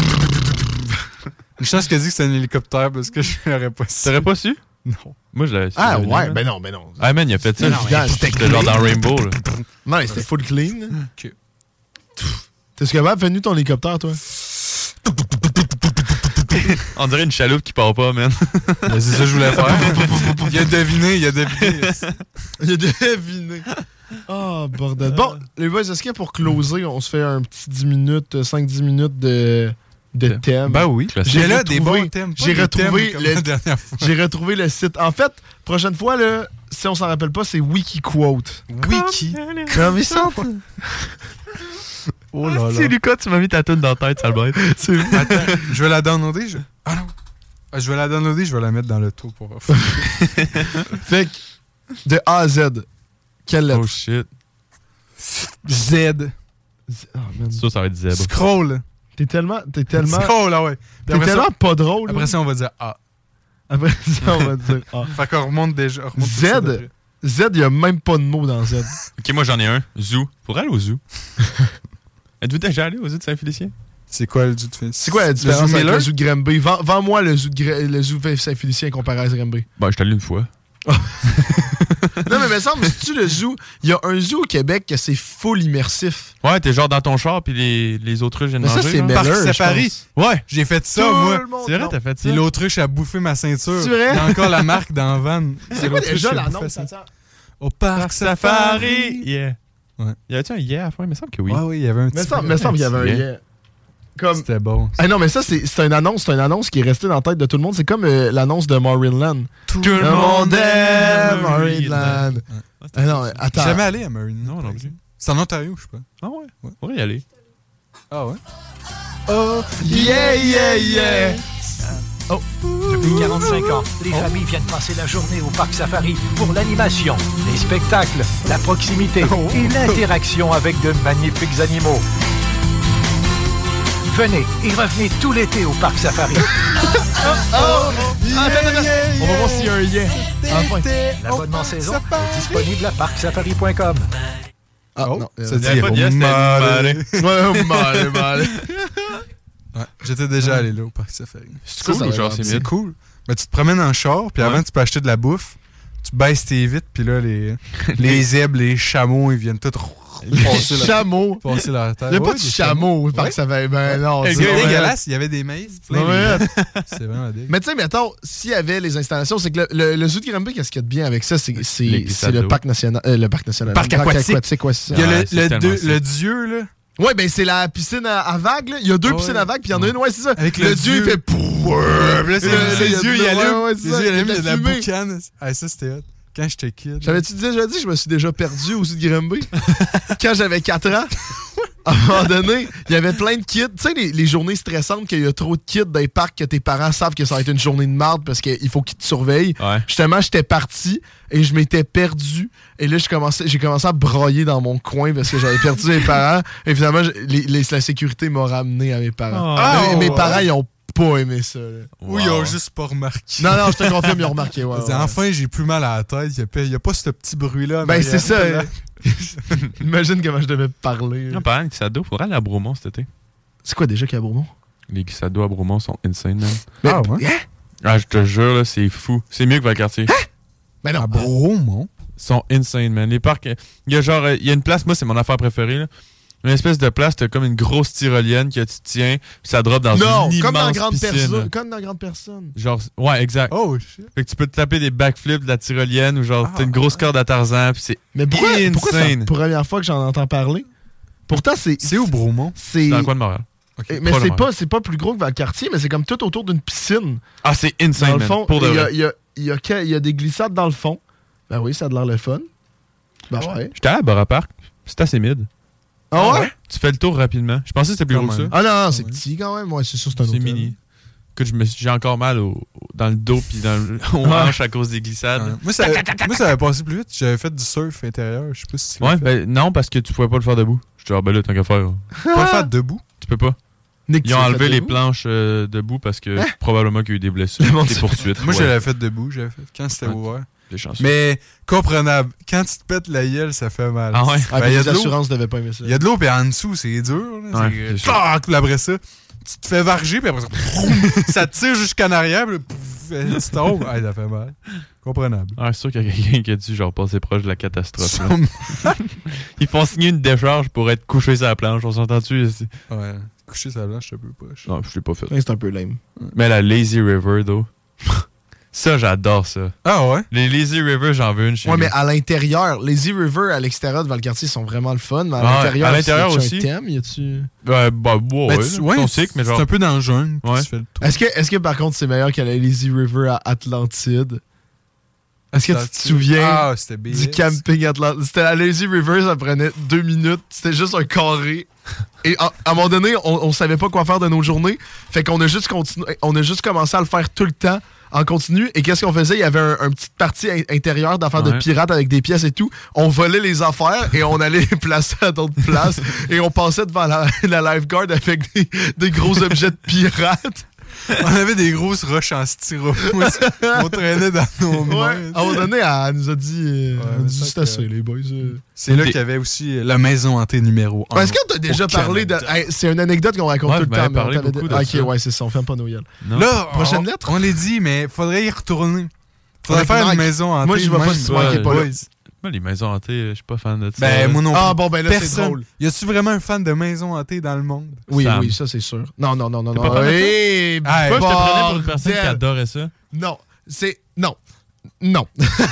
Une chance qu'elle dit que c'est un hélicoptère parce que je l'aurais pas su. T'aurais pas su? Non. Moi, je l'avais su. Ah ouais, ben non, ben non. Ah man, il a fait ça. C'était genre dans Rainbow. Là. Non, c'était full clean. Ok. T'es-ce capable de faire ton hélicoptère, toi? On dirait une chaloupe qui part pas, man. Ben, c'est ça que je voulais faire. Il a deviné, il a deviné. Il a deviné. Oh, bordel. Bon, les boys, est-ce que pour closer, on se fait un petit dix minutes, cinq dix minutes de, de thème? Ben oui. J'ai là retrouvé, des bons thèmes. J'ai retrouvé, thèmes le, la dernière fois. j'ai retrouvé le site. En fait, prochaine fois, là, si on s'en rappelle pas, c'est Wikiquote. Wiki. Comme ça. Oh là là. Si, Lucas, tu m'as mis ta toune dans la tête, ça le bête. Attends, je vais la downloader. Je... Ah non. Ah, je vais la downloader, je vais la mettre dans le trou pour... Fait que, de A à Z, quelle lettre? Oh shit. Z. Oh, man. Ça, ça va être zèbre. Scroll. T'es tellement... T'es tellement... Scroll, là, ouais. T'es tellement ça, pas drôle. Après là. ça, on va dire A. Après ça, on va dire A. Fait qu'on remonte déjà. On remonte Z. Z, il y a même pas de mot dans Z. Ok, moi j'en ai un. Zoo. Faudrait aller au zoo. Êtes-vous déjà allé au zoo de Saint-Félicien? C'est quoi le zoo de Saint-Félicien? C'est quoi la différence avec le zoo de Granby? Vends, vends-moi le zoo de, Gra- le zoo de Saint-Félicien comparé à Granby. Ben, je suis allé une fois. Non, mais il me semble, si tu le zoo, il y a un zoo au Québec que c'est full immersif. Ouais, t'es genre dans ton char puis les, les autruches viennent mais manger. ça, c'est Parc Miller, Safari. Ouais. J'ai fait ça, Tout moi. le monde, C'est vrai, non. t'as fait ça. Puis l'autruche a bouffé ma ceinture. C'est vrai? Il y a encore la marque dans la van. C'est quoi déjà l'autruche qui a l'annonce? bouffé ça. Attends. Au Parc, Parc Safari. Safari. Yeah. Ouais. Y avait-tu un yeah à la fin? Il me semble que oui. Ouais, oui, il y avait un Me petit semble, me semble qu'il y avait un Yeah. yeah. Comme... C'était bon. Ah non, mais ça, c'est, c'est une annonce, c'est une annonce qui est restée dans la tête de tout le monde. C'est comme euh, l'annonce de Marineland. Tout le monde aime Marineland. Ouais. Ah non, attends. Jamais allé à Marineland. Non, non plus. C'est en Ontario, je sais pas. Ah ouais? ouais. Faudrait y aller. Ah ouais? Oh, yeah, yeah, yeah. Oh. Depuis quarante-cinq ans, les oh. familles viennent passer la journée au Parc Safari pour l'animation, les spectacles, la proximité oh. et l'interaction avec de magnifiques animaux. Venez et revenez tout l'été au Parc Safari. oh, oh, yeah, attends, attends. Yeah, on va voir s'il y a un yeah. Enfin. L'abonnement saison est disponible à parc safari point com. Ah oh, non, ça euh, dit pas de yes, mal. Ouais, mal, mal. Ouais, j'étais déjà allé là au Parc Safari. C'est cool, ça, ça genre, c'est, c'est cool. Mais tu te promènes en char, puis ouais. avant, tu peux acheter de la bouffe. Tu baisses tes vitres, puis là, les, les zèbres, les chameaux, ils viennent tous passer chameaux. Passer leur tête. Il n'y a ouais, pas de chameaux au Parc Safari. Ben non, c'est dégueulasse. Il y avait des maïs. Ouais. C'est vraiment dégueulasse. Mais tu sais, mettons, s'il y avait les installations, c'est que le, le, le zoo de Granby, qu'est-ce qu'il y a de bien avec ça? C'est, c'est, c'est le parc national. Euh, le parc national. Parc le aquatique. aquatique ouais, il y a le, le, deux, le dieu, là. Ouais, ben c'est la piscine à, à vagues, là. Il y a deux oh, piscines ouais. à vagues, puis il y en a une, ouais, c'est ça. Avec le, le dieu, dieu, il fait pouh. Là, c'est les yeux, il y a le. Les yeux, il y a de la boucane. Ah, ça, c'était hot. Quand j'étais kid. J'avais-tu déjà dit, je me suis déjà perdu au zoo de Granby? Quand j'avais quatre ans, à un moment donné, il y avait plein de kids. Tu sais, les, les journées stressantes, qu'il y a trop de kids dans les parcs, que tes parents savent que ça va être une journée de merde parce qu'il faut qu'ils te surveillent. Ouais. Justement, j'étais parti et je m'étais perdu. Et là, j'ai commencé, j'ai commencé à broyer dans mon coin parce que j'avais perdu mes parents. Et finalement, les, les, la sécurité m'a ramené à mes parents. Oh, mes, oh, mes ouais. parents, ils ont pas aimé ça. Là. Wow. Ou ils ont juste pas remarqué. Non, non, je te confirme, ils ont remarqué. Ouais, ouais. Enfin, j'ai plus mal à la tête. Il n'y a, a pas ce petit bruit-là. Ben, c'est ça. Imagine comment je devais parler. Non, par exemple, les glissades d'eau, faudrait aller à Bromont cet été. C'est quoi déjà qu'il y a à Bromont? Les glissades d'eau à Bromont sont insane, man. Mais, ah, ouais? Hein? Ah, je te jure, là, c'est fou. C'est mieux que Valcartier. Hein? Ben non. À Bromont? Ils sont insane, man. Les parcs. Il y a genre. Il y a une place, moi, c'est mon affaire préférée, là. Une espèce de place, t'as comme une grosse tyrolienne que tu tiens, puis ça drop dans non, une immense comme dans grande piscine. Personne, comme dans Grande Personne. Genre, ouais, exact. Oh, shit. Fait que tu peux te taper des backflips de la tyrolienne ou genre, ah, t'as une grosse corde à Tarzan, puis c'est mais pourquoi, insane. Pourquoi c'est la première fois que j'en entends parler? Pourtant, c'est... C'est où, Bromont? C'est... c'est dans le coin de Montréal. Okay. Mais c'est pas, c'est pas plus gros que Valcartier, mais c'est comme tout autour d'une piscine. Ah, c'est insane, dans le fond, man. Pour de il y a, vrai. il y a, il y a, il y a des glissades dans le fond. Ben oui, ça a de l'air le fun. Ben ouais. J'étais à Bora Park, c'est assez mid. Ah ouais? Tu fais le tour rapidement. Je pensais que c'était plus gros que ça. Ah non, non, c'est ah, petit quand même. Ouais, c'est sûr, c'est un C'est hôtel. mini. Écoute, je me suis, j'ai encore mal au, dans le dos puis dans le, aux hanches à cause des glissades. Ouais. Moi, ça, moi, ça avait passé plus vite. J'avais fait du surf intérieur. Je sais pas si tu Ouais, ben non, parce que tu pouvais pas le faire debout. Je te dis, ah ben là, tant qu'à faire. Tu peux pas le faire debout? Tu peux pas. Nick, Ils ont enlevé les planches euh, debout parce que hein? probablement qu'il y a eu des blessures, des poursuites. Moi, ouais. je l'avais fait debout, j'avais fait quand c'était ouais. ouvert. Des chanceux. Mais comprenable. Quand tu te pètes la gueule, ça fait mal. Ah ouais? Ah, ben, les assurances devaient pas aimer ça. Il y a de l'eau, puis en dessous, c'est dur. Là. Ouais, c'est clac, puis après ça, tu te fais varger, puis après ça, ça te tire jusqu'en arrière, puis pouf, tu tombes. Ah, ça fait mal. Comprenable. Ah, c'est sûr qu'il y a quelqu'un qui a dû genre passer proche de la catastrophe. Ils font signer une décharge pour être couché sur la planche, on s'entend-tu? Ouais, couché sur la planche, c'est un peu poche. Non, je l'ai pas fait. Ouais, c'est un peu lame. Mais la Lazy River, though. Ça, j'adore ça. Ah ouais? Les Lazy River, j'en veux une chez Ouais, nous. mais à l'intérieur, Lazy River à l'extérieur de Valcartier sont vraiment le fun, mais à Ah, l'intérieur, à l'intérieur y a-tu aussi. un thème? Y a-tu... Ouais, bah, ouais, Ben, ouais, tu- ouais, c'est sick, mais genre... c'est un peu dans le jungle. puis Ouais. tu fais le tour. Est-ce que, est-ce que par contre c'est meilleur que la Lazy River à Atlantide? Est-ce que tu te Atlantide. souviens Ah, c'était B S. du camping Atlantide? C'était la Lazy River, ça prenait deux minutes. C'était juste un carré. Et à, à un moment donné, on, on savait pas quoi faire de nos journées. Fait qu'on a juste continué, on a juste commencé à le faire tout le temps en continu. Et qu'est-ce qu'on faisait? Il y avait un, un petite partie in- intérieure d'affaires Ouais. de pirates avec des pièces et tout. On volait les affaires et on allait les placer à d'autres places. Et on passait devant la, la lifeguard avec des, des gros objets de pirates. On avait des grosses roches en styro. On traînait dans nos mains. Ouais. À un moment donné, elle nous a dit, euh, Ouais, elle nous a dit mais c'est ça assez, que- les boys. euh. C'est là qu'il y avait aussi la maison hantée numéro un. Est-ce que t'as déjà au parlé de. Canada. Hey, c'est une anecdote qu'on raconte Ouais, tout le vous m'avez temps. mais on parlé t'avait beaucoup dit- de Ok, ça. ouais, c'est ça, on ferme pas nos gueules. Non. Là, Prochaine on, lettre? on l'a dit, mais faudrait y retourner. Faudrait Avec faire Nike. une maison hantée. Moi, je vais pas même. si loin qu'il est pas là. Boys. Moi, les maisons hantées, je suis pas fan de ça. Ben, moi non plus. Ah, bon, ben là, c'est Personne. drôle. Y a-tu vraiment un fan de maison hantée dans le monde? Oui, Sam. oui, ça, c'est sûr. Non, non, non, non, T'es non. pas fan de ça? Hey, Ah, Moi, je te prenais pour une personne qui bordel. adorait ça. Non, c'est. Non. Non.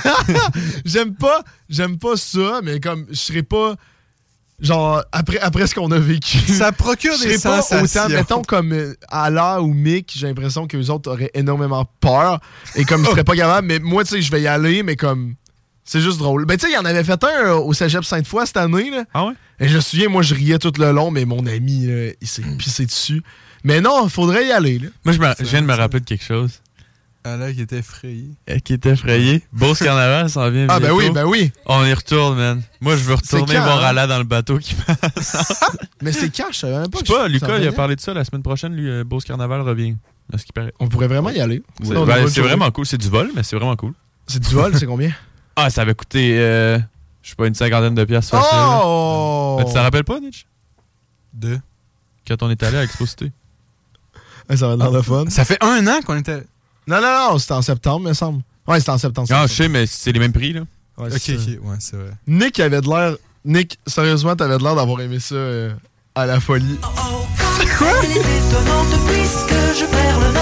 j'aime pas. J'aime pas ça, mais comme je serais pas. Genre, après, après ce qu'on a vécu. Ça procure je des serais pas sensations. autant, mettons, comme euh, Ala ou Mick, j'ai l'impression qu'eux autres auraient énormément peur. Et comme ils seraient pas capables, mais moi, tu sais, je vais y aller, mais comme. C'est juste drôle. Ben, tu sais, il y en avait fait un euh, au Cégep Sainte-Foy cette année, là. Ah ouais? Et je me souviens, moi, je riais tout le long, mais mon ami, là, il s'est pissé dessus. Mais non, faudrait y aller, là. Moi, je, me- je viens de me rappeler de quelque chose. Ah là, qui était effrayé. Euh, Qui était effrayé. Beauce Carnaval s'en vient. Ah, ben bientôt. oui, ben oui. On y retourne, man. Moi, je veux retourner quand, voir hein? Ala dans le bateau qui passe. Mais c'est quand, je savais même pas. Je que sais pas, ça Lucas, il a revenait. parlé de ça la semaine prochaine. Lui, euh, Beauce Carnaval revient. À ce qui paraît. On pourrait vraiment y aller. C'est Ouais, on a ben, pas de c'est journée. vraiment cool. C'est du vol, mais c'est vraiment cool. C'est du vol, c'est combien? Ah, ça avait coûté, euh, je sais pas, une cinquantaine de piastres facile. Oh! Ben, tu t'en rappelles pas, Nietzsche? Deux. Quand on est allé à Exposité. Ouais, ça va être l'air de fun. Ça fait un an qu'on était. Non, non, non, c'était en septembre, il me semble. Ouais, c'était en septembre. Ah, c'est je sais, mais c'est les mêmes prix, là. Ouais, Ok, c'est ok, ça. ouais, c'est vrai. Nick avait de l'air. Nick, sérieusement, t'avais de l'air d'avoir aimé ça euh, à la folie. Quoi? Elle est étonnante puisque je perds le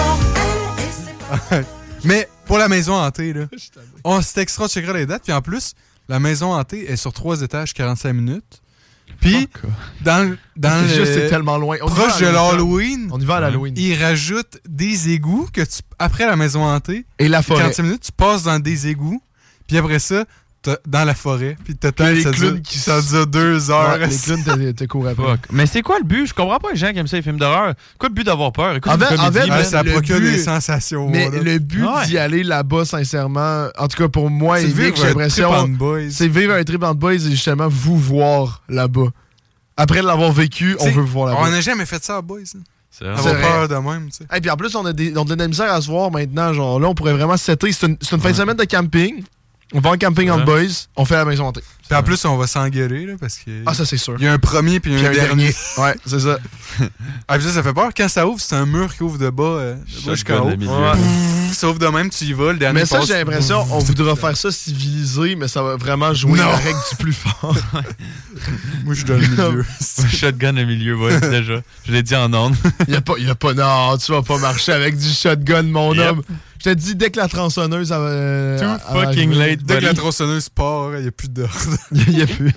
nord. Mais pour la maison hantée, là, on s'est extra checker les dates. Puis en plus, la maison hantée est sur trois étages, quarante-cinq minutes. Puis, dans, le- dans C'est le- juste, c'est tellement loin. On y va proche à de l'automne. l'Halloween, On y va à l'Halloween. ils rajoutent des égouts que tu, après la maison hantée. Et la forêt. quarante-cinq minutes, tu passes dans des égouts. Puis après ça, t'as- dans la forêt. Puis t'attends, Puis les ça, clowns dure, qui ça dure deux heures. Ouais, les clowns te, te courent après. Fuck. Mais c'est quoi le but? Je comprends pas les gens qui aiment ça, les films d'horreur. Quoi le but d'avoir peur? Écoute, En une fait- en comédie, fait, man. Ouais, ça le procure but- des sensations. Mais là. le but Ouais. d'y aller là-bas, sincèrement, en tout cas pour moi C'est et de Nick, vivre j'ai un l'impression. trip en boys. C'est vivre un trip en boys et justement vous voir là-bas. Après l'avoir vécu, on T'sais, veut vous voir là-bas. On n'a jamais fait ça à boys. Hein. C'est vrai. Avoir vrai. peur de même, tu sais. Et puis en plus, on a, des, on a de la misère à se voir maintenant. Genre là, on pourrait vraiment se setter. C'est une, c'est une fin de semaine de camping. On va en camping en Ouais. boys. On fait la maison hantée. Puis en plus, on va s'engueuler, là, parce que. Ah, ça, c'est sûr. Il y a un premier puis Puis un, un dernier. dernier. Ouais, c'est ça. Ah, puis ça, ça fait peur. Quand ça ouvre, c'est un mur qui ouvre de bas, euh, de bas Shotgun jusqu'en haut. de milieu. Ouais. Pff, Ça ouvre de même, tu y vas, le dernier Mais ça, passe. j'ai l'impression, on voudra faire ça civilisé, mais ça va vraiment jouer Non. la règle du plus fort. Moi, je suis dans le milieu. Shotgun au milieu, ouais, déjà. Je l'ai dit en ondes. Il y a pas, y a pas, non, tu vas pas marcher avec du shotgun, mon Yep. homme. Je te dis, dès que la tronçonneuse va. euh, Too va fucking arriver, late, Dès que la buddy. tronçonneuse part, il n'y a plus d'ordre. Il y a plus.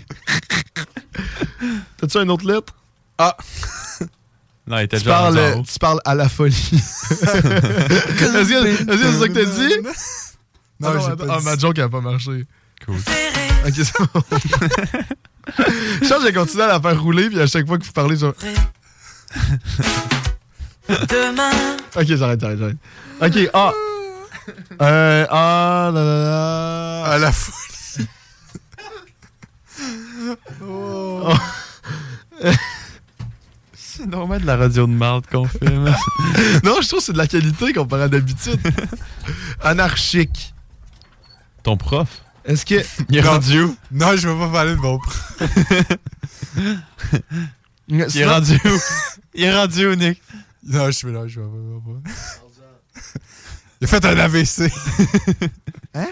T'as-tu une autre lettre? Ah! Non, il était Tu déjà parles, rendu en euh, haut. tu parles à la folie. Est-ce que est-ce que c'est ça que t'as dit? Non, Ah non, j'ai attends, pas ah, dit ma ça. joke, elle a pas marché. Cool. Ok, c'est bon. Je pense que j'ai continué à la faire rouler, puis à chaque fois que vous parlez, genre. Demain. Ok, j'arrête, j'arrête, j'arrête. Ok, ah. Euh, ah, là, là, là. À la folie. Oh. C'est normal de la radio de marde qu'on fait, man. Non, je trouve que c'est de la qualité comparé à d'habitude. Anarchique. Ton prof? Est-ce que. Il est Non. rendu où? Non, je vais pas parler de mon prof. Il est rendu où? Il est rendu où, Nick? Non, je fais là, je vais pas. Il a fait un A V C. Hein?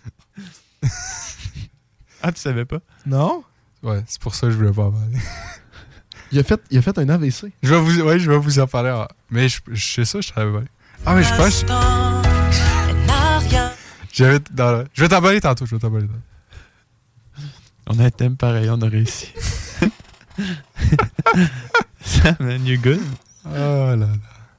Ah, tu savais pas? Non? Ouais, c'est pour ça que je voulais pas en parler. Il a fait, il a fait un A V C. Je vais vous, ouais, je vais vous en parler. Ah. Mais je, je sais ça, je savais pas. Ah, mais je pense. J'avais dans le... Je vais t'en parler tantôt, je vais t'en parler tantôt. On a un thème pareil, on a réussi. Ça, man, you good? Oh là là.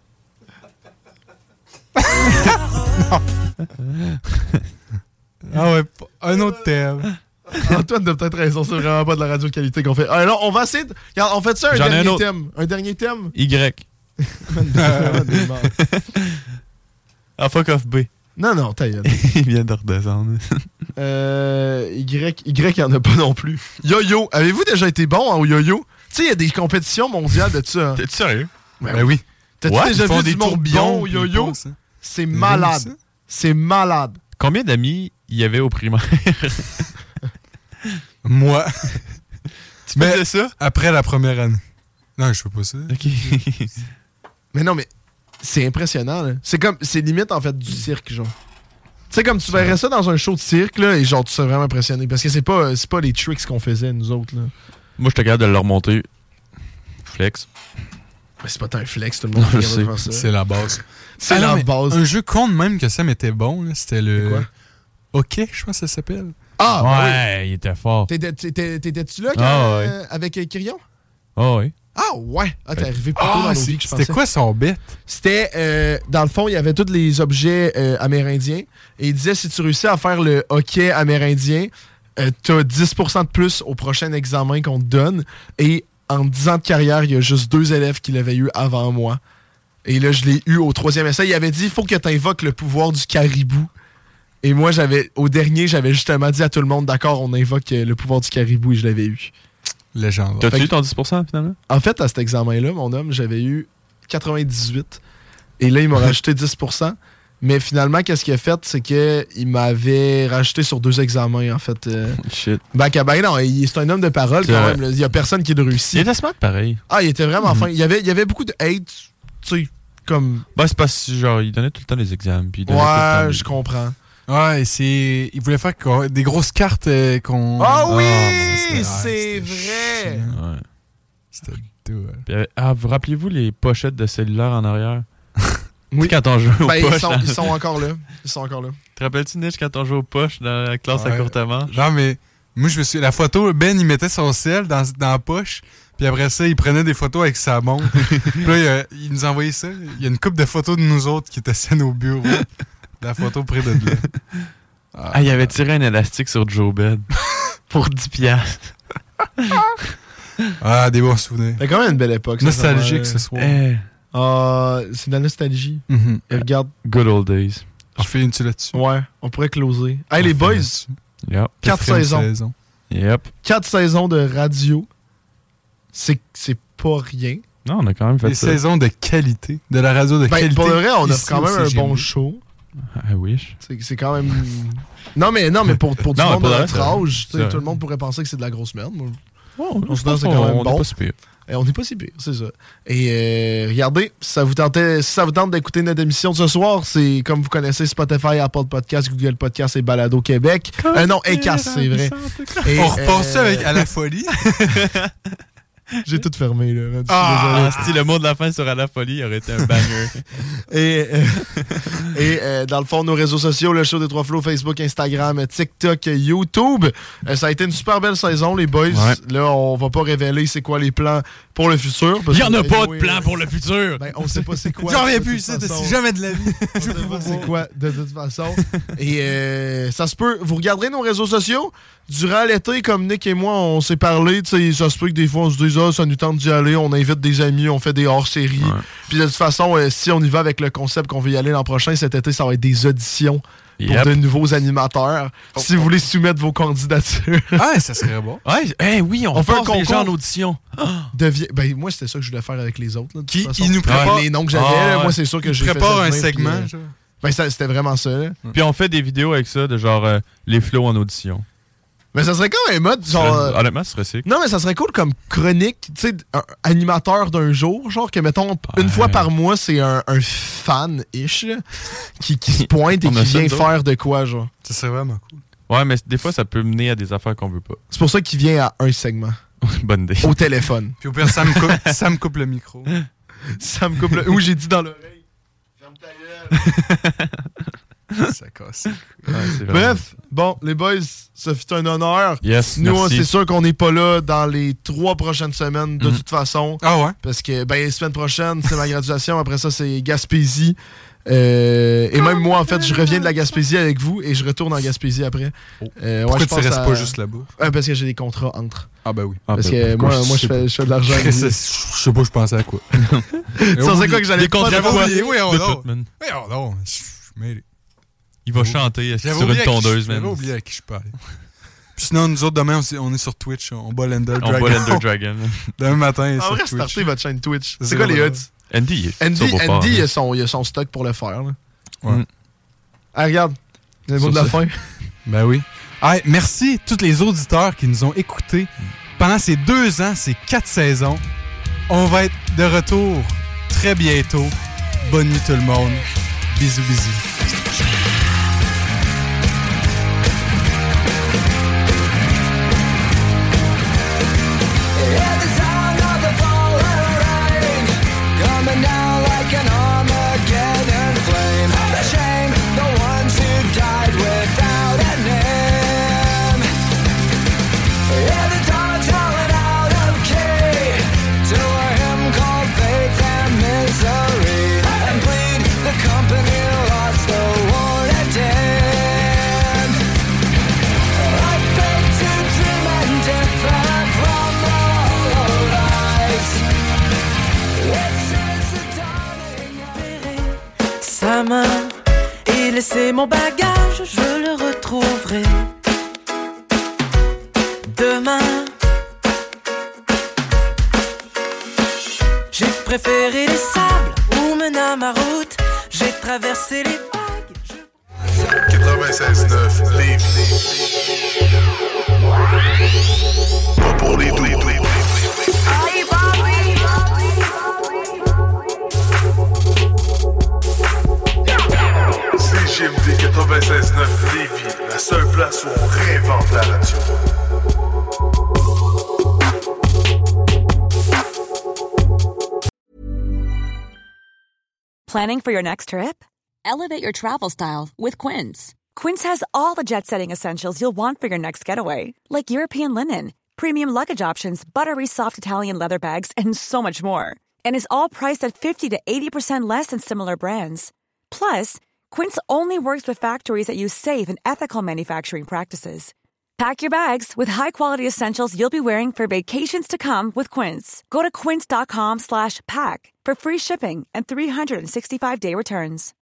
Ah ouais, un autre thème. Antoine a peut-être raison, c'est vraiment pas de la radio de qualité qu'on fait. Alors, on va essayer de... Regarde, on fait ça un J'en ai dernier un autre. thème. Un dernier thème? Y. Ah, fuck off B. Non, non, ta gueule. Il vient de redescendre. euh, y, Y, il y en a pas non plus. Yo-yo. Avez-vous déjà été bon hein, au yo-yo? Tu sais, il y a des compétitions mondiales de ça. T'es sérieux? Ben, ben oui. T'as-tu What? déjà Ils font vu des du monde tourbillons bon au puis yo-yo? ils passent, hein. C'est Vous malade. avez vu ça? C'est malade. Combien d'amis il y avait au primaire? Moi. Tu Mais faisais ça? Après la première année. Non, je fais pas ça. OK. Mais non, mais c'est impressionnant, là. C'est comme, c'est limite, en fait, du cirque, genre. Tu sais, comme tu verrais ça dans un show de cirque, là, et genre, tu serais vraiment impressionné. Parce que c'est pas, c'est pas les tricks qu'on faisait, nous autres, là. Moi, j'étais capable de le remonter. Flex. Mais c'est pas tant un flex, tout le monde Non, est je capable de sais. faire ça. C'est la base. C'est Ah la non, mais base. Un jeu con de même que Sam était bon, là, c'était le. C'est quoi? OK, je pense que ça s'appelle. Ah, ben Ouais, il était fort. oui. T'étais- t'étais- T'étais-tu là quand, Ah, ouais. euh, avec euh, Kyrion? Ah oui. Ah, ouais. Ah, t'es arrivé plus tôt Ah, dans nos c'est- vies que je c'était pensais. quoi son bête? C'était, euh, dans le fond, il y avait tous les objets euh, amérindiens. Et il disait, si tu réussis à faire le hockey amérindien, euh, t'as dix pour cent de plus au prochain examen qu'on te donne. Et en dix ans de carrière, il y a juste deux élèves qui l'avaient eu avant moi. Et là, je l'ai eu au troisième essai. Il avait dit, il faut que tu invoques le pouvoir du caribou. Et moi, j'avais au dernier, j'avais justement dit à tout le monde, d'accord, on invoque euh, le pouvoir du caribou et je l'avais eu. Légende. T'as-tu Fait eu que- ton dix pour cent finalement? En fait, à cet examen-là, mon homme, j'avais eu quatre-vingt-dix-huit. Et là, il m'a rajouté dix pour cent. Mais finalement, qu'est-ce qu'il a fait? C'est qu'il m'avait rajouté sur deux examens, en fait. Euh, Shit. back à back. Non, il- c'est un homme de parole C'est quand vrai. même. là. Il y a personne qui le réussit. Il était smart pareil. Ah, il était vraiment Mhm. fin. Il y avait, il y avait beaucoup de hate, tu sais, comme... Bah, c'est parce que genre, il donnait tout le temps les examens. Puis il donnait tout le Ouais, temps je comprends. Ouais, c'est. Il voulait faire qu'on- des grosses cartes euh, qu'on. Ah oui! c'était- c'est c'était vrai! chiant. Ouais. C'était doux. Puis, euh, ah, vous rappelez-vous les pochettes de cellulaire en arrière? Oui. Tu sais, quand on joue aux Ben, ils, poches. sont, hein? ils sont encore là. Ils sont encore là. Te rappelles-tu, Niche, quand on joue aux poches dans la classe à Ouais. courte manche? Genre, mais. Moi, je me suis. La photo, Ben, il mettait son sel dans, dans la poche. Puis après ça, il prenait des photos avec sa montre. Puis là, il, a- il nous envoyait ça. Il y a une couple de photos de nous autres qui étaient assis à nos bureaux. La photo près de là. Ah, Ah, il avait tiré un élastique sur Joe Bed. Pour dix piastres. Ah, des bons souvenirs. C'est quand même une belle époque. ça, Nostalgique ça, ce soir. Eh, Ah, c'est de la nostalgie. Mhm. Et regarde. good old days. Je fais une là-dessus. Ouais, on pourrait closer. Hey, les boys, Yep. quatre Quatrième saisons. saison. Yep. Quatre saisons de radio. C'est c'est pas rien. Non, on a quand même fait Des ça. saisons de qualité. De la radio de Ben, qualité. pour de vrai, on ici a quand même au un C G M D. bon show. I wish. C'est c'est quand même. Non, mais, non, mais pour, pour du Non, monde pour de de notre vrai, c'est- âge, tu sais, c'est- tout le monde pourrait penser que c'est de la grosse merde. Moi, Oh, on je se pense dit c'est qu'on- quand même on est bon. pas si pire. Et on n'est pas si pire, c'est ça. Et euh, regardez, si ça vous tentait, si ça vous tente d'écouter notre émission de ce soir, c'est comme vous connaissez Spotify, Apple Podcast, Google Podcast et Balado Québec. Euh, non, Acast, c'est vrai. Et, On repasse ça euh, avec à la folie. J'ai tout fermé, là. Je suis Ah, désolé. si le mot de la fin sur À la folie aurait été un banger. Et, euh, et euh, dans le fond, nos réseaux sociaux, le show des Trois Flots, Facebook, Instagram, TikTok, YouTube. Euh, ça a été une super belle saison, les boys. Ouais. Là, on va pas révéler c'est quoi les plans pour le futur. parce Il y en que, a ben, pas oui, de plan pour le futur. Ben, on sait pas c'est quoi. J'en reviens de plus, toute ça, façon. c'est jamais de la vie. On sait pas c'est quoi de toute façon. Et euh, ça se peut. Vous regarderez nos réseaux sociaux. Durant l'été, comme Nick et moi, on s'est parlé. Tu sais, ça se peut que des fois, on se dise, ah, ça nous tente d'y aller. On invite des amis, on fait des hors-séries. Ouais. Puis de toute façon, euh, si on y va avec le concept qu'on veut y aller l'an prochain, cet été, ça va être des auditions pour Yep. de nouveaux animateurs. Si vous voulez soumettre vos candidatures, Ah, ça serait bon. Ouais, hey, oui, on, On fait un passe les gens en concours. audition. devient. Ben, moi, c'était ça que je voulais faire avec les autres. Là, de Qui toute façon. ils nous préparent- Avec les noms que j'avais, Ah, là, ouais. moi, c'est sûr que j'ai fait Prépare ça un venir, segment. puis, euh, genre. Ben, ça, c'était vraiment ça. là. Puis on fait des vidéos avec ça, de genre euh, les flows en audition. Mais ça serait comme un mode, genre... Serait, euh, honnêtement, ce serait sick. Non, mais ça serait cool comme chronique, tu sais, un animateur d'un jour, genre que, mettons, ouais. une fois par mois, c'est un, un fan-ish, là, qui, qui se pointe et qui vient faire de quoi, genre. Ça serait vraiment cool. Ouais, mais des fois, ça peut mener à des affaires qu'on veut pas. C'est pour ça qu'il vient à un segment. Bonne idée. Au téléphone. Puis au pire, ça me coupe, ça me coupe le micro. Ça me coupe le... Ou j'ai dit dans l'oreille. Ferme ta gueule. Ça casse. Ouais, bref, bon, les boys, ça fait un honneur. Yes, Nous, merci. c'est sûr qu'on n'est pas là dans les trois prochaines semaines, de mm-hmm. toute façon. Ah ouais? Parce que, ben, la semaine prochaine, c'est ma graduation. Après ça, c'est Gaspésie. Euh, et même moi, en fait, je reviens de la Gaspésie avec vous et je retourne en Gaspésie après. Oh. Euh, Pourquoi ouais, tu restes à... pas juste là-bas? Ouais, parce que j'ai des contrats entre. Ah ben oui. Parce ah, ben, que moi, moi je, fais, je fais de l'argent. Je sais pas, je pensais à quoi. Tu pensais quoi que j'allais pas de quoi? Oui, on de non. tout, man. Oui, on non. Mais... Il va chanter sur une tondeuse, man. J'avais oublié à qui je parlais. Puis sinon, nous autres, demain, on est sur Twitch. On bat l'Ender Dragon. On bat l'Ender Dragon. En Demain matin, vrai, sur Twitch. startez votre chaîne Twitch. C'est quoi les odds? Andy, Andy, Andy il, a son, il a son stock pour le faire. Là. Ouais. Mm. Ah, regarde. Le mot de la fin. Ben oui. Ah, merci à tous les auditeurs qui nous ont écoutés pendant ces deux ans, ces quatre saisons. On va être de retour très bientôt. Bonne nuit tout le monde. Bisous, bisous. Sa main et laisser mon bagage, je le retrouverai demain. J'ai préféré les sables où mena ma route. J'ai traversé les vagues. quatre-vingt-seize neuf Lévis. Pas pour les doux. C G M D quatre-vingt-seize neuf Lévis, la seule place où on réinvente la radio. Planning for your next trip? Elevate your travel style with Quince. Quince has all the jet-setting essentials you'll want for your next getaway, like European linen, premium luggage options, buttery soft Italian leather bags, and so much more. And is all priced at fifty to eighty percent less than similar brands. Plus, Quince only works with factories that use safe and ethical manufacturing practices. Pack your bags with high-quality essentials you'll be wearing for vacations to come with Quince. Go to quince.com slash pack for free shipping and three sixty-five day returns.